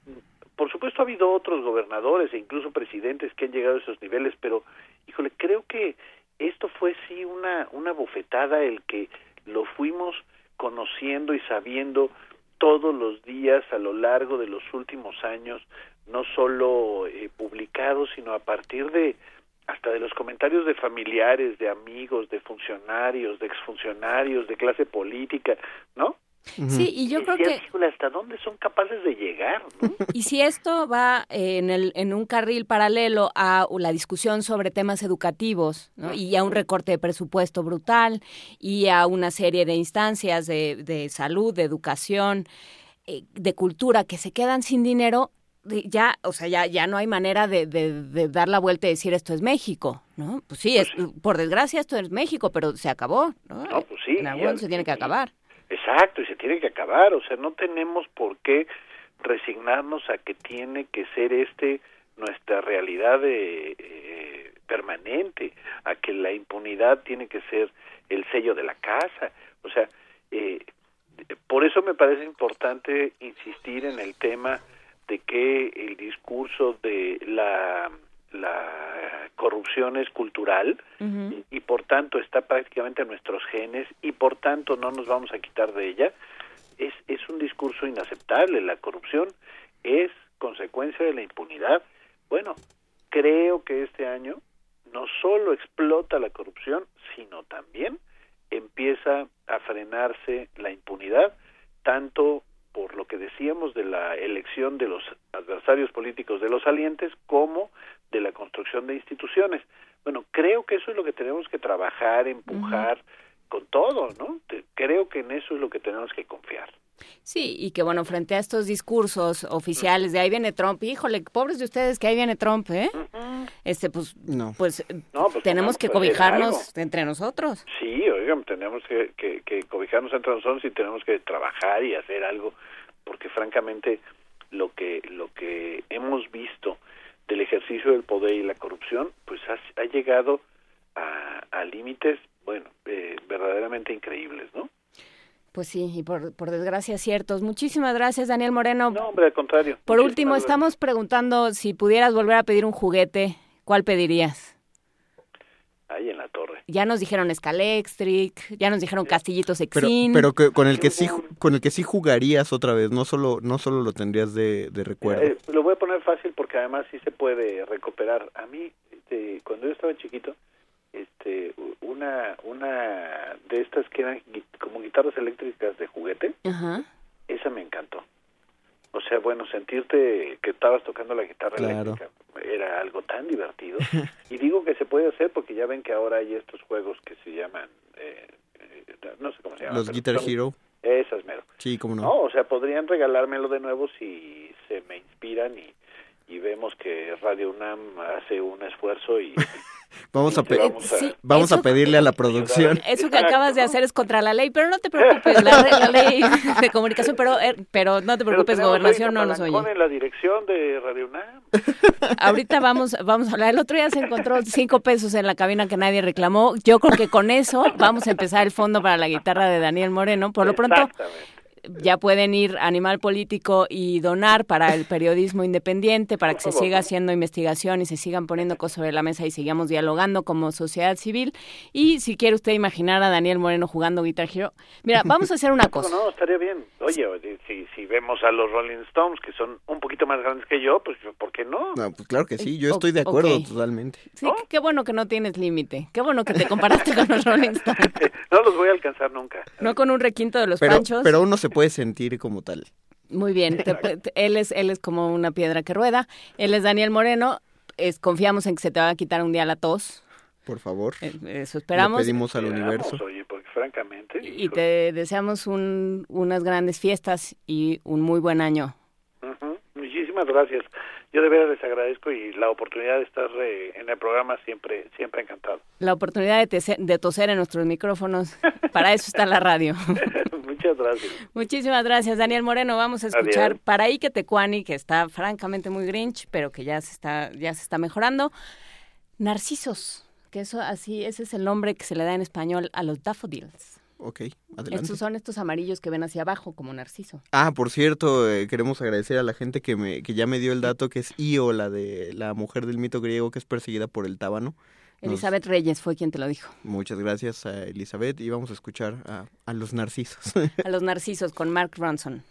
Por supuesto ha habido otros gobernadores e incluso presidentes que han llegado a esos niveles, pero, híjole, creo que esto fue sí una, una bofetada el que lo fuimos conociendo y sabiendo todos los días a lo largo de los últimos años, no solo eh, publicados, sino a partir de hasta de los comentarios de familiares, de amigos, de funcionarios, de exfuncionarios, de clase política, ¿no? Sí, y yo creo que... Híjole, ¿hasta dónde son capaces de llegar, ¿no? Y si esto va en, el, en un carril paralelo a la discusión sobre temas educativos, ¿no? Y a un recorte de presupuesto brutal, y a una serie de instancias de, de salud, de educación, eh, de cultura que se quedan sin dinero, ya, o sea, ya, ya no hay manera de, de, de dar la vuelta y decir esto es México, ¿no? Pues sí, pues, es, por desgracia esto es México, pero se acabó, ¿no? No, pues sí. En algún se tiene que acabar. Exacto, y se tiene que acabar, o sea, no tenemos por qué resignarnos a que tiene que ser este nuestra realidad de, eh, permanente, a que la impunidad tiene que ser el sello de la casa, o sea, eh, por eso me parece importante insistir en el tema de que el discurso de la la corrupción es cultural uh-huh. y, y por tanto está prácticamente en nuestros genes y por tanto no nos vamos a quitar de ella, es, es un discurso inaceptable. La corrupción es consecuencia de la impunidad. Bueno, creo que este año no solo explota la corrupción, sino también empieza a frenarse la impunidad, tanto por lo que decíamos de la elección de los adversarios políticos de los salientes, como de la construcción de instituciones. Bueno, creo que eso es lo que tenemos que trabajar, empujar, uh-huh. con todo, ¿no? Te, creo que en eso es lo que tenemos que confiar. Sí, y que bueno, frente a estos discursos oficiales de ahí viene Trump, híjole, pobres de ustedes que ahí viene Trump, ¿eh? Uh-huh. Este, pues, no. pues, no, pues tenemos que cobijarnos entre nosotros. Sí, oigan, tenemos que, que, que cobijarnos entre nosotros y tenemos que trabajar y hacer algo, porque francamente lo que lo que hemos visto del ejercicio del poder y la corrupción, pues ha, ha llegado a, a límites, bueno, eh, verdaderamente increíbles, ¿no? Pues sí, y por, por desgracia ciertos. Muchísimas gracias, Daniel Moreno. No, hombre, al contrario. Por último, gracias. Estamos preguntando si pudieras volver a pedir un juguete, ¿cuál pedirías? Ahí en la torre. Ya nos dijeron Scalextric, ya nos dijeron Castillitos Exin. Pero, pero que, con el que sí con el que sí jugarías otra vez, no solo no solo lo tendrías de, de recuerdo. Eh, lo voy a poner fácil porque además sí se puede recuperar. A mí, este, cuando yo estaba chiquito, este una una de estas que eran como guitarras eléctricas de juguete, uh-huh. esa me encantó. O sea, bueno, sentirte que estabas tocando la guitarra claro. eléctrica era algo tan divertido. Y digo que se puede hacer porque ya ven que ahora hay estos juegos que se llaman, eh, eh, no sé cómo se llaman. Los Guitar son, Hero. Esas, mero. Sí, cómo no. No, o sea, podrían regalármelo de nuevo si se me inspiran y, y vemos que Radio UNAM hace un esfuerzo y... Vamos a, pe- vamos a, sí, vamos a pedirle a la producción. Eso que acabas de hacer es contra la ley, pero no te preocupes, la, la ley de comunicación, pero pero no te preocupes, Gobernación no nos oye. En la dirección de Radio UNAM. Ahorita vamos vamos a hablar. El otro día se encontró cinco pesos en la cabina que nadie reclamó. Yo creo que con eso vamos a empezar el fondo para la guitarra de Daniel Moreno. Por lo pronto, ya pueden ir a Animal Político y donar para el periodismo independiente, para que se siga haciendo investigación y se sigan poniendo cosas sobre la mesa y sigamos dialogando como sociedad civil. Y si quiere usted imaginar a Daniel Moreno jugando Guitar Hero, mira, vamos a hacer una cosa. No, no, estaría bien. Oye, si, si vemos a los Rolling Stones, que son un poquito más grandes que yo, pues ¿por qué no? No, pues claro que sí, yo estoy de acuerdo okay. totalmente. Sí, ¿no? Qué bueno que no tienes límite, qué bueno que te comparaste con los Rolling Stones. No los voy a alcanzar nunca. No con un requinto de los pero, Panchos. Pero uno se puede sentir como tal. Muy bien, te, te, él es él es como una piedra que rueda. Él es Daniel Moreno, es, confiamos en que se te va a quitar un día la tos. Por favor. Eh, eso esperamos. Le pedimos al universo. Oye, porque francamente... Y hijo. te deseamos un, unas grandes fiestas y un muy buen año. Uh-huh. Muchísimas gracias. Yo de veras les agradezco y la oportunidad de estar eh, en el programa siempre siempre encantado. La oportunidad de, tese, de toser en nuestros micrófonos, para eso está la radio. Muchas gracias. Muchísimas gracias, Daniel Moreno. Vamos a escuchar Adiós. Paraíque Tecuani, que está francamente muy grinch, pero que ya se está ya se está mejorando. Narcisos, que eso así ese es el nombre que se le da en español a los daffodils. Ok, adelante. Estos son estos amarillos que ven hacia abajo, como narciso. Ah, por cierto, eh, queremos agradecer a la gente que me que ya me dio el dato, que es Io, la de la mujer del mito griego que es perseguida por el tábano. Nos... Elizabeth Reyes fue quien te lo dijo. Muchas gracias a Elizabeth y vamos a escuchar a, a los narcisos. A los narcisos con Mark Ronson.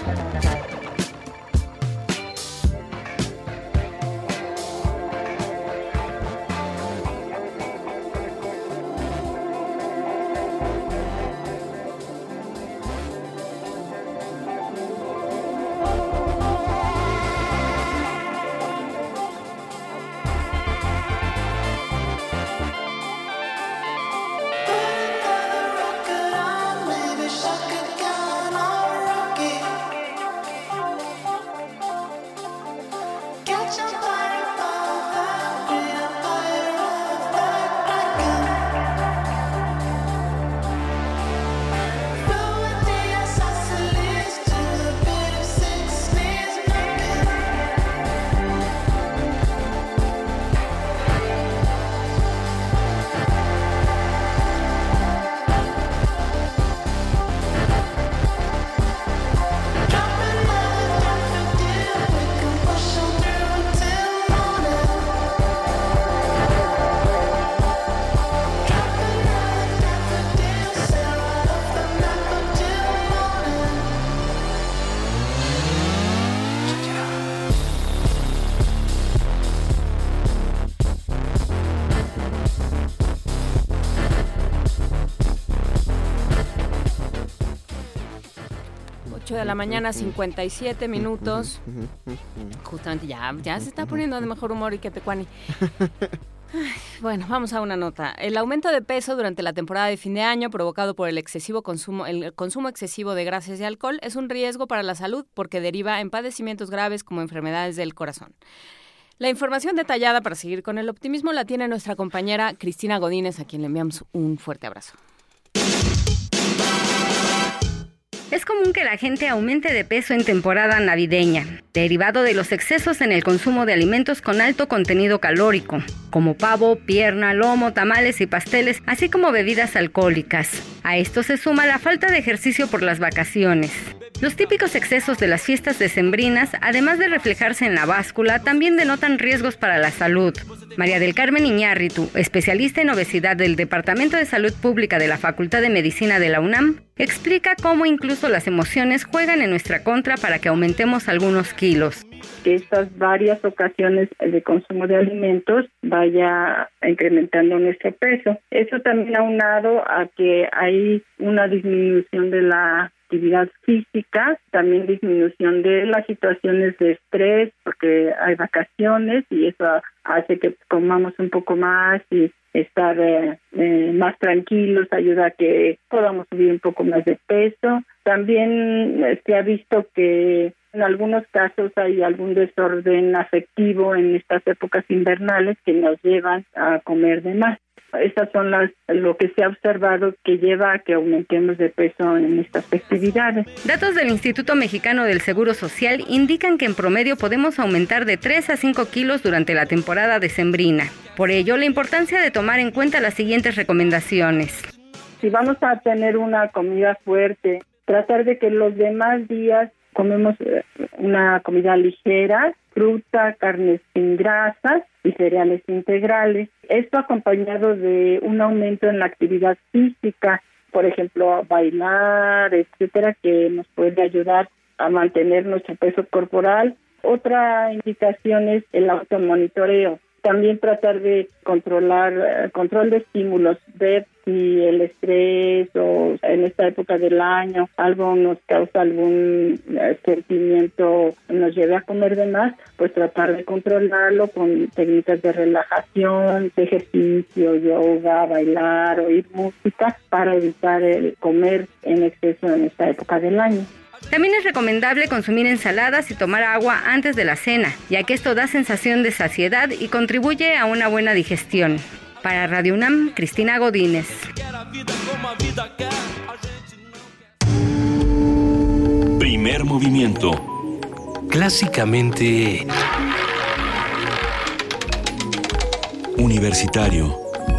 De la mañana, cincuenta y siete minutos. Justamente ya, ya se está poniendo de mejor humor y que te cuani. Bueno, vamos a una nota. El aumento de peso durante la temporada de fin de año provocado por el excesivo consumo, el consumo excesivo de grasas y alcohol es un riesgo para la salud porque deriva en padecimientos graves como enfermedades del corazón. La información detallada para seguir con el optimismo la tiene nuestra compañera Cristina Godínez, a quien le enviamos un fuerte abrazo. Es común que la gente aumente de peso en temporada navideña, derivado de los excesos en el consumo de alimentos con alto contenido calórico, como pavo, pierna, lomo, tamales y pasteles, así como bebidas alcohólicas. A esto se suma la falta de ejercicio por las vacaciones. Los típicos excesos de las fiestas decembrinas, además de reflejarse en la báscula, también denotan riesgos para la salud. María del Carmen Iñárritu, especialista en obesidad del Departamento de Salud Pública de la Facultad de Medicina de la UNAM, explica cómo incluso las emociones juegan en nuestra contra para que aumentemos algunos kilos. Que estas varias ocasiones de consumo de alimentos vaya incrementando nuestro peso. Eso también aunado a que hay una disminución de la actividad física, también disminución de las situaciones de estrés, porque hay vacaciones y eso hace que comamos un poco más y estar eh, eh, más tranquilos, ayuda a que podamos subir un poco más de peso. También eh, se ha visto que en algunos casos hay algún desorden afectivo en estas épocas invernales que nos llevan a comer de más. Estas son las lo que se ha observado que lleva a que aumentemos de peso en estas festividades. Datos del Instituto Mexicano del Seguro Social indican que en promedio podemos aumentar de tres a cinco kilos durante la temporada decembrina. Por ello, la importancia de tomar en cuenta las siguientes recomendaciones. Si vamos a tener una comida fuerte, tratar de que los demás días comemos una comida ligera, fruta, carnes sin grasas y cereales integrales. Esto acompañado de un aumento en la actividad física, por ejemplo, bailar, etcétera, que nos puede ayudar a mantener nuestro peso corporal. Otra indicación es el automonitoreo. También tratar de controlar, eh, control de estímulos, ver si el estrés o en esta época del año algo nos causa algún eh, sentimiento, nos lleve a comer de más, pues tratar de controlarlo con técnicas de relajación, de ejercicio, yoga, bailar, oír música para evitar el comer en exceso en esta época del año. También es recomendable consumir ensaladas y tomar agua antes de la cena, ya que esto da sensación de saciedad y contribuye a una buena digestión. Para Radio UNAM, Cristina Godínez. Primer movimiento. Clásicamente universitario.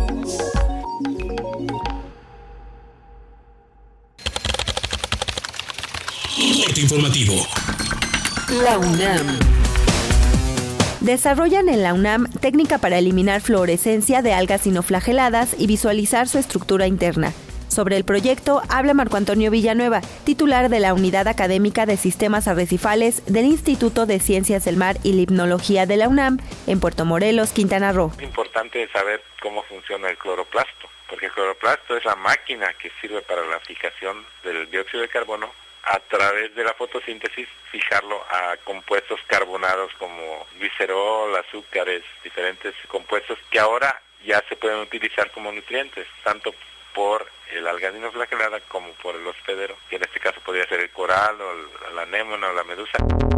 Corte informativo. La UNAM. Desarrollan en la UNAM técnica para eliminar fluorescencia de algas sinoflageladas y visualizar su estructura interna. Sobre el proyecto habla Marco Antonio Villanueva, titular de la Unidad Académica de Sistemas Arrecifales del Instituto de Ciencias del Mar y Limnología de la UNAM, en Puerto Morelos, Quintana Roo. Es importante saber cómo funciona el cloroplasto, porque el cloroplasto es la máquina que sirve para la fijación del dióxido de carbono, a través de la fotosíntesis fijarlo a compuestos carbonados como glicerol, azúcares, diferentes compuestos que ahora ya se pueden utilizar como nutrientes, tanto por el alga dinoflagelada como por el hospedero, que en este caso podría ser el coral o la anémona o la medusa.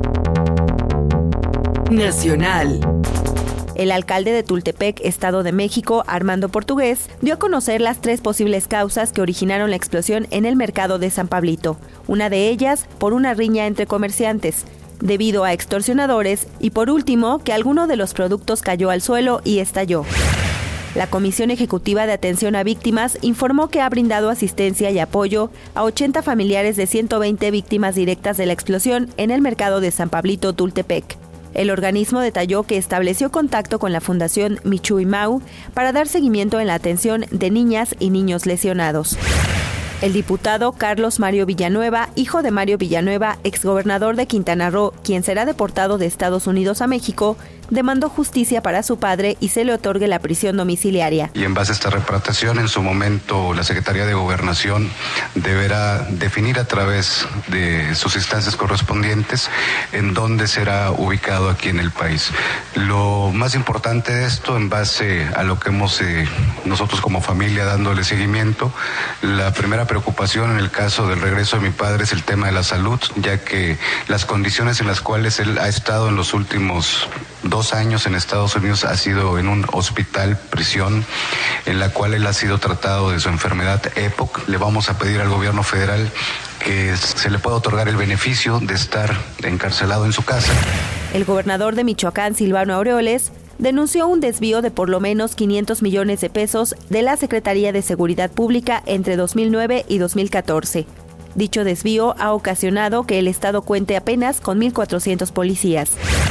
Nacional. El alcalde de Tultepec, Estado de México, Armando Portugués, dio a conocer las tres posibles causas que originaron la explosión en el mercado de San Pablito. Una de ellas por una riña entre comerciantes, debido a extorsionadores, y por último, que alguno de los productos cayó al suelo y estalló. La Comisión Ejecutiva de Atención a Víctimas informó que ha brindado asistencia y apoyo a ochenta familiares de ciento veinte víctimas directas de la explosión en el mercado de San Pablito, Tultepec. El organismo detalló que estableció contacto con la Fundación Michui Mau para dar seguimiento en la atención de niñas y niños lesionados. El diputado Carlos Mario Villanueva, hijo de Mario Villanueva, exgobernador de Quintana Roo, quien será deportado de Estados Unidos a México, demandó justicia para su padre y se le otorgue la prisión domiciliaria. Y en base a esta repatriación, en su momento la Secretaría de Gobernación deberá definir a través de sus instancias correspondientes en dónde será ubicado aquí en el país. Lo más importante de esto, en base a lo que hemos eh, nosotros como familia dándole seguimiento, la primera preocupación en el caso del regreso de mi padre es el tema de la salud, ya que las condiciones en las cuales él ha estado en los últimos dos años en Estados Unidos ha sido en un hospital, prisión, en la cual él ha sido tratado de su enfermedad E P O C. Le vamos a pedir al gobierno federal que se le pueda otorgar el beneficio de estar encarcelado en su casa. El gobernador de Michoacán, Silvano Aureoles, denunció un desvío de por lo menos quinientos millones de pesos de la Secretaría de Seguridad Pública entre dos mil nueve y dos mil catorce. Dicho desvío ha ocasionado que el Estado cuente apenas con mil cuatrocientos policías.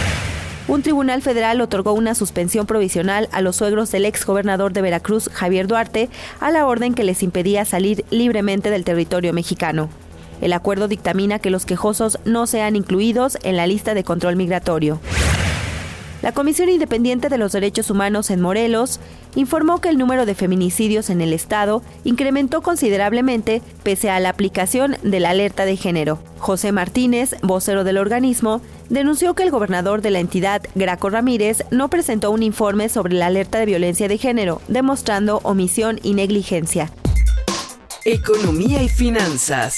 Un tribunal federal otorgó una suspensión provisional a los suegros del exgobernador de Veracruz, Javier Duarte, a la orden que les impedía salir libremente del territorio mexicano. El acuerdo dictamina que los quejosos no sean incluidos en la lista de control migratorio. La Comisión Independiente de los Derechos Humanos en Morelos informó que el número de feminicidios en el estado incrementó considerablemente pese a la aplicación de la alerta de género. José Martínez, vocero del organismo, denunció que el gobernador de la entidad, Graco Ramírez, no presentó un informe sobre la alerta de violencia de género, demostrando omisión y negligencia. Economía y finanzas.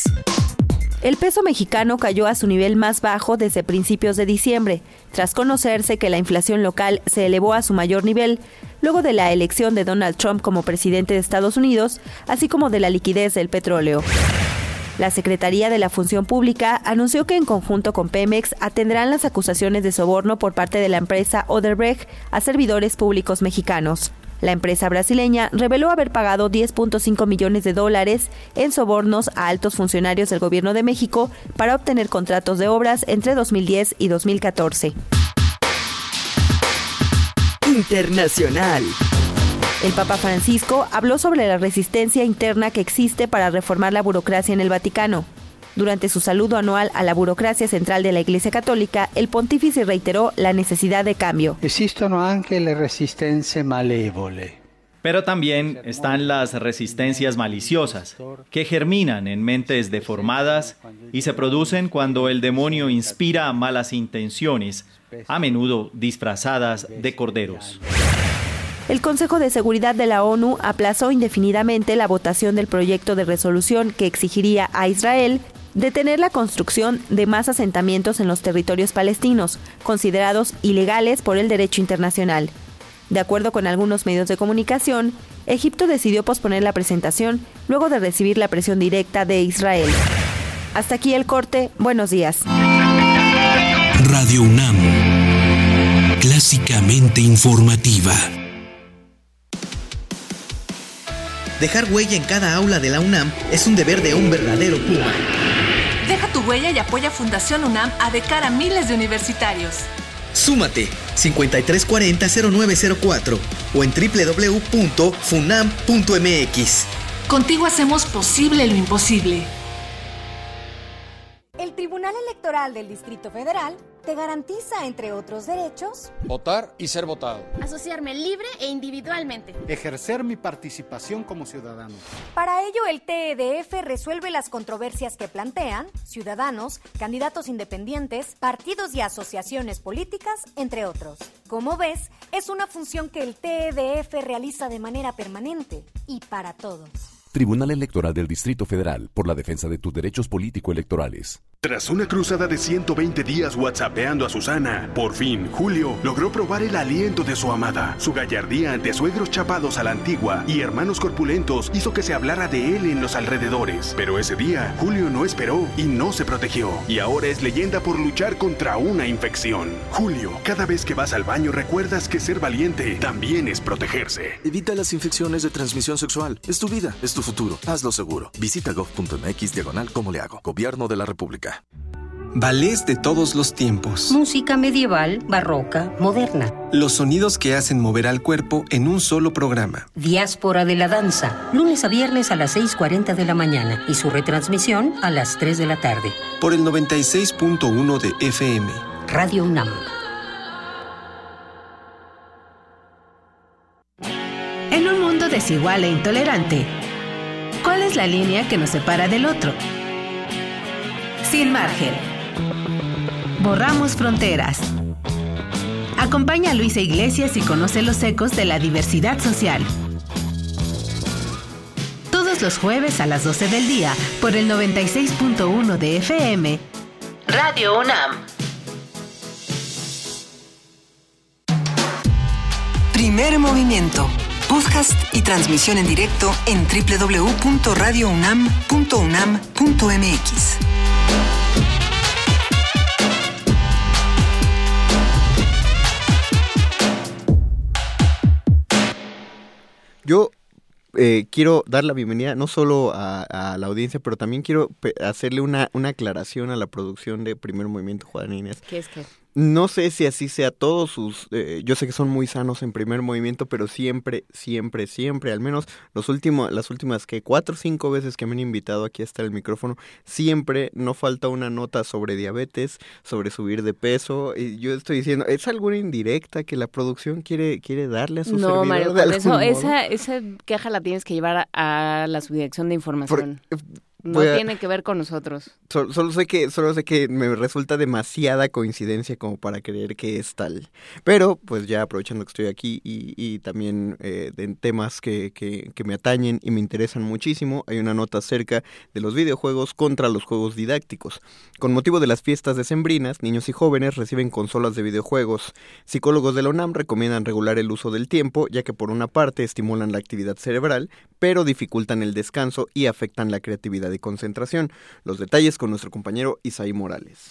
El peso mexicano cayó a su nivel más bajo desde principios de diciembre, tras conocerse que la inflación local se elevó a su mayor nivel, luego de la elección de Donald Trump como presidente de Estados Unidos, así como de la liquidez del petróleo. La Secretaría de la Función Pública anunció que en conjunto con Pemex atendrán las acusaciones de soborno por parte de la empresa Odebrecht a servidores públicos mexicanos. La empresa brasileña reveló haber pagado diez punto cinco millones de dólares en sobornos a altos funcionarios del gobierno de México para obtener contratos de obras entre dos mil diez y dos mil catorce. Internacional. El Papa Francisco habló sobre la resistencia interna que existe para reformar la burocracia en el Vaticano. Durante su saludo anual a la burocracia central de la Iglesia Católica, el pontífice reiteró la necesidad de cambio. Esistono anche le resistenze malevole. Pero también están las resistencias maliciosas, que germinan en mentes deformadas y se producen cuando el demonio inspira malas intenciones, a menudo disfrazadas de corderos. El Consejo de Seguridad de la ONU aplazó indefinidamente la votación del proyecto de resolución que exigiría a Israel detener la construcción de más asentamientos en los territorios palestinos, considerados ilegales por el derecho internacional. De acuerdo con algunos medios de comunicación, Egipto decidió posponer la presentación luego de recibir la presión directa de Israel. Hasta aquí el corte. Buenos días. Radio UNAM, clásicamente informativa. Dejar huella en cada aula de la UNAM es un deber de un verdadero Puma. Deja tu huella y apoya Fundación UNAM a de cara a miles de universitarios. Súmate cincuenta y tres cuarenta cero nueve cero cuatro o en doble u doble u doble u punto funam punto m x. Contigo hacemos posible lo imposible. El Tribunal Electoral del Distrito Federal te garantiza, entre otros derechos, votar y ser votado, asociarme libre e individualmente, ejercer mi participación como ciudadano. Para ello, el T E D F resuelve las controversias que plantean ciudadanos, candidatos independientes, partidos y asociaciones políticas, entre otros. Como ves, es una función que el T E D F realiza de manera permanente y para todos. Tribunal Electoral del Distrito Federal, por la defensa de tus derechos político-electorales. Tras una cruzada de ciento veinte días whatsappeando a Susana, por fin, Julio logró probar el aliento de su amada. Su gallardía ante suegros chapados a la antigua y hermanos corpulentos hizo que se hablara de él en los alrededores. Pero ese día, Julio no esperó y no se protegió. Y ahora es leyenda por luchar contra una infección. Julio, cada vez que vas al baño recuerdas que ser valiente también es protegerse. Evita las infecciones de transmisión sexual. Es tu vida, es tu futuro. Hazlo seguro. Visita gov punto mx diagonal cómo le hago. Gobierno de la República. Ballets de todos los tiempos. Música medieval, barroca, moderna. Los sonidos que hacen mover al cuerpo en un solo programa. Diáspora de la danza. Lunes a viernes a las seis cuarenta de la mañana y su retransmisión a las tres de la tarde. Por el noventa y seis punto uno de F M. Radio UNAM. En un mundo desigual e intolerante, ¿cuál es la línea que nos separa del otro? Sin margen. Borramos fronteras. Acompaña a Luisa Iglesias y conoce los ecos de la diversidad social. Todos los jueves a las doce del día por el noventa y seis punto uno de F M. Radio UNAM. Primer movimiento. Podcast y transmisión en directo en doble u doble u doble u punto radio unam punto unam punto m x. Yo eh, quiero dar la bienvenida no solo a, a la audiencia, pero también quiero pe- hacerle una, una aclaración a la producción de Primer Movimiento, Juan Inés. ¿Qué es qué? No sé si así sea todos sus... Eh, yo sé que son muy sanos en Primer Movimiento, pero siempre, siempre, siempre, al menos los últimos, las últimas que cuatro o cinco veces que me han invitado aquí hasta el micrófono, siempre no falta una nota sobre diabetes, sobre subir de peso. Y yo estoy diciendo, ¿es alguna indirecta que la producción quiere quiere darle a su no, servidor? Mario, de por eso, algún esa, esa queja la tienes que llevar a, a la subdirección de información. Por, no a, tiene que ver con nosotros. Solo, solo sé que solo sé que me resulta demasiada coincidencia como para creer que es tal. Pero, pues ya aprovechando que estoy aquí y, y también eh, en temas que, que, que me atañen y me interesan muchísimo, hay una nota acerca de los videojuegos contra los juegos didácticos. Con motivo de las fiestas decembrinas, niños y jóvenes reciben consolas de videojuegos. Psicólogos de la UNAM recomiendan regular el uso del tiempo, ya que por una parte estimulan la actividad cerebral, pero dificultan el descanso y afectan la creatividad y concentración. Los detalles con nuestro compañero Isaí Morales.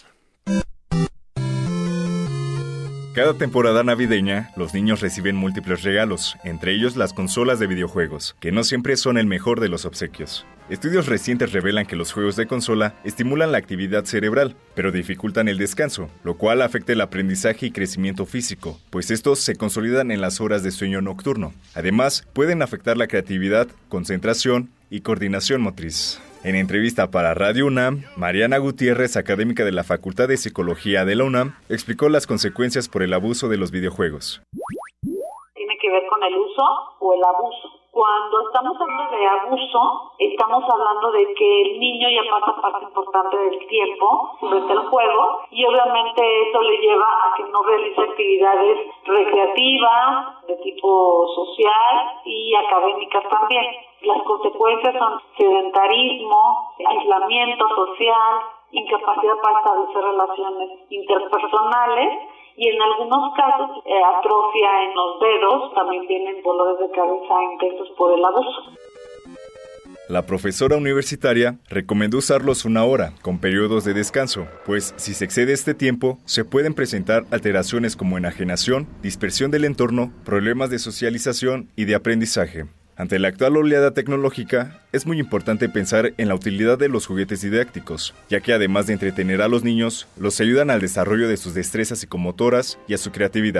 Cada temporada navideña, los niños reciben múltiples regalos, entre ellos las consolas de videojuegos, que no siempre son el mejor de los obsequios. Estudios recientes revelan que los juegos de consola estimulan la actividad cerebral, pero dificultan el descanso, lo cual afecta el aprendizaje y crecimiento físico, pues estos se consolidan en las horas de sueño nocturno. Además, pueden afectar la creatividad, concentración y coordinación motriz. En entrevista para Radio UNAM, Mariana Gutiérrez, académica de la Facultad de Psicología de la UNAM, explicó las consecuencias por el abuso de los videojuegos. Tiene que ver con el uso o el abuso. Cuando estamos hablando de abuso, estamos hablando de que el niño ya pasa parte importante del tiempo frente al juego y obviamente eso le lleva a que no realice actividades recreativas, de tipo social y académicas también. Las consecuencias son sedentarismo, aislamiento social, incapacidad para establecer relaciones interpersonales y en algunos casos eh, atrofia en los dedos, también vienen dolores de cabeza intensos por el abuso. La profesora universitaria recomendó usarlos una hora, con periodos de descanso, pues si se excede este tiempo, se pueden presentar alteraciones como enajenación, dispersión del entorno, problemas de socialización y de aprendizaje. Ante la actual oleada tecnológica, es muy importante pensar en la utilidad de los juguetes didácticos, ya que además de entretener a los niños, los ayudan al desarrollo de sus destrezas psicomotoras y a su creatividad.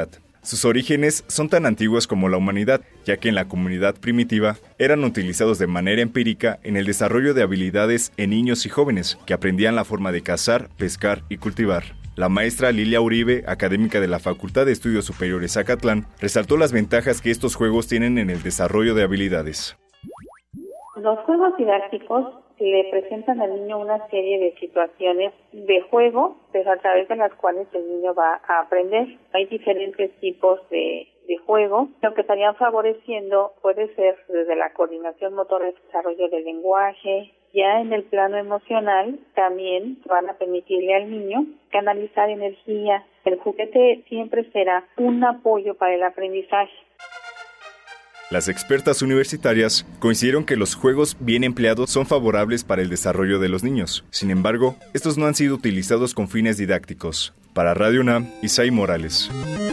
Sus orígenes son tan antiguos como la humanidad, ya que en la comunidad primitiva eran utilizados de manera empírica en el desarrollo de habilidades en niños y jóvenes, que aprendían la forma de cazar, pescar y cultivar. La maestra Lilia Uribe, académica de la Facultad de Estudios Superiores Acatlán, resaltó las ventajas que estos juegos tienen en el desarrollo de habilidades. Los juegos didácticos le presentan al niño una serie de situaciones de juego, pero a través de las cuales el niño va a aprender. Hay diferentes tipos de, de juego. Lo que estarían favoreciendo puede ser desde la coordinación motora, el desarrollo del lenguaje. Ya en el plano emocional también van a permitirle al niño canalizar energía. El juguete siempre será un apoyo para el aprendizaje. Las expertas universitarias coincidieron que los juegos bien empleados son favorables para el desarrollo de los niños. Sin embargo, estos no han sido utilizados con fines didácticos. Para Radio UNAM, Isaí Morales.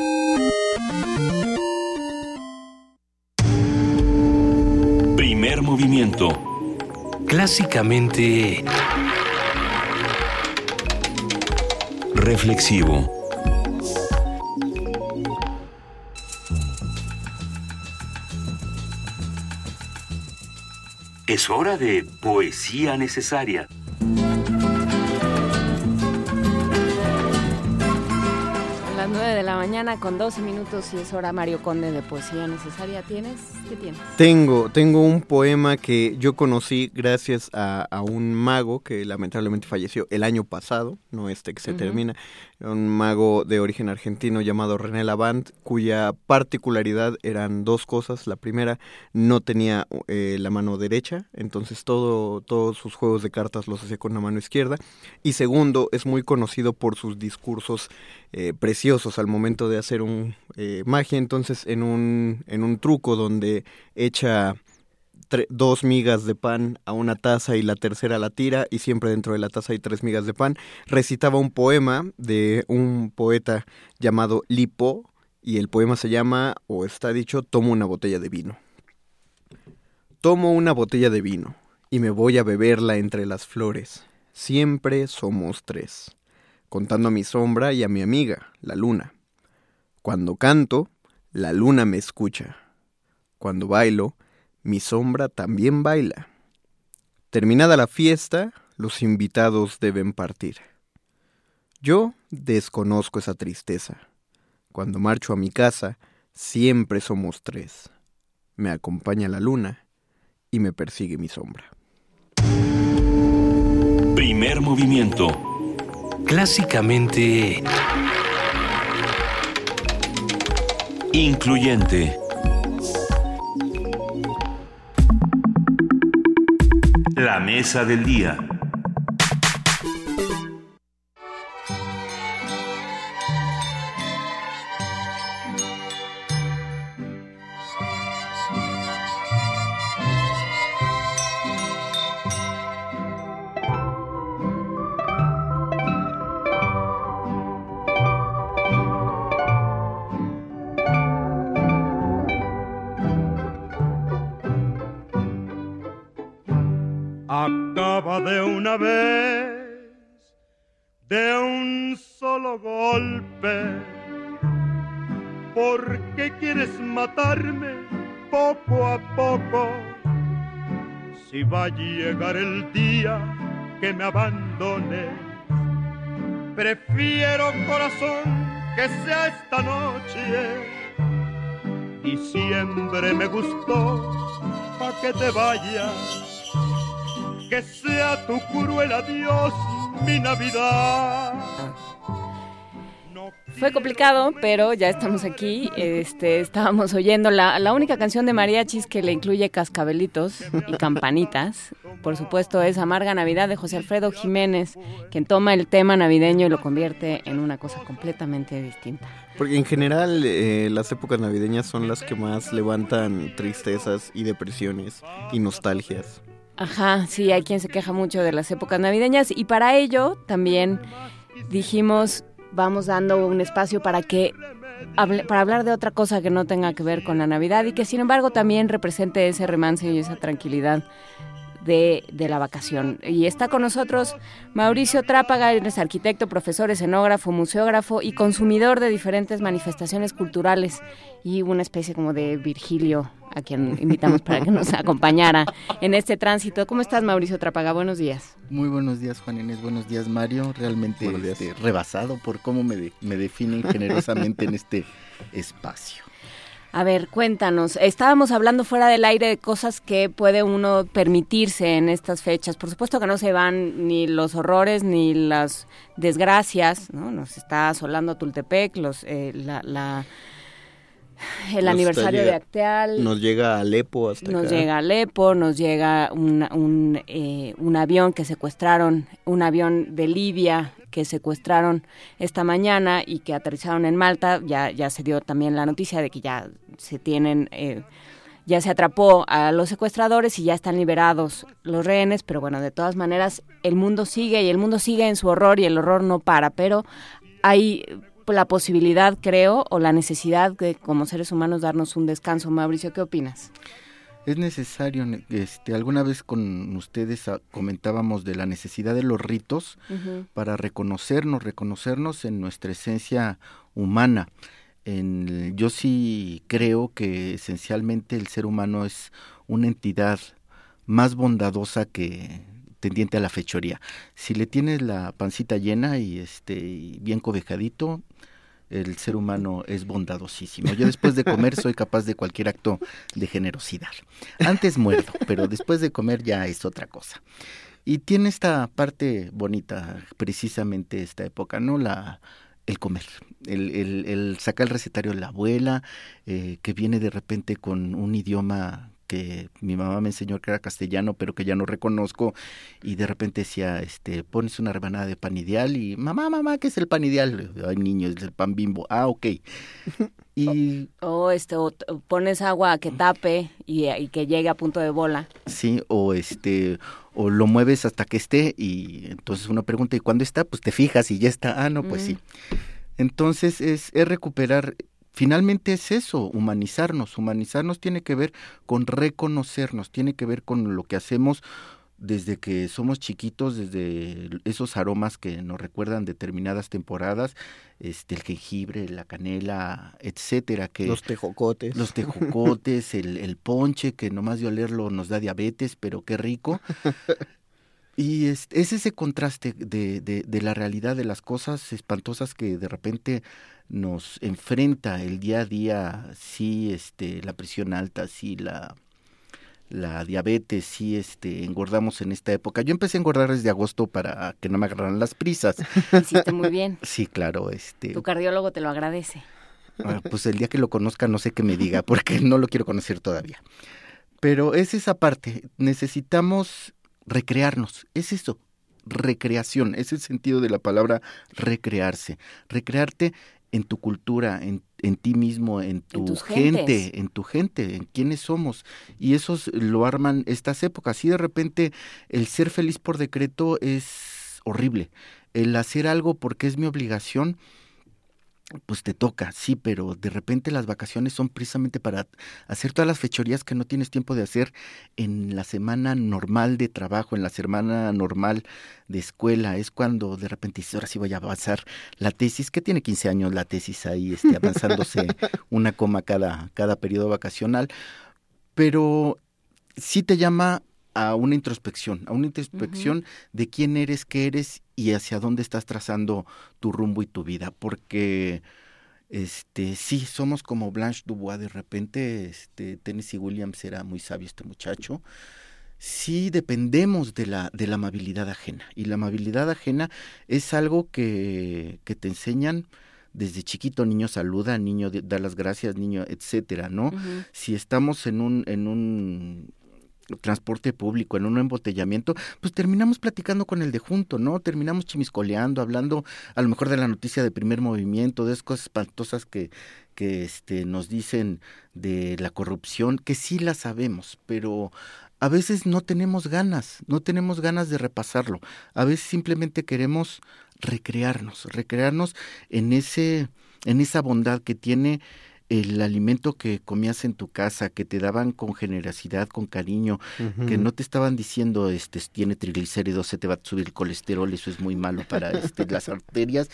Primer movimiento. Clásicamente reflexivo. Es hora de poesía necesaria. Son las nueve de la mañana con doce minutos y es hora, Mario Conde, de poesía necesaria. ¿Tienes? ¿Qué tienes? Tengo, tengo un poema que yo conocí gracias a, a un mago que lamentablemente falleció el año pasado, no este que se uh-huh. termina, un mago de origen argentino llamado René Lavand, cuya particularidad eran dos cosas. La primera, no tenía eh, la mano derecha, entonces todo, todos sus juegos de cartas los hacía con la mano izquierda. Y segundo, es muy conocido por sus discursos eh, preciosos al momento de hacer un eh, magia. Entonces, en un, en un truco donde echa tre- dos migas de pan a una taza y la tercera la tira, y siempre dentro de la taza hay tres migas de pan, recitaba un poema de un poeta llamado Li Po, y el poema se llama, o está dicho, Tomo una botella de vino. Tomo una botella de vino, y me voy a beberla entre las flores. Siempre somos tres, contando a mi sombra y a mi amiga, la luna. Cuando canto, la luna me escucha. Cuando bailo, mi sombra también baila. Terminada la fiesta, los invitados deben partir. Yo desconozco esa tristeza. Cuando marcho a mi casa, siempre somos tres. Me acompaña la luna y me persigue mi sombra. Primer movimiento. Clásicamente incluyente. La mesa del día. Acaba de una vez, de un solo golpe. ¿Por qué quieres matarme poco a poco? Si va a llegar el día que me abandones, prefiero, corazón, que sea esta noche. Y siempre me gustó pa' que te vayas, que sea tu cruel adiós mi Navidad. Fue complicado, pero ya estamos aquí. Este, estábamos oyendo la, la única canción de mariachis que le incluye cascabelitos y campanitas. Por supuesto, es Amarga Navidad de José Alfredo Jiménez, quien toma el tema navideño y lo convierte en una cosa completamente distinta. Porque en general eh, las épocas navideñas son las que más levantan tristezas y depresiones y nostalgias. Ajá, sí, hay quien se queja mucho de las épocas navideñas y para ello también dijimos, vamos dando un espacio para que hable, para hablar de otra cosa que no tenga que ver con la Navidad y que sin embargo también represente ese romance y esa tranquilidad de, de la vacación. Y está con nosotros Mauricio Trápaga, es arquitecto, profesor, escenógrafo, museógrafo y consumidor de diferentes manifestaciones culturales y una especie como de Virgilio, a quien invitamos para que nos acompañara en este tránsito. ¿Cómo estás, Mauricio Trápaga? Buenos días. Muy buenos días, Juan Inés. Buenos días, Mario. Realmente este, rebasado por cómo me, de, me definen generosamente en este espacio. A ver, cuéntanos. Estábamos hablando fuera del aire de cosas que puede uno permitirse en estas fechas. Por supuesto que no se van ni los horrores ni las desgracias, ¿no? Nos está asolando Tultepec, los, eh, la... la el nos aniversario llega, de Acteal. Nos llega a Alepo hasta Nos acá. llega a Alepo, nos llega un, un, eh, un avión que secuestraron, un avión de Libia que secuestraron esta mañana y que aterrizaron en Malta. Ya, ya se dio también la noticia de que ya se tienen, eh, ya se atrapó a los secuestradores y ya están liberados los rehenes, pero bueno, de todas maneras el mundo sigue y el mundo sigue en su horror y el horror no para, pero hay la posibilidad, creo, o la necesidad de, como seres humanos, darnos un descanso. Mauricio, ¿qué opinas? Es necesario, este, alguna vez con ustedes comentábamos de la necesidad de los ritos uh-huh. para reconocernos, reconocernos en nuestra esencia humana. En, yo sí creo que esencialmente el ser humano es una entidad más bondadosa que tendiente a la fechoría. Si le tienes la pancita llena y este y bien cobijadito, el ser humano es bondadosísimo. Yo después de comer soy capaz de cualquier acto de generosidad. Antes muerdo, pero después de comer ya es otra cosa. Y tiene esta parte bonita, precisamente esta época, ¿no? La el comer, el, el, el sacar el recetario de la abuela, eh, que viene de repente con un idioma que mi mamá me enseñó que era castellano, pero que ya no reconozco, y de repente decía, este, pones una rebanada de pan ideal, y mamá, mamá, ¿qué es el pan ideal? Ay, niño, es el pan Bimbo. Ah, ok. Y o, o este, o pones agua que tape y, y que llegue a punto de bola. Sí, o este, o lo mueves hasta que esté, y entonces uno pregunta, ¿y cuándo está? Pues te fijas y ya está. Ah, no, pues mm. sí. Entonces es, es recuperar. Finalmente es eso, humanizarnos. Humanizarnos tiene que ver con reconocernos, tiene que ver con lo que hacemos desde que somos chiquitos, desde esos aromas que nos recuerdan determinadas temporadas, este, el jengibre, la canela, etcétera. Que los tejocotes. Los tejocotes, el, el ponche, que nomás de olerlo nos da diabetes, pero qué rico. Y es, es ese contraste de, de, de la realidad de las cosas espantosas que de repente nos enfrenta el día a día, sí, este, la presión alta, sí, la, la diabetes, sí, este, engordamos en esta época. Yo empecé a engordar desde agosto para que no me agarraran las prisas. Hiciste muy bien. Sí, claro. Este, tu cardiólogo te lo agradece. Bueno, pues el día que lo conozca no sé qué me diga, porque no lo quiero conocer todavía. Pero es esa parte, necesitamos recrearnos, es eso, recreación, es el sentido de la palabra recrearse, recrearte en tu cultura, en, en ti mismo, en tu en gente, en tu gente, en quiénes somos, y eso lo arman estas épocas. Y de repente el ser feliz por decreto es horrible, el hacer algo porque es mi obligación, pues te toca, sí, pero de repente las vacaciones son precisamente para hacer todas las fechorías que no tienes tiempo de hacer en la semana normal de trabajo, en la semana normal de escuela. Es cuando de repente dices, ahora sí voy a avanzar la tesis, que tiene quince años la tesis ahí, este, avanzándose una coma cada, cada periodo vacacional, pero sí te llama a una introspección, a una introspección uh-huh. de quién eres, qué eres y hacia dónde estás trazando tu rumbo y tu vida, porque este sí, somos como Blanche Dubois de repente, este Tennessee Williams era muy sabio este muchacho, sí dependemos de la, de la amabilidad ajena, y la amabilidad ajena es algo que, que te enseñan desde chiquito. Niño saluda, niño da las gracias, niño, etcétera, ¿no? Uh-huh. Si estamos en un, en un transporte público, en un embotellamiento, pues terminamos platicando con el de junto, ¿no? Terminamos chimiscoleando, hablando a lo mejor de la noticia de Primer Movimiento, de esas cosas espantosas que, que este, nos dicen de la corrupción, que sí la sabemos, pero a veces no tenemos ganas, no tenemos ganas de repasarlo. A veces simplemente queremos recrearnos, recrearnos en ese, en esa bondad que tiene el alimento que comías en tu casa, que te daban con generosidad, con cariño, uh-huh. que no te estaban diciendo, este, tiene triglicéridos, se te va a subir el colesterol, eso es muy malo para este, las arterias.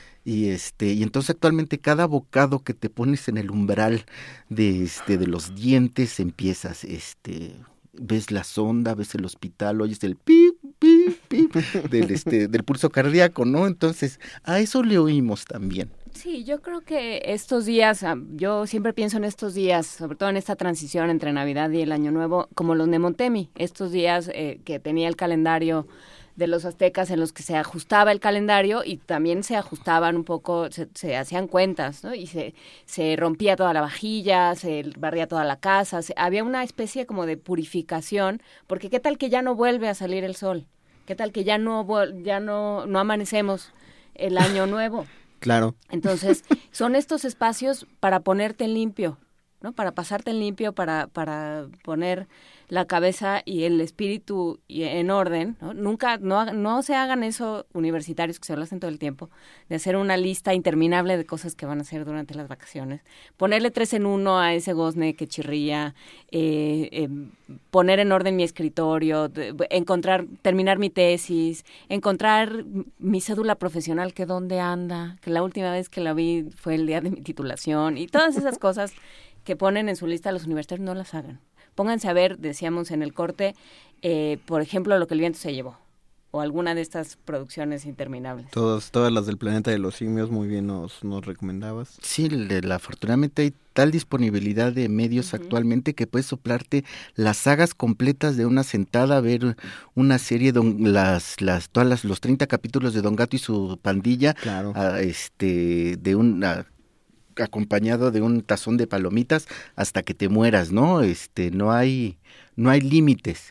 Y este, y entonces actualmente cada bocado que te pones en el umbral de este, de los dientes, empiezas, este, ves la sonda, ves el hospital, oyes el pip, pip, pip del este, del pulso cardíaco, ¿no? Entonces, a eso le oímos también. Sí, yo creo que estos días, yo siempre pienso en estos días, sobre todo en esta transición entre Navidad y el Año Nuevo, como los Nemontemi, estos días eh, que tenía el calendario de los aztecas en los que se ajustaba el calendario y también se ajustaban un poco, se, se hacían cuentas, ¿no? Y se, se rompía toda la vajilla, se barría toda la casa, se, había una especie como de purificación, porque qué tal que ya no vuelve a salir el sol, qué tal que ya no, ya no, no amanecemos el Año Nuevo. Claro. Entonces, son estos espacios para ponerte en limpio, ¿no? Para pasarte en limpio, para, para poner la cabeza y el espíritu en orden, ¿no? Nunca, no, no se hagan eso universitarios que se lo hacen todo el tiempo, de hacer una lista interminable de cosas que van a hacer durante las vacaciones, ponerle tres en uno a ese gozne que chirría, eh, eh, poner en orden mi escritorio, de, encontrar, terminar mi tesis, encontrar mi cédula profesional, que dónde anda, que la última vez que la vi fue el día de mi titulación, y todas esas cosas que ponen en su lista los universitarios, no las hagan. Pónganse a ver, decíamos en el corte, eh, por ejemplo, Lo que el viento se llevó, o alguna de estas producciones interminables. Todas, todas las del Planeta de los Simios, muy bien nos, nos recomendabas. Sí, de la, afortunadamente hay tal disponibilidad de medios uh-huh. actualmente que puedes soplarte las sagas completas de una sentada, ver una serie, don, las, las, todas las, los treinta capítulos de Don Gato y su pandilla, claro. a, este, de una... acompañado de un tazón de palomitas hasta que te mueras, ¿no? Este, no hay, no hay límites.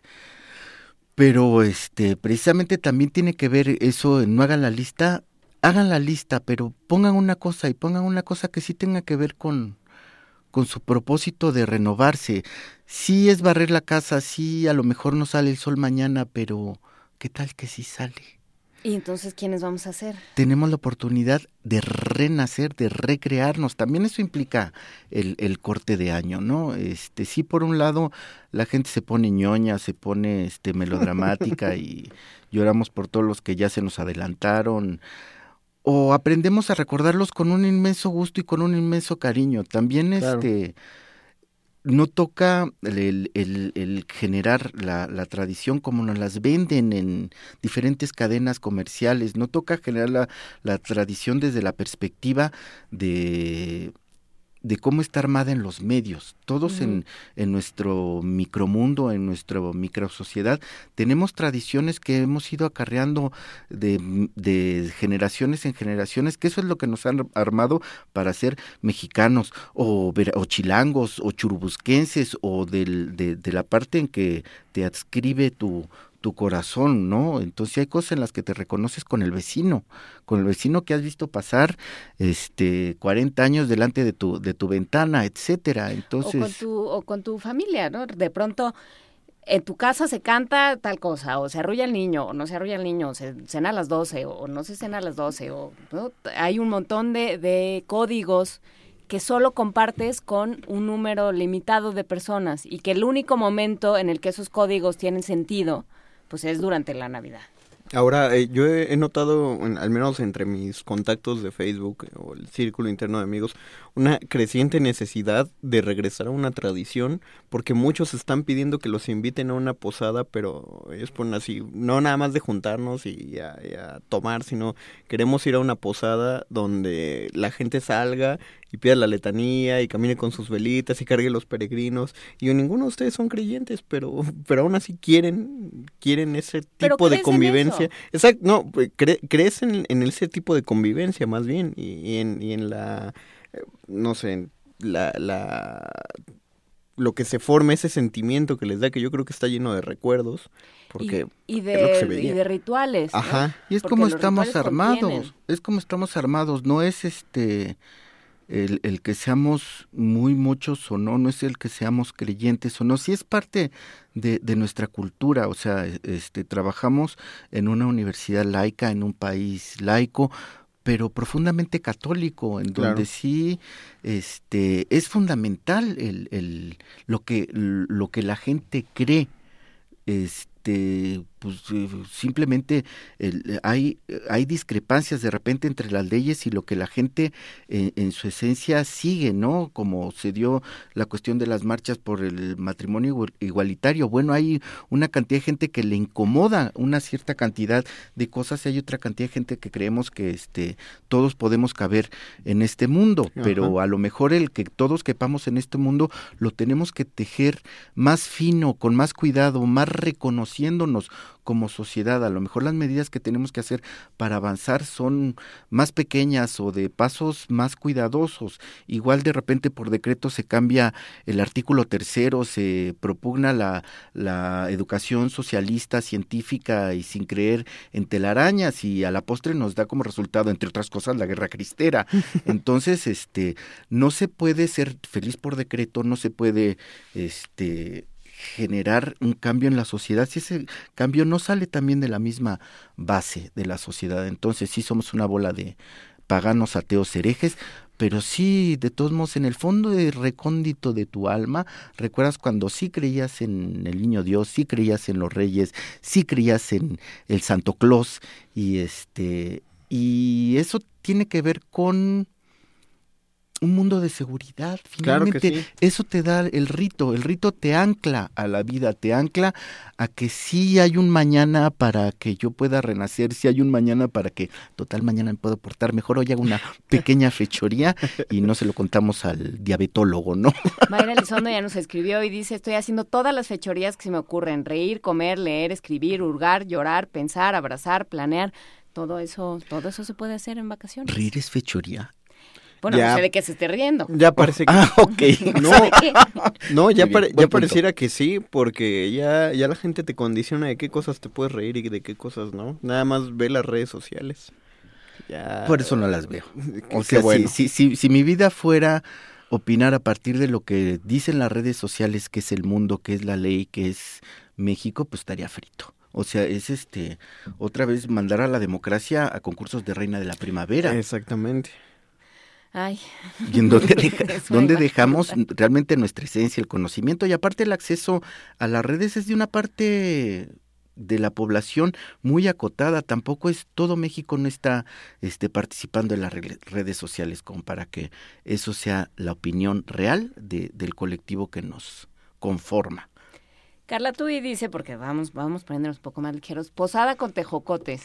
Pero este, precisamente también tiene que ver eso, no hagan la lista, hagan la lista, pero pongan una cosa y pongan una cosa que sí tenga que ver con, con su propósito de renovarse. Sí es barrer la casa, sí a lo mejor no sale el sol mañana, pero ¿qué tal que sí sale? ¿Y entonces quiénes vamos a ser? Tenemos la oportunidad de renacer, de recrearnos. También eso implica el, el corte de año, ¿no? Este, sí, por un lado, la gente se pone ñoña, se pone este melodramática y lloramos por todos los que ya se nos adelantaron. O aprendemos a recordarlos con un inmenso gusto y con un inmenso cariño. También claro. este... no toca el, el, el generar la, la tradición como nos las venden en diferentes cadenas comerciales, no toca generar la, la tradición desde la perspectiva de, de cómo está armada en los medios. Todos uh-huh. en, en nuestro micromundo, en nuestra microsociedad, tenemos tradiciones que hemos ido acarreando de, de generaciones en generaciones, que eso es lo que nos han armado para ser mexicanos, o, o chilangos, o churubusquenses, o del, de, de la parte en que te adscribe tu... tu corazón, ¿no? Entonces hay cosas en las que te reconoces con el vecino, con el vecino que has visto pasar este cuarenta años delante de tu de tu ventana, etcétera. Entonces, o con tu o con tu familia, ¿no? De pronto en tu casa se canta tal cosa, o se arrulla el niño, o no se arrulla el niño, o se cena a las doce, o no se cena a las doce, o ¿no? Hay un montón de, de códigos que solo compartes con un número limitado de personas y que el único momento en el que esos códigos tienen sentido pues es durante la Navidad. Ahora, eh, yo he, he notado, en, al menos entre mis contactos de Facebook o el círculo interno de amigos, una creciente necesidad de regresar a una tradición, porque muchos están pidiendo que los inviten a una posada, pero ellos ponen así, no nada más de juntarnos y a, y a tomar, sino queremos ir a una posada donde la gente salga y pida la letanía y camine con sus velitas y cargue los peregrinos. Y ninguno de ustedes son creyentes, pero pero aún así quieren quieren ese tipo de convivencia. Exacto, no, cre, crees en, en ese tipo de convivencia más bien y, y, en, y en la, no sé, la, la lo que se forma, ese sentimiento que les da, que yo creo que está lleno de recuerdos. Porque y, y, de, y de rituales. Ajá, ¿no? Y es porque como estamos armados, contienen. es como estamos armados, no es este... El, el que seamos muy muchos o no, no es el que seamos creyentes o no, sí es parte de, de nuestra cultura, o sea, este, trabajamos en una universidad laica, en un país laico, pero profundamente católico, en Claro. donde sí este, es fundamental el, el, lo, que, lo que la gente cree. Este, pues eh, simplemente el, hay, hay discrepancias de repente entre las leyes y lo que la gente eh, en su esencia sigue, ¿no? Como se dio la cuestión de las marchas por el matrimonio igual- igualitario. Bueno, hay una cantidad de gente que le incomoda una cierta cantidad de cosas y hay otra cantidad de gente que creemos que este todos podemos caber en este mundo, Ajá. pero a lo mejor el que todos quepamos en este mundo lo tenemos que tejer más fino, con más cuidado, más reconociéndonos como sociedad. A lo mejor las medidas que tenemos que hacer para avanzar son más pequeñas o de pasos más cuidadosos. Igual de repente por decreto se cambia el artículo tercero, se propugna la, la educación socialista, científica y sin creer en telarañas, y a la postre nos da como resultado, entre otras cosas, la guerra cristera. Entonces, este, no se puede ser feliz por decreto, no se puede, este, generar un cambio en la sociedad si ese cambio no sale también de la misma base de la sociedad. Entonces sí somos una bola de paganos, ateos, herejes, pero sí, de todos modos, en el fondo de recóndito de tu alma, recuerdas cuando sí creías en el Niño Dios, sí creías en los reyes, sí creías en el Santo Claus, y este y eso tiene que ver con un mundo de seguridad. Finalmente, Claro que sí. eso te da el rito, el rito te ancla a la vida, te ancla a que sí hay un mañana para que yo pueda renacer, sí hay un mañana para que, total, mañana me puedo portar mejor, hoy hago una pequeña fechoría y no se lo contamos al diabetólogo, ¿no? Mayra Elizondo ya nos escribió y dice: estoy haciendo todas las fechorías que se me ocurren: reír, comer, leer, escribir, hurgar, llorar, pensar, abrazar, planear. Todo eso, todo eso se puede hacer en vacaciones. ¿Reír es fechoría? Bueno, Ya. no sé de qué se esté riendo. Ya parece que... Ah, ok. No, ¿Sabe qué? no ya, Muy bien, pare- buen ya punto. pareciera que sí, porque ya, ya la gente te condiciona de qué cosas te puedes reír y de qué cosas no. Nada más ve las redes sociales. Ya... Por eso no las veo. O Qué sea, bueno. si, si, si, si mi vida fuera opinar a partir de lo que dicen las redes sociales, que es el mundo, que es la ley, que es México, pues estaría frito. O sea, es este otra vez mandar a la democracia a concursos de reina de la primavera. Exactamente. Ay. Y en donde, deja- Es una donde imagen dejamos brutal. realmente nuestra esencia, el conocimiento, y aparte el acceso a las redes es de una parte de la población muy acotada. Tampoco es todo México no está este participando en las re- redes sociales como para que eso sea la opinión real de, del colectivo que nos conforma. Carla Tui dice, porque vamos, vamos poniéndonos un poco más ligeros: posada con tejocotes.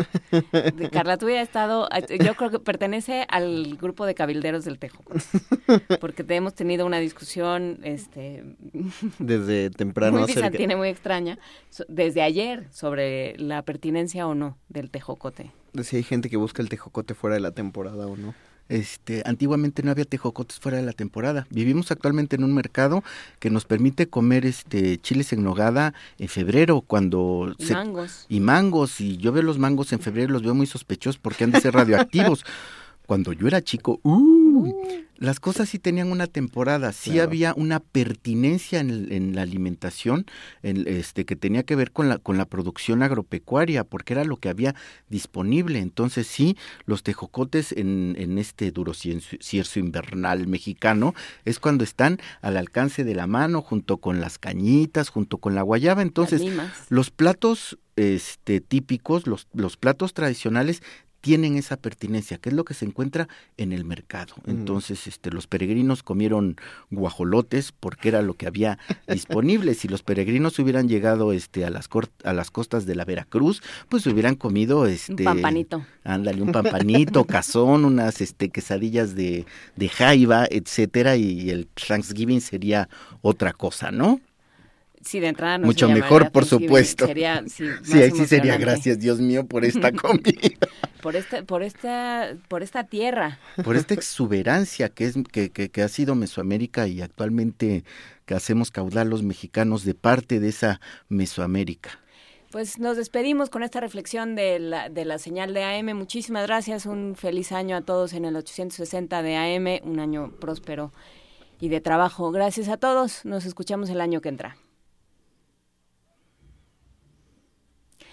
De Carla Tui ha estado, yo creo que pertenece al grupo de cabilderos del tejocote, porque te- hemos tenido una discusión este Desde temprano. muy acerca- bizantina, muy extraña, so- desde ayer, sobre la pertinencia o no del tejocote. Si hay gente que busca el tejocote fuera de la temporada o no. Este, antiguamente no había tejocotes fuera de la temporada. Vivimos actualmente en un mercado que nos permite comer este chiles en nogada en febrero, cuando Y mangos. y mangos, y yo veo los mangos en febrero, los veo muy sospechosos porque han de ser radioactivos. Cuando yo era chico, uh, las cosas sí tenían una temporada, sí Claro. había una pertinencia en, el- en la alimentación, en, este, que tenía que ver con la, con la producción agropecuaria, porque era lo que había disponible. Entonces sí, los tejocotes en, en este duro cien- cierzo invernal mexicano es cuando están al alcance de la mano, junto con las cañitas, junto con la guayaba. Entonces, Las limas. los platos este, típicos, los, los platos tradicionales tienen esa pertinencia, que es lo que se encuentra en el mercado. Entonces, este, los peregrinos comieron guajolotes porque era lo que había disponible. Si los peregrinos hubieran llegado este, a las cor- a las costas de la Veracruz, pues hubieran comido este Un pampanito. Ándale, un pampanito, cazón, unas este quesadillas de, de jaiba, etcétera, y el Thanksgiving sería otra cosa, ¿no? Sí, de entrada no Mucho se mejor, llamaría por Thanksgiving, supuesto. Sería, sí, Sí, más ahí sí sería emocionante. gracias, Dios mío, por esta comida. Por esta, por esta, por esta tierra. Por esta exuberancia que es que, que, que ha sido Mesoamérica y actualmente que hacemos caudal los mexicanos de parte de esa Mesoamérica. Pues nos despedimos con esta reflexión de la, de la señal de A M. Muchísimas gracias, un feliz año a todos en el ochocientos sesenta de A M, un año próspero y de trabajo. Gracias a todos, nos escuchamos el año que entra.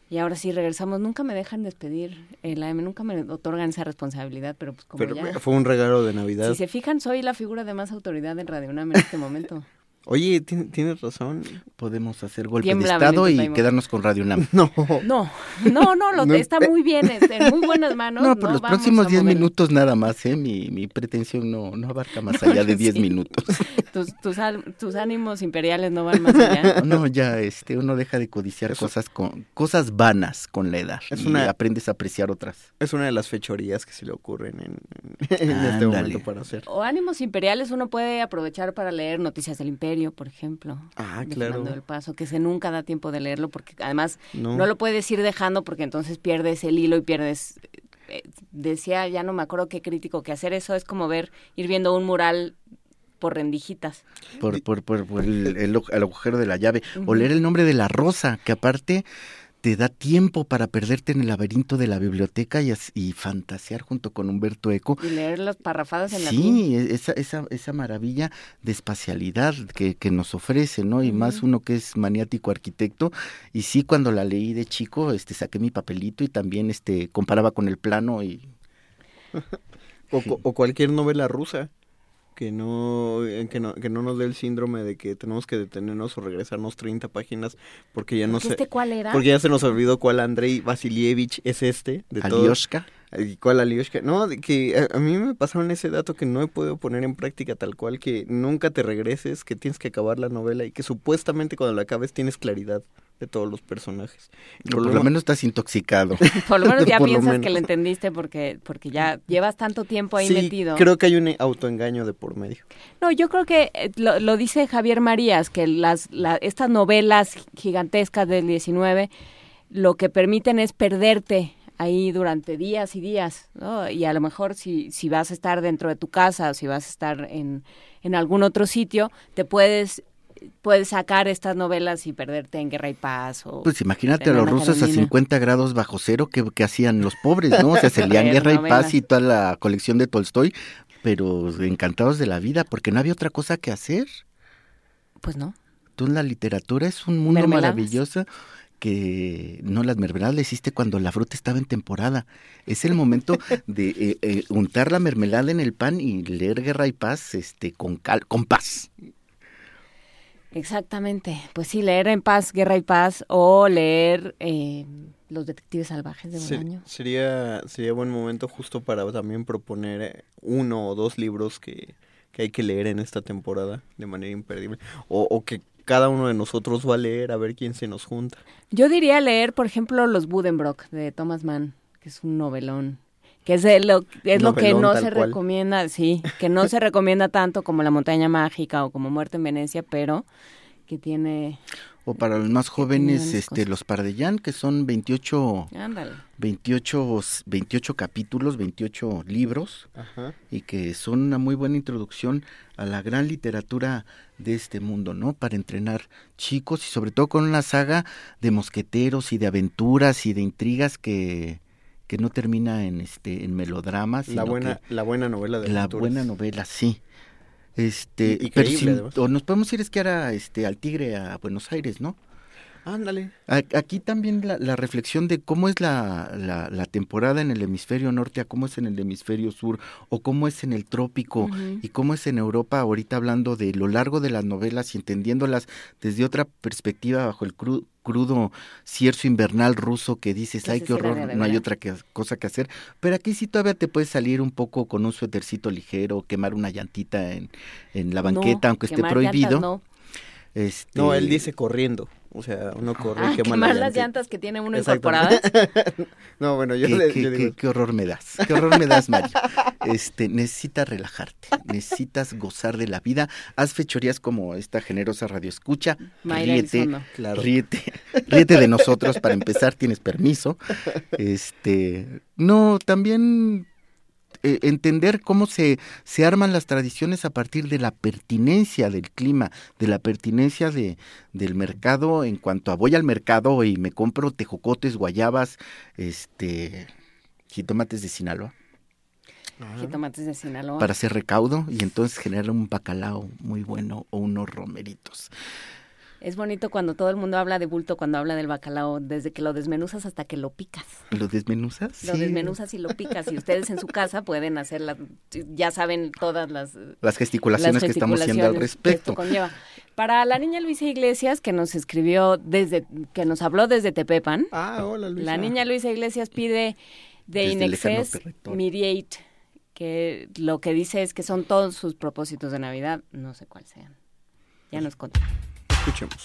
Y ahora sí regresamos. Nunca me dejan despedir el A M, nunca me otorgan esa responsabilidad, pero pues como pero ya... Fue un regalo de Navidad. Si se fijan, soy la figura de más autoridad en Radio UNAM en este momento. Oye, tienes razón. Podemos hacer golpe Tiembla, de estado Benito y Taimo. Quedarnos con Radio UNAM. No. No, no, no, lo, No. está muy bien, este, en muy buenas manos. No, por no los vamos próximos a diez moverlo. minutos nada más, ¿eh? Mi, mi pretensión no, no abarca más allá de diez Sí. minutos. Tus, tus, al- tus ánimos imperiales no van más allá. No, ya, este, uno deja de codiciar Eso- cosas con cosas vanas con la edad Es y una- aprendes a apreciar otras. Es una de las fechorías que se le ocurren en, en Ándale. este momento para hacer. O ánimos imperiales uno puede aprovechar para leer Noticias del Imperio, por ejemplo. Ah, de claro. Fernando del Paso, que se nunca da tiempo de leerlo porque además No. no, lo puedes ir dejando porque entonces pierdes el hilo y pierdes... eh, decía, ya no me acuerdo qué crítico, que hacer eso es como ver, ir viendo un mural por rendijitas. Por, por, por, por el, el, el agujero de la llave. Ujú. O leer el nombre de la rosa, que aparte te da tiempo para perderte en el laberinto de la biblioteca y, as- y fantasear junto con Humberto Eco. Y leer las parrafadas en latín. Sí, esa, esa, esa maravilla de espacialidad que, que nos ofrece, ¿no? Y Ujú. más uno que es maniático arquitecto. Y sí, cuando la leí de chico, este, saqué mi papelito y también este, comparaba con el plano y... O, cu- o cualquier novela rusa que no, que no que no nos dé el síndrome de que tenemos que detenernos o regresarnos treinta páginas porque ya no ¿Porque sé este cuál era? porque ya se nos olvidó cuál Andrei Vasilievich es este de todos. Alioshka. ¿Y cuál Alioshka? No, de que a, a mí me pasaron ese dato que no he podido poner en práctica tal cual, que nunca te regreses, que tienes que acabar la novela y que supuestamente cuando la acabes tienes claridad de todos los personajes. El Por lo problema- menos estás intoxicado. Por lo menos ya Por lo piensas menos. que lo entendiste porque, porque ya llevas tanto tiempo ahí Sí, metido. creo que hay un autoengaño de por medio. No, yo creo que eh, lo, lo dice Javier Marías, que las la, estas novelas gigantescas del diecinueve lo que permiten es perderte ahí durante días y días, ¿no? Y a lo mejor si, si vas a estar dentro de tu casa o si vas a estar en, en algún otro sitio, te puedes puedes sacar estas novelas y perderte en Guerra y Paz. O Pues imagínate a en los Ana rusos a Karenina. cincuenta grados bajo cero que, que hacían los pobres, ¿no? O sea, se leían Leer Guerra y novelas. Paz y toda la colección de Tolstoy, pero encantados de la vida porque no había otra cosa que hacer. Pues no. Entonces la literatura es un mundo Mermeladas. maravilloso que no, las mermeladas las hiciste cuando la fruta estaba en temporada. Es el momento de eh, eh, untar la mermelada en el pan y leer Guerra y Paz este con cal, con paz. Exactamente. Pues sí, leer En Paz, Guerra y Paz o leer eh, Los Detectives Salvajes de Se- Bolaño. sería sería buen momento justo para también proponer eh, uno o dos libros que, que hay que leer en esta temporada de manera imperdible o, o que cada uno de nosotros va a leer a ver quién se nos junta. Yo diría leer, por ejemplo, Los Buddenbrook de Thomas Mann, que es un novelón. Que es, de lo, es lo que Novelón, no tal se cual. recomienda, sí, que no se recomienda tanto como La Montaña Mágica o como Muerte en Venecia, pero que tiene... O para los más jóvenes, grandes este, cosas. los Pardellán, que son veintiocho, Ándale. veintiocho, veintiocho capítulos, veintiocho libros, Ajá. y que son una muy buena introducción a la gran literatura de este mundo, ¿no? Para entrenar chicos y sobre todo con una saga de mosqueteros y de aventuras y de intrigas que, que no termina en este en melodramas. La sino buena que la buena novela de la aventuras. buena novela, sí. Este, Y- y pero creíble, sin- además. o nos podemos ir a esquiar a, este, al Tigre a Buenos Aires, ¿no? Ándale. A- Aquí también la, la reflexión de cómo es la, la, la temporada en el hemisferio norte, a cómo es en el hemisferio sur, o cómo es en el trópico, Ujú. y cómo es en Europa, ahorita hablando de lo largo de las novelas y entendiéndolas desde otra perspectiva, bajo el cru- crudo cierzo invernal ruso que dices, Ese ay, sí qué era horror, de no hay veras. otra que- cosa que hacer. Pero aquí sí todavía te puedes salir un poco con un suétercito ligero, quemar una llantita en, en la banqueta, No, aunque esté quemar prohibido. llantas no. Este, No, él dice corriendo. O sea, uno corre Ah, y quema quemar la las llanta. llantas que tiene uno Exactamente. incorporadas. No, bueno, yo, qué, le- qué- yo digo... qué- qué horror me das, qué horror me das, Mario. Este, necesitas relajarte, necesitas gozar de la vida. Haz fechorías como esta generosa radioescucha. Mayra Ríete, Elizondo. Claro. ríete, ríete de nosotros para empezar, tienes permiso. Este, no, también eh, entender cómo se, se arman las tradiciones a partir de la pertinencia del clima, de la pertinencia de, del mercado en cuanto a voy al mercado y me compro tejocotes, guayabas, este, jitomates de Sinaloa Jitomates de Sinaloa. para hacer recaudo y entonces generar un bacalao muy bueno o unos romeritos. Es bonito cuando todo el mundo habla de bulto, cuando habla del bacalao, desde que lo desmenuzas hasta que lo picas. ¿Lo desmenuzas? Lo sí. desmenuzas y lo picas. Y ustedes en su casa pueden hacer, la, ya saben todas las... Las gesticulaciones, las gesticulaciones que estamos haciendo al respecto. Que esto conlleva. Para la niña Luisa Iglesias, que nos escribió desde, que nos habló desde Tepepan. Ah, hola Luisa. La niña Luisa Iglesias pide de Inexcess Mediate, que lo que dice es que son todos sus propósitos de Navidad, no sé cuáles sean. Ya nos contó. Escuchemos.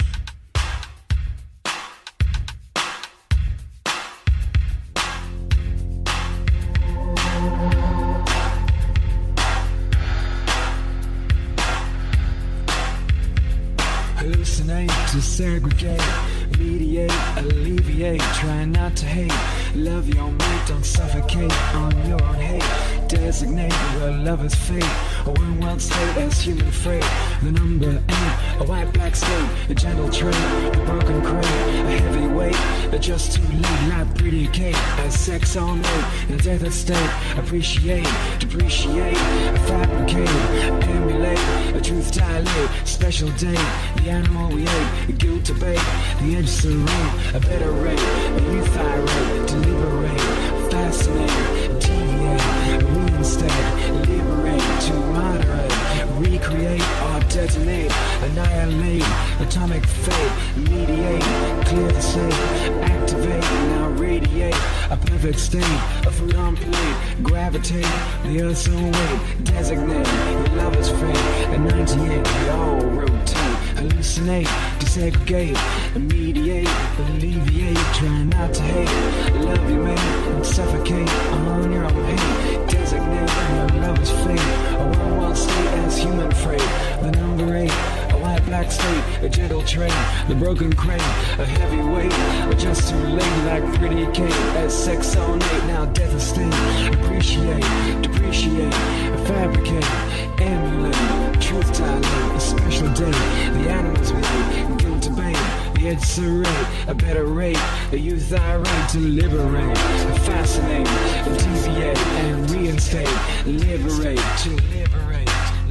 Hallucinate to segregate, mediate, alleviate, try not to hate, love your mate, don't suffocate on your own hate, designate where love is fate, a one world state as human freight, the number eight, a white black state, a gentle trait, a broken crate, a heavy weight, a just too late, not pretty Kate, a sex all night, in a death of state, appreciate, depreciate, a fabricate, emulate, a truth dilate, special date, the animal we ate, the guilt debate, the edge serene, a better rate, a youth irate, deliberate, fascinate, deviate, reinstate, liberate, to moderate, recreate or detonate, annihilate, atomic fate, mediate, clear the slate, activate, now radiate, a perfect state, a food on plate, gravitate, the earth's own weight, designate, your lover's fate, at ninety-eight, we all rotate, hallucinate, desegregate, mediate, alleviate, try not to hate, love you man, and suffocate, on your own hate, designate, your lover's fate, a one world state as human freight, the number eight, a white black state, a gentle train, the broken crane, a heavy weight, or just too late like pretty Kate, as sex all night, now death is sting, appreciate, depreciate, fabricate, emulate, truth dilate, a special day, the animals wait, guilt debate, the edge serrate, a better rate, a youth irate to liberate, fascinate, deviate, and reinstate, liberate, to liberate.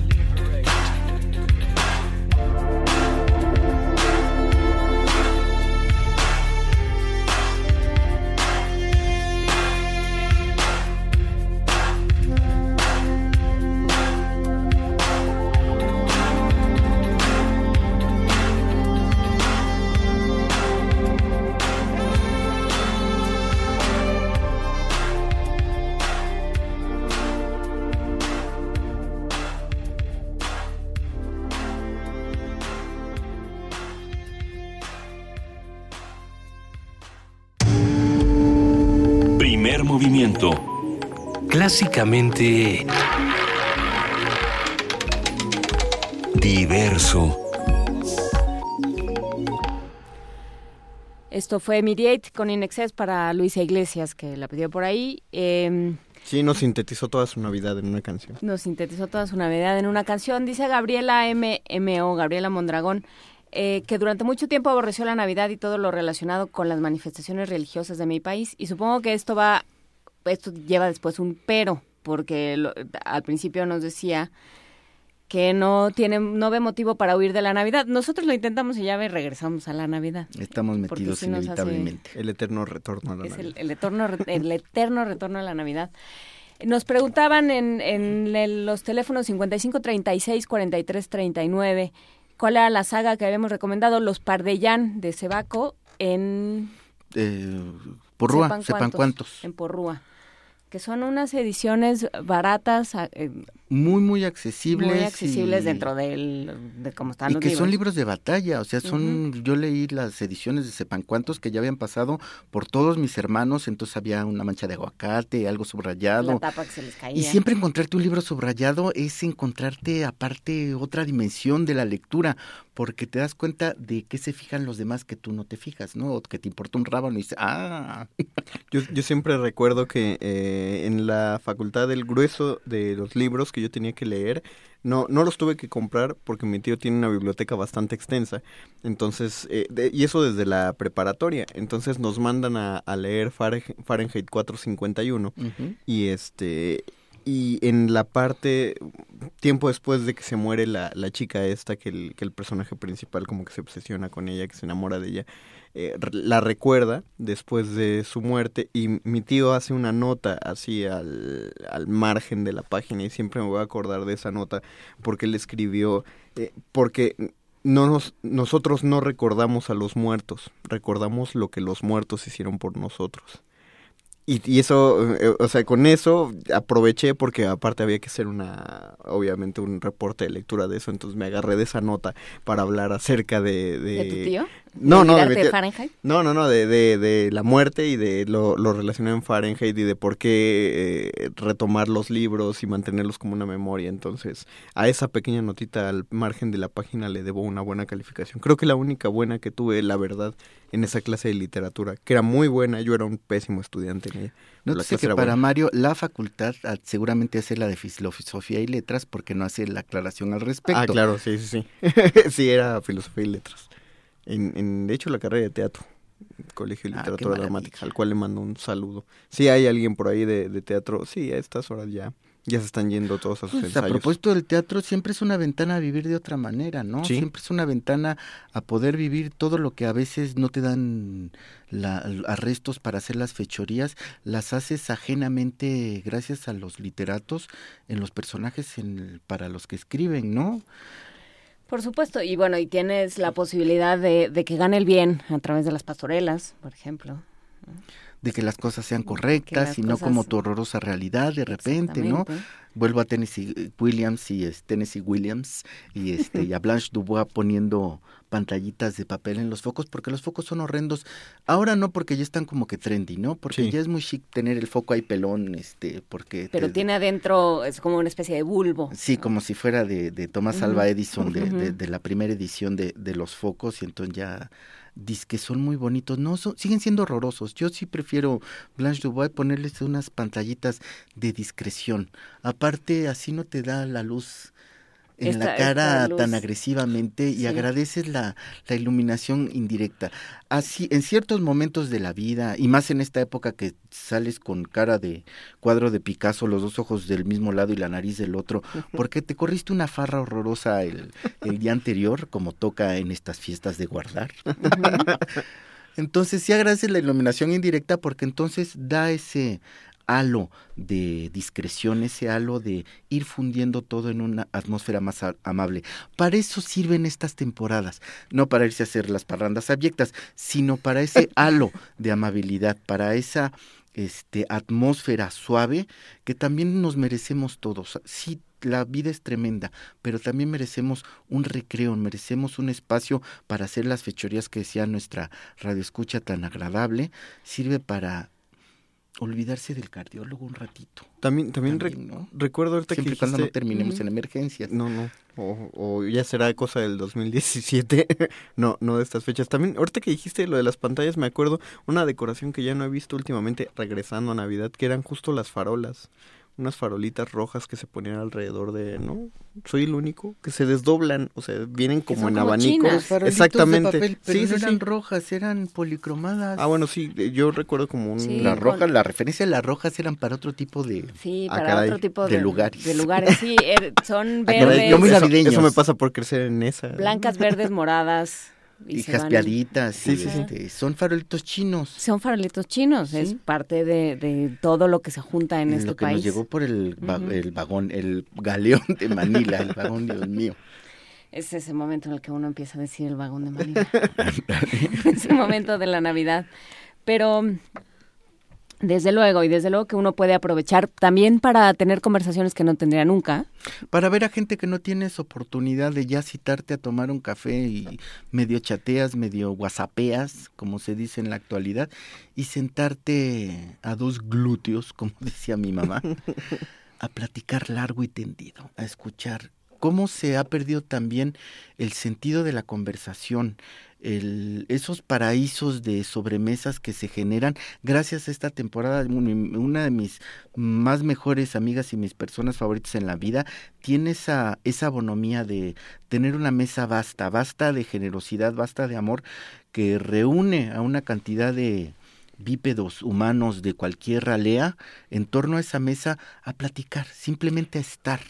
Primer movimiento. Clásicamente diverso. Esto fue Mediate con Inexcess para Luisa Iglesias, que la pidió por ahí. Eh, sí, nos sintetizó toda su Navidad en una canción. Nos sintetizó toda su Navidad en una canción. Dice Gabriela M M O, Gabriela Mondragón, eh, que durante mucho tiempo aborreció la Navidad y todo lo relacionado con las manifestaciones religiosas de mi país. Y supongo que esto va, esto lleva después un pero, porque lo, al principio nos decía que no tiene, no ve motivo para huir de la Navidad. Nosotros lo intentamos y ya ve, regresamos a la Navidad. Estamos metidos sí inevitablemente. Hace... El eterno retorno a la es Navidad. El, el, eterno, el eterno retorno a la Navidad. Nos preguntaban en, en el, los teléfonos cincuenta y cinco, treinta y seis, cuarenta y tres, treinta y nueve cuál era la saga que habíamos recomendado, Los Pardellán de Cebaco en... Eh, Porrúa, sepan, sepan cuántos. En Porrúa, que son unas ediciones baratas, eh, muy muy accesibles, muy accesibles y... dentro del, de cómo están y los que libros. Son libros de batalla, o sea, son, uh-huh. Yo leí las ediciones de Sepan Cuántos que ya habían pasado por todos mis hermanos, entonces había una mancha de aguacate, algo subrayado. La tapa que se les caía. Y siempre encontrarte un libro subrayado es encontrarte aparte otra dimensión de la lectura, porque te das cuenta de qué se fijan los demás que tú no te fijas, ¿no? O que te importa un rábano y dices, ah. Yo, yo siempre recuerdo que eh, en la facultad el grueso de los libros que yo tenía que leer, no no los tuve que comprar porque mi tío tiene una biblioteca bastante extensa, entonces, eh, de, y eso desde la preparatoria, entonces nos mandan a, a leer Fahrenheit cuatrocientos cincuenta y uno, uh-huh. y este... Y en la parte, tiempo después de que se muere la, la chica esta, que el, que el personaje principal como que se obsesiona con ella, que se enamora de ella, eh, la recuerda después de su muerte, y mi tío hace una nota así al, al margen de la página, y siempre me voy a acordar de esa nota porque él escribió, eh, porque no nos, nosotros no recordamos a los muertos, recordamos lo que los muertos hicieron por nosotros. Y, y eso, eh, o sea, con eso aproveché porque aparte había que hacer una, obviamente un reporte de lectura de eso, entonces me agarré de esa nota para hablar acerca de... ¿De, ¿De tu tío? No, no, de, de, de Fahrenheit. No, no, no, de, de, de la muerte y de lo, lo relacionado en Fahrenheit y de por qué eh, retomar los libros y mantenerlos como una memoria. Entonces, a esa pequeña notita al margen de la página le debo una buena calificación. Creo que la única buena que tuve, la verdad, en esa clase de literatura, que era muy buena, yo era un pésimo estudiante en ella. No sé que para buena. Mario, la facultad seguramente hace la de filosofía y letras porque no hace la aclaración al respecto. Ah, claro, sí, sí, sí. Sí, era filosofía y letras. En, en, de hecho, la carrera de teatro, Colegio de Literatura ah, Dramática, al cual le mando un saludo. Sí, hay alguien por ahí de, de teatro. Sí, a estas horas ya, ya se están yendo todos a sus pues, ensayos. A propósito del teatro, siempre es una ventana a vivir de otra manera, ¿no? ¿Sí? Siempre es una ventana a poder vivir todo lo que a veces no te dan la, arrestos para hacer las fechorías, las haces ajenamente gracias a los literatos, en los personajes en, para los que escriben, ¿no? Por supuesto, y bueno, y tienes la posibilidad de, de que gane el bien a través de las pastorelas, por ejemplo. De que las cosas sean correctas y no cosas... como tu horrorosa realidad de repente, ¿no? Vuelvo a Tennessee Williams y es Tennessee Williams y este y a Blanche Dubois poniendo pantallitas de papel en los focos porque los focos son horrendos. Ahora no porque ya están como que trendy, ¿no? Porque sí. Ya es muy chic tener el foco ahí pelón, este, porque pero te... tiene adentro es como una especie de bulbo. Sí, ¿no? Como si fuera de, de Thomas uh-huh. Alva Edison de, uh-huh. de, de la primera edición de, de los focos y entonces ya dice que son muy bonitos, no, son, siguen siendo horrorosos. Yo sí prefiero Blanche Dubois ponerles unas pantallitas de discreción. Aparte, así no te da la luz en esta, la cara tan agresivamente sí. Y agradeces la, la iluminación indirecta. Así, en ciertos momentos de la vida, y más en esta época que sales con cara de cuadro de Picasso, los dos ojos del mismo lado y la nariz del otro, porque te corriste una farra horrorosa el, el día anterior, como toca en estas fiestas de guardar. Entonces sí agradeces la iluminación indirecta porque entonces da ese halo de discreción, ese halo de ir fundiendo todo en una atmósfera más a- amable. Para eso sirven estas temporadas, no para irse a hacer las parrandas abyectas, sino para ese halo de amabilidad, para esa este, atmósfera suave que también nos merecemos todos. Sí, la vida es tremenda, pero también merecemos un recreo, merecemos un espacio para hacer las fechorías que decía nuestra radioescucha tan agradable, sirve para olvidarse del cardiólogo un ratito. También, también, también re- ¿no? recuerdo ahorita Siempre que cuando dijiste... no terminemos uh-huh. en emergencias. No, no, o, o ya será cosa del dos mil diecisiete, no, no de estas fechas. También, ahorita que dijiste lo de las pantallas, me acuerdo una decoración que ya no he visto últimamente, regresando a Navidad, que eran justo las farolas. Unas farolitas rojas que se ponían alrededor de, ¿no? Soy el único, que se desdoblan, o sea, vienen como en como abanicos. Exactamente. De papel, pero sí, no sí, eran sí. rojas, eran policromadas. Ah, bueno, sí, yo recuerdo como un... Sí, las rojas, con... la referencia de las rojas eran para otro tipo de... Sí, para ah, otro tipo de, de lugares. De lugares, sí, er, son verdes. Caray, no muy navideños. Eso, eso me pasa por crecer en esa. Blancas, verdes, moradas. Y, y jaspeaditas, sí, sí, sí, este, sí. Son farolitos chinos. Son farolitos chinos, ¿sí? Es parte de, de todo lo que se junta en lo este que país. Nos llegó por el, va- uh-huh. el vagón, el galeón de Manila, el vagón, Dios mío. Es ese momento en el que uno empieza a decir el vagón de Manila. Es el momento de la Navidad. Pero... Desde luego, y desde luego que uno puede aprovechar también para tener conversaciones que no tendría nunca. Para ver a gente que no tienes oportunidad de ya citarte a tomar un café y medio chateas, medio whatsappeas, como se dice en la actualidad, y sentarte a dos glúteos, como decía mi mamá, a platicar largo y tendido, a escuchar. Cómo se ha perdido también el sentido de la conversación, el, esos paraísos de sobremesas que se generan gracias a esta temporada. Una de mis más mejores amigas y mis personas favoritas en la vida tiene esa, esa bonomía de tener una mesa vasta, vasta de generosidad, vasta de amor, que reúne a una cantidad de bípedos humanos de cualquier ralea en torno a esa mesa a platicar, simplemente a estar,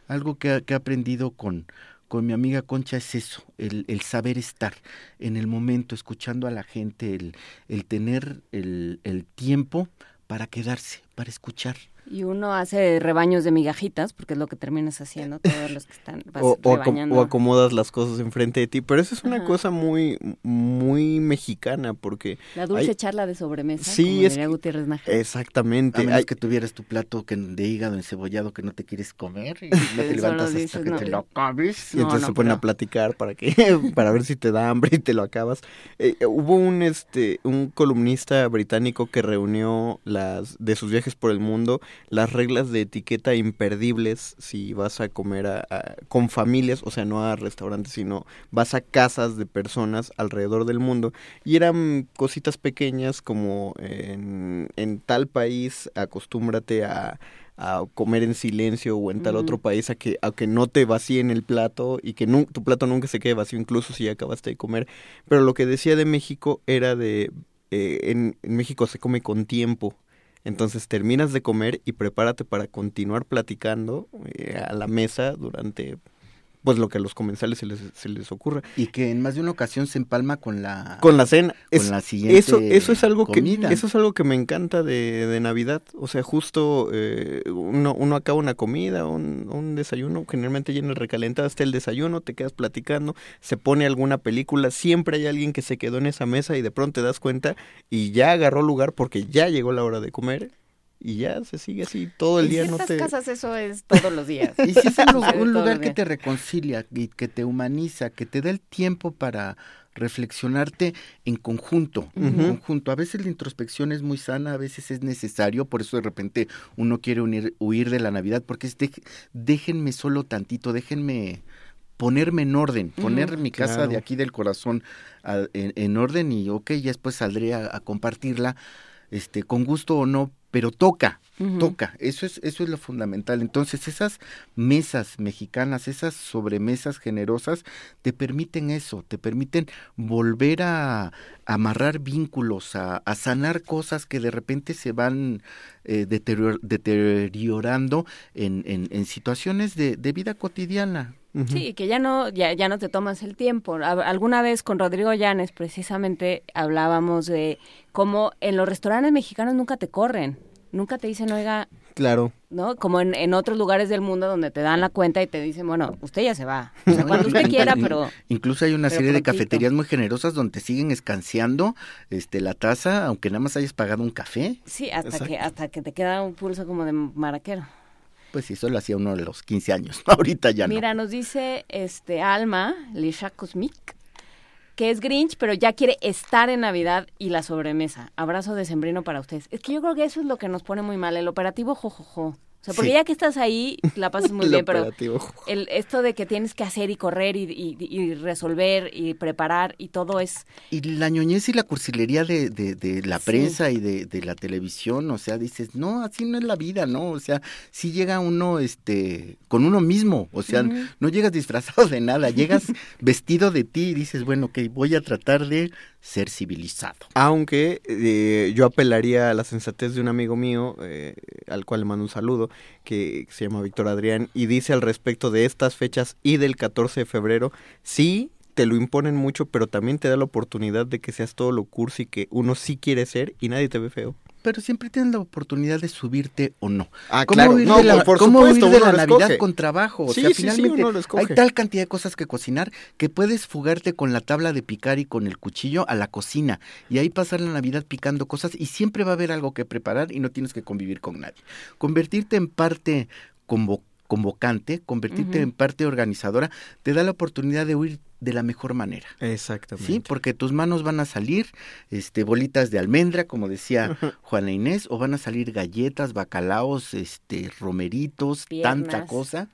Algo que, que he aprendido con, con mi amiga Concha es eso, el, el saber estar en el momento, escuchando a la gente, el, el tener el, el tiempo para quedarse, para escuchar. Y uno hace rebaños de migajitas, porque es lo que terminas haciendo, todos los que están vas o, o, rebañando. o acomodas las cosas enfrente de ti, pero eso es una Ajá. cosa muy muy mexicana, porque... La dulce hay... charla de sobremesa, sí, como es diría Gutiérrez Nájera. Exactamente. A menos hay... que tuvieras tu plato que, de hígado encebollado que no te quieres comer y no te levantas hasta dices, que no. te lo acabes. Y entonces no, se ponen pero... a platicar para que para ver si te da hambre y te lo acabas. Eh, hubo un este un columnista británico que reunió las de sus viajes por el mundo las reglas de etiqueta imperdibles si vas a comer a, a, con familias, o sea, no a restaurantes, sino vas a casas de personas alrededor del mundo. Y eran cositas pequeñas como en, en tal país acostúmbrate a a comer en silencio, o en tal uh-huh. otro país a que, a que no te vacíen el plato y que nu- tu plato nunca se quede vacío, incluso si ya acabaste de comer. Pero lo que decía de México era de eh, en, en México se come con tiempo. Entonces terminas de comer y prepárate para continuar platicando eh, a la mesa durante pues lo que a los comensales se les, se les ocurra. Y que en más de una ocasión se empalma con la con la cena. Con es, la siguiente eso, eso es algo comida. que eso es algo que me encanta de, de Navidad. O sea, justo eh, uno, uno acaba una comida, un, un desayuno, generalmente ya en el recalentado está el desayuno, te quedas platicando, se pone alguna película, siempre hay alguien que se quedó en esa mesa y de pronto te das cuenta y ya agarró lugar porque ya llegó la hora de comer. Y ya se sigue así todo el en día. En no ciertas te... casas eso es todos los días. Y si es un lugar, un lugar que te reconcilia y que te humaniza, que te da el tiempo para reflexionarte en conjunto, uh-huh. en conjunto. A veces la introspección es muy sana, a veces es necesario, por eso de repente uno quiere unir, huir de la Navidad, porque es de, déjenme solo tantito, déjenme ponerme en orden, poner uh-huh, mi casa claro. de aquí del corazón a, en, en orden y ok, ya después saldré a, a compartirla, este, con gusto o no, pero toca, uh-huh. toca, eso es, eso es lo fundamental. Entonces esas mesas mexicanas, esas sobremesas generosas, te permiten eso, te permiten volver a, a amarrar vínculos, a, a sanar cosas que de repente se van eh, deterior, deteriorando en, en, en situaciones de, de vida cotidiana. Uh-huh. Sí, que ya no, ya, ya no te tomas el tiempo. Alguna vez con Rodrigo Llanes precisamente hablábamos de cómo en los restaurantes mexicanos nunca te corren, nunca te dicen, oiga, claro, ¿no? Como en, en otros lugares del mundo donde te dan la cuenta y te dicen, bueno, usted ya se va, o sea, cuando usted quiera, pero... Incluso hay una serie prontito. de cafeterías muy generosas donde te siguen escanciando este, la taza, aunque nada más hayas pagado un café. Sí, hasta que, hasta que te queda un pulso como de maraquero. Pues sí, eso lo hacía uno de los quince años, ahorita ya no. Mira, nos dice este Alma, Lisha Cosmic, que es Grinch, pero ya quiere estar en Navidad y la sobremesa. Abrazo decembrino para ustedes. Es que yo creo que eso es lo que nos pone muy mal, el operativo jojojo. O sea, porque sí. ya que estás ahí, la pasas muy bien, pero el, esto de que tienes que hacer y correr y, y, y resolver y preparar y todo es... Y la ñoñez y la cursilería de, de, de la sí. prensa y de, de la televisión, o sea, dices, no, así no es la vida, ¿no? O sea, sí llega uno este con uno mismo, o sea, uh-huh. no llegas disfrazado de nada, llegas vestido de ti y dices, bueno, ok, voy a tratar de ser civilizado. Aunque eh, yo apelaría a la sensatez de un amigo mío, eh, al cual le mando un saludo, que se llama Víctor Adrián, y dice al respecto de estas fechas y del catorce de febrero, sí, te lo imponen mucho, pero también te da la oportunidad de que seas todo lo cursi que uno sí quiere ser y nadie te ve feo. Pero siempre tienes la oportunidad de subirte o no. Ah, ¿Cómo claro. Huir no, de la, por ¿cómo supuesto, huir de la lo Navidad escoge. con trabajo? O sí, sea, sí, finalmente sí, uno lo escoge. hay tal cantidad de cosas que cocinar que puedes fugarte con la tabla de picar y con el cuchillo a la cocina y ahí pasar la Navidad picando cosas y siempre va a haber algo que preparar y no tienes que convivir con nadie. Convertirte en parte convo- convocante, convertirte uh-huh. en parte organizadora, te da la oportunidad de huir de la mejor manera. Exactamente. Sí, porque tus manos van a salir este bolitas de almendra, como decía Juana Inés, o van a salir galletas, bacalaos, este romeritos, Piernas. tanta cosa.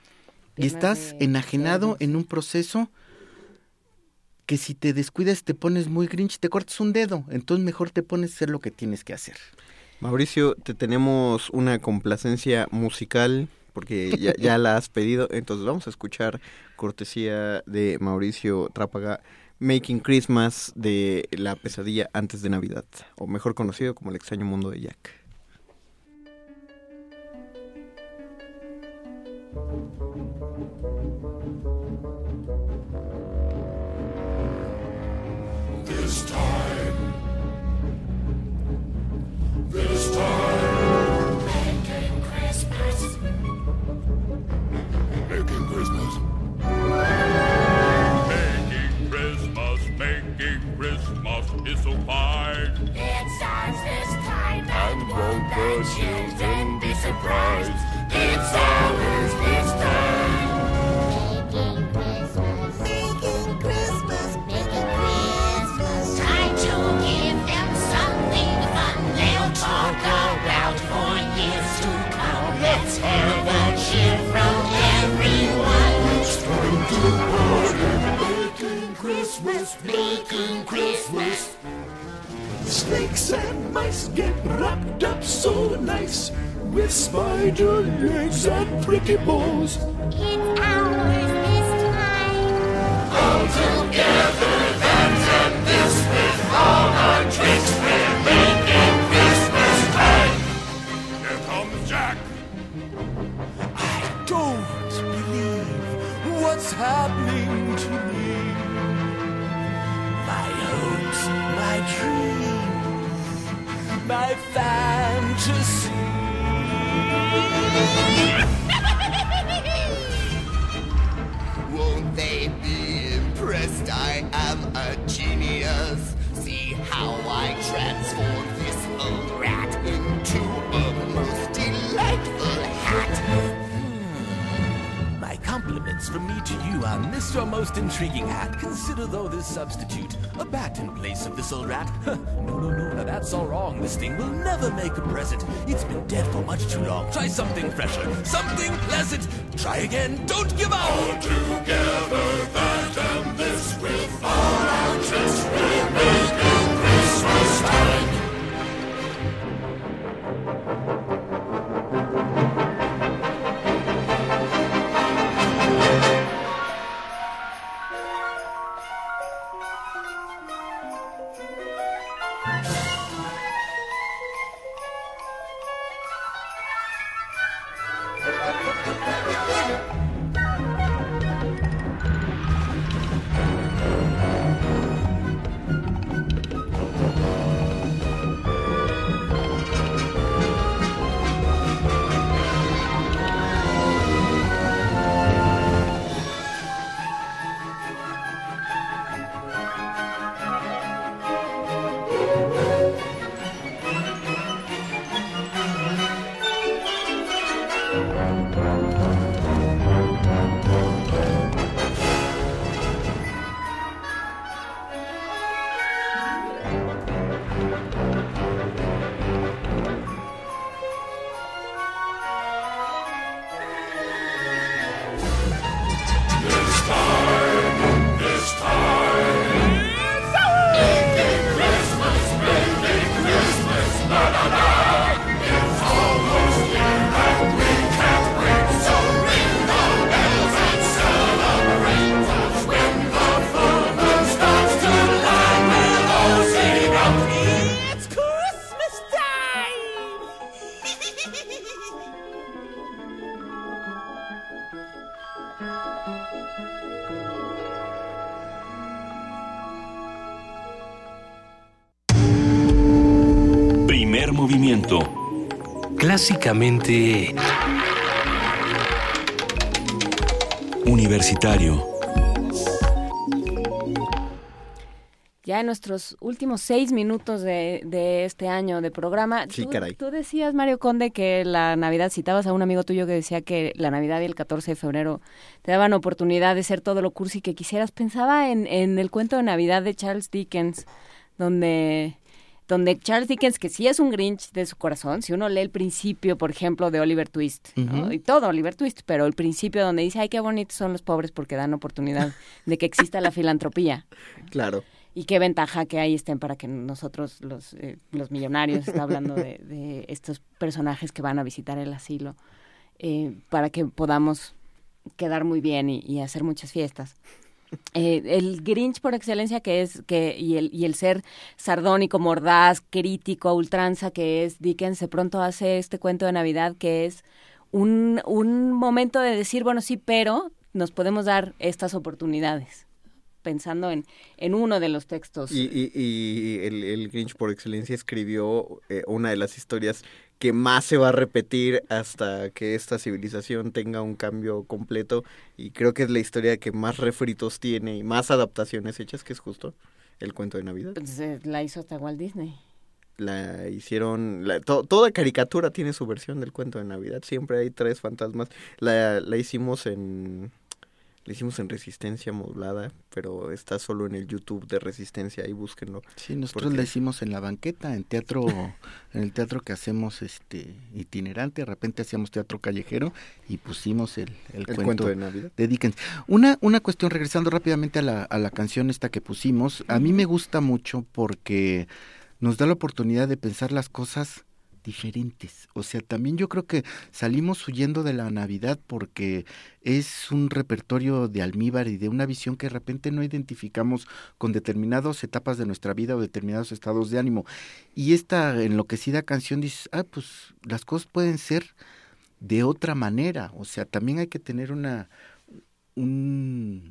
Y estás enajenado en un proceso que si te descuidas, te pones muy Grinch, te cortas un dedo, entonces mejor te pones a hacer lo que tienes que hacer. Mauricio, te tenemos una complacencia musical porque ya, ya la has pedido, entonces vamos a escuchar cortesía de Mauricio Trápaga, Making Christmas de La Pesadilla Antes de Navidad, o mejor conocido como El Extraño Mundo de Jack. Christmas, making Christmas. Snakes and mice get wrapped up so nice with spider legs and pricky paws. It's ours this time. All together, that and this, with all our tricks, we're making Christmas time. Here comes Jack. I don't believe what's happening to me. My hopes, my dreams, my fantasy. Won't they be impressed? I am a genius. See how I transform this old rat into a most delightful hat. My compliments from me to you on this your most intriguing hat. Consider though this substitute a bat in place of this old rat. no, no, no, now that's all wrong. This thing will never make a present. It's been dead for much too long. Try something fresher, something pleasant. Try again, don't give up. All together, that and this, with all our tricks, we're making Christmas time. Primer movimiento. Clásicamente universitario. Ya en nuestros últimos seis minutos de, de este año de programa, sí, tú, caray. tú decías, Mario Conde, que la Navidad, citabas a un amigo tuyo que decía que la Navidad y el catorce de febrero te daban oportunidad de ser todo lo cursi que quisieras. Pensaba en, en el cuento de Navidad de Charles Dickens, donde... donde Charles Dickens, que sí es un Grinch de su corazón, si uno lee el principio, por ejemplo, de Oliver Twist, ¿no? Uh-huh. Y todo Oliver Twist, pero el principio donde dice, ay, qué bonitos son los pobres porque dan oportunidad de que exista la filantropía. Claro. Y qué ventaja que ahí estén para que nosotros, los eh, los millonarios, está hablando de, de estos personajes que van a visitar el asilo, eh, para que podamos quedar muy bien y, y hacer muchas fiestas. Eh, el Grinch por excelencia que es que y el y el ser sardónico, mordaz, crítico, a ultranza que es Dickens, de pronto hace este cuento de Navidad que es un un momento de decir, bueno, sí, pero nos podemos dar estas oportunidades, pensando en, en uno de los textos. Y, y, y el, el Grinch por excelencia escribió eh, una de las historias que más se va a repetir hasta que esta civilización tenga un cambio completo, y creo que es la historia que más refritos tiene y más adaptaciones hechas, que es justo el cuento de Navidad. Pues, eh, la hizo hasta Walt Disney. La hicieron, la, to, toda caricatura tiene su versión del cuento de Navidad, siempre hay tres fantasmas. La, la hicimos en... Le hicimos en Resistencia Modulada, pero está solo en el YouTube de Resistencia, ahí búsquenlo. Sí, nosotros porque... le hicimos en la banqueta, en teatro, en el teatro que hacemos este itinerante, de repente hacíamos teatro callejero y pusimos el, el, el cuento, cuento de Navidad de Dickens. Una, una cuestión, regresando rápidamente a la, a la canción esta que pusimos, a mí me gusta mucho porque nos da la oportunidad de pensar las cosas diferentes. O sea, también yo creo que salimos huyendo de la Navidad porque es un repertorio de almíbar y de una visión que de repente no identificamos con determinadas etapas de nuestra vida o determinados estados de ánimo. Y esta enloquecida canción dice, ah, pues las cosas pueden ser de otra manera. O sea, también hay que tener una un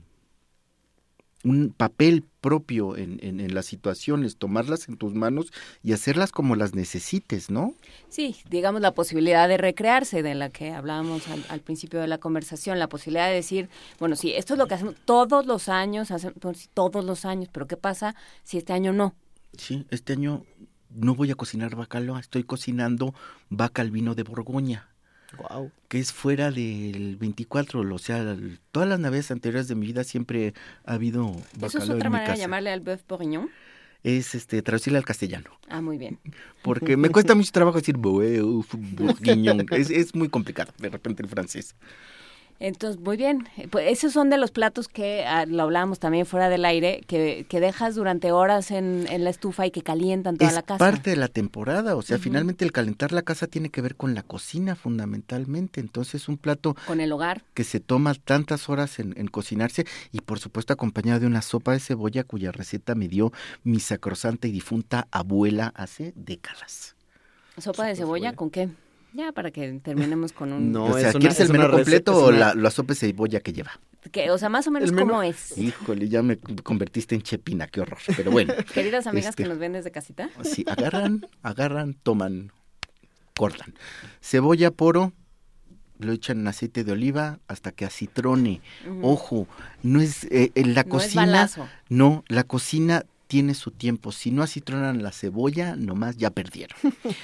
un papel propio en, en, en las situaciones, tomarlas en tus manos y hacerlas como las necesites, ¿no? Sí, digamos la posibilidad de recrearse, de la que hablábamos al, al principio de la conversación, la posibilidad de decir, bueno, sí, esto es lo que hacemos todos los años, hacemos, todos los años, pero ¿qué pasa si este año no? Sí, este año no voy a cocinar bacalao, estoy cocinando vaca al vino de Borgoña. Wow. Que es fuera del veinticuatro, o sea, todas las navidades anteriores de mi vida siempre ha habido bacalao. ¿Eso es otra en manera mi casa. de llamarle al bœuf bourguignon? Es este traducirle al castellano. Ah, muy bien. Porque me cuesta mucho trabajo decir bœuf bourguignon, es, es muy complicado de repente el francés. Entonces, muy bien. Pues esos son de los platos que ah, lo hablábamos también fuera del aire, que, que dejas durante horas en, en la estufa y que calientan toda es la casa. Es parte de la temporada, o sea, uh-huh. Finalmente el calentar la casa tiene que ver con la cocina fundamentalmente. Entonces, un plato... Con el hogar. Que se toma tantas horas en, en cocinarse y, por supuesto, acompañado de una sopa de cebolla cuya receta me dio mi sacrosanta y difunta abuela hace décadas. ¿Sopa de cebolla con qué? Ya, para que terminemos con un... No, o sea, ¿quieres el menú completo o la, la sopa de cebolla que lleva? Que, o sea, más o menos cómo es. Híjole, ya me convertiste en chepina, qué horror, pero bueno. Queridas amigas este, que nos ven desde casita. Sí, agarran, agarran, toman, cortan. Cebolla, poro, lo echan en aceite de oliva hasta que acitrone. Uh-huh. Ojo, no es eh, en la no cocina... Es balazo. No, la cocina tiene su tiempo. Si no acitronan la cebolla, nomás ya perdieron.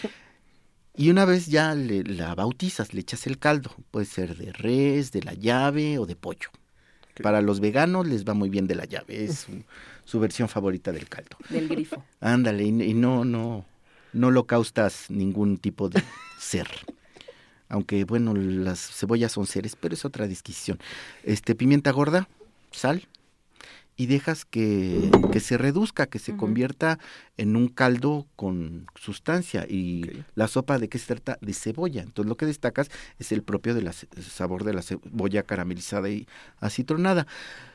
Y una vez ya le, la bautizas, le echas el caldo. Puede ser de res, de la llave o de pollo. Okay. Para los veganos les va muy bien de la llave. Es su, su versión favorita del caldo. Del grifo. Ándale, y, y no, no, no holocaustas ningún tipo de ser. Aunque, bueno, las cebollas son seres, pero es otra disquisición. Este, pimienta gorda, sal. Y dejas que, que se reduzca, que se uh-huh. convierta en un caldo con sustancia. Y okay. La sopa, ¿de qué se trata? De cebolla. Entonces lo que destacas es el propio de la, el sabor de la cebolla caramelizada y acitronada.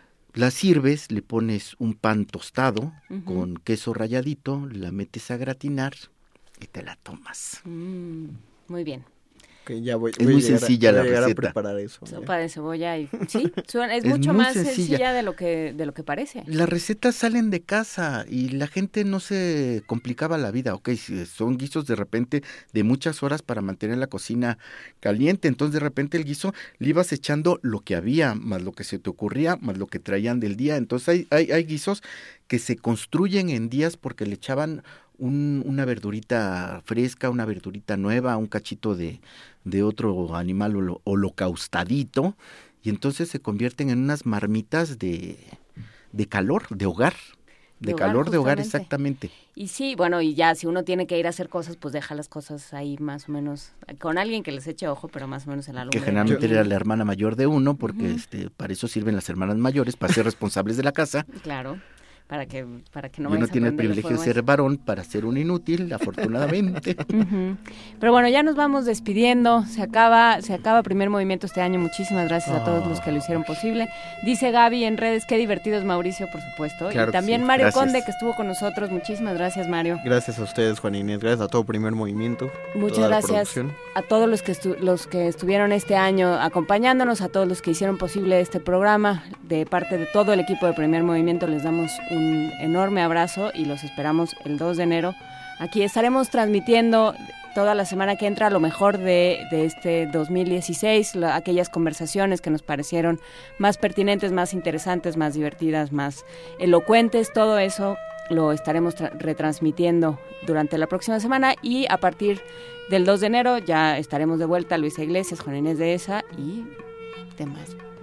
La sirves, le pones un pan tostado uh-huh. con queso ralladito, la metes a gratinar y te la tomas. Mm, muy bien. Okay, ya voy, es voy muy llegar, sencilla la voy a llegar receta. A preparar eso. Sopa ¿eh? de cebolla y sí, suena, es, es mucho más sencilla. sencilla de lo que de lo que parece. Las recetas salen de casa y la gente no se complicaba la vida. Ok, son guisos de repente de muchas horas para mantener la cocina caliente. Entonces de repente el guiso le ibas echando lo que había, más lo que se te ocurría, más lo que traían del día. Entonces hay, hay, hay guisos que se construyen en días porque le echaban Un, una verdurita fresca, una verdurita nueva, un cachito de, de otro animal holo, holocaustadito, y entonces se convierten en unas marmitas de, de calor, de hogar, de, de hogar, calor justamente. De hogar, exactamente. Y sí, bueno, y ya, si uno tiene que ir a hacer cosas, pues deja las cosas ahí más o menos, con alguien que les eche ojo, pero más o menos en la lumbre. Que generalmente era la hermana mayor de uno, porque uh-huh. este para eso sirven las hermanas mayores, para ser responsables de la casa. Claro. Para que, para que no y uno tiene el privilegio de ser varón para ser un inútil, afortunadamente. Uh-huh. Pero bueno, ya nos vamos despidiendo. Se acaba, se acaba Primer Movimiento este año. Muchísimas gracias oh. a todos los que lo hicieron posible. Dice Gaby en redes, qué divertido es Mauricio, por supuesto. Claro y también sí. Mario gracias. Conde, que estuvo con nosotros. Muchísimas gracias, Mario. Gracias a ustedes, Juan Inés. Gracias a todo Primer Movimiento. Muchas gracias a todos los que, estu- los que estuvieron este año acompañándonos, a todos los que hicieron posible este programa. De parte de todo el equipo de Primer Movimiento les damos un un enorme abrazo y los esperamos el dos de enero. Aquí estaremos transmitiendo toda la semana que entra lo mejor de, de este dos mil dieciséis, la, aquellas conversaciones que nos parecieron más pertinentes, más interesantes, más divertidas, más elocuentes, todo eso lo estaremos tra- retransmitiendo durante la próxima semana y a partir del dos de enero ya estaremos de vuelta Luisa Iglesias, Juan Inés de Esa y demás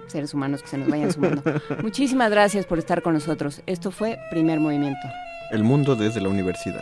seres humanos que se nos vayan sumando. Muchísimas gracias por estar con nosotros. Esto fue Primer Movimiento. El mundo desde la universidad.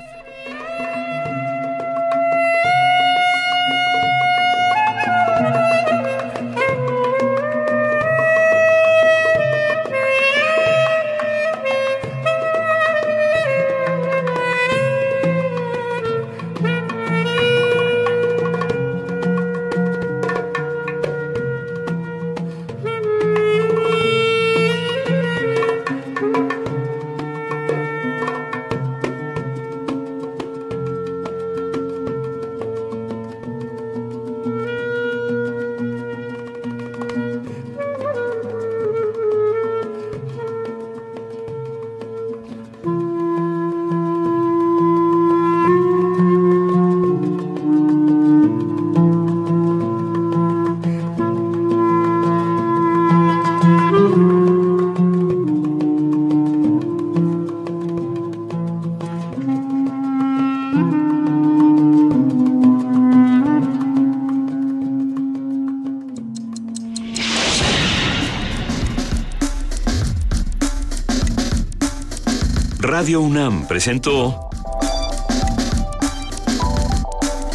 Radio UNAM presentó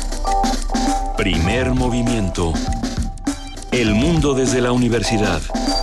Primer Movimiento. El mundo desde la universidad.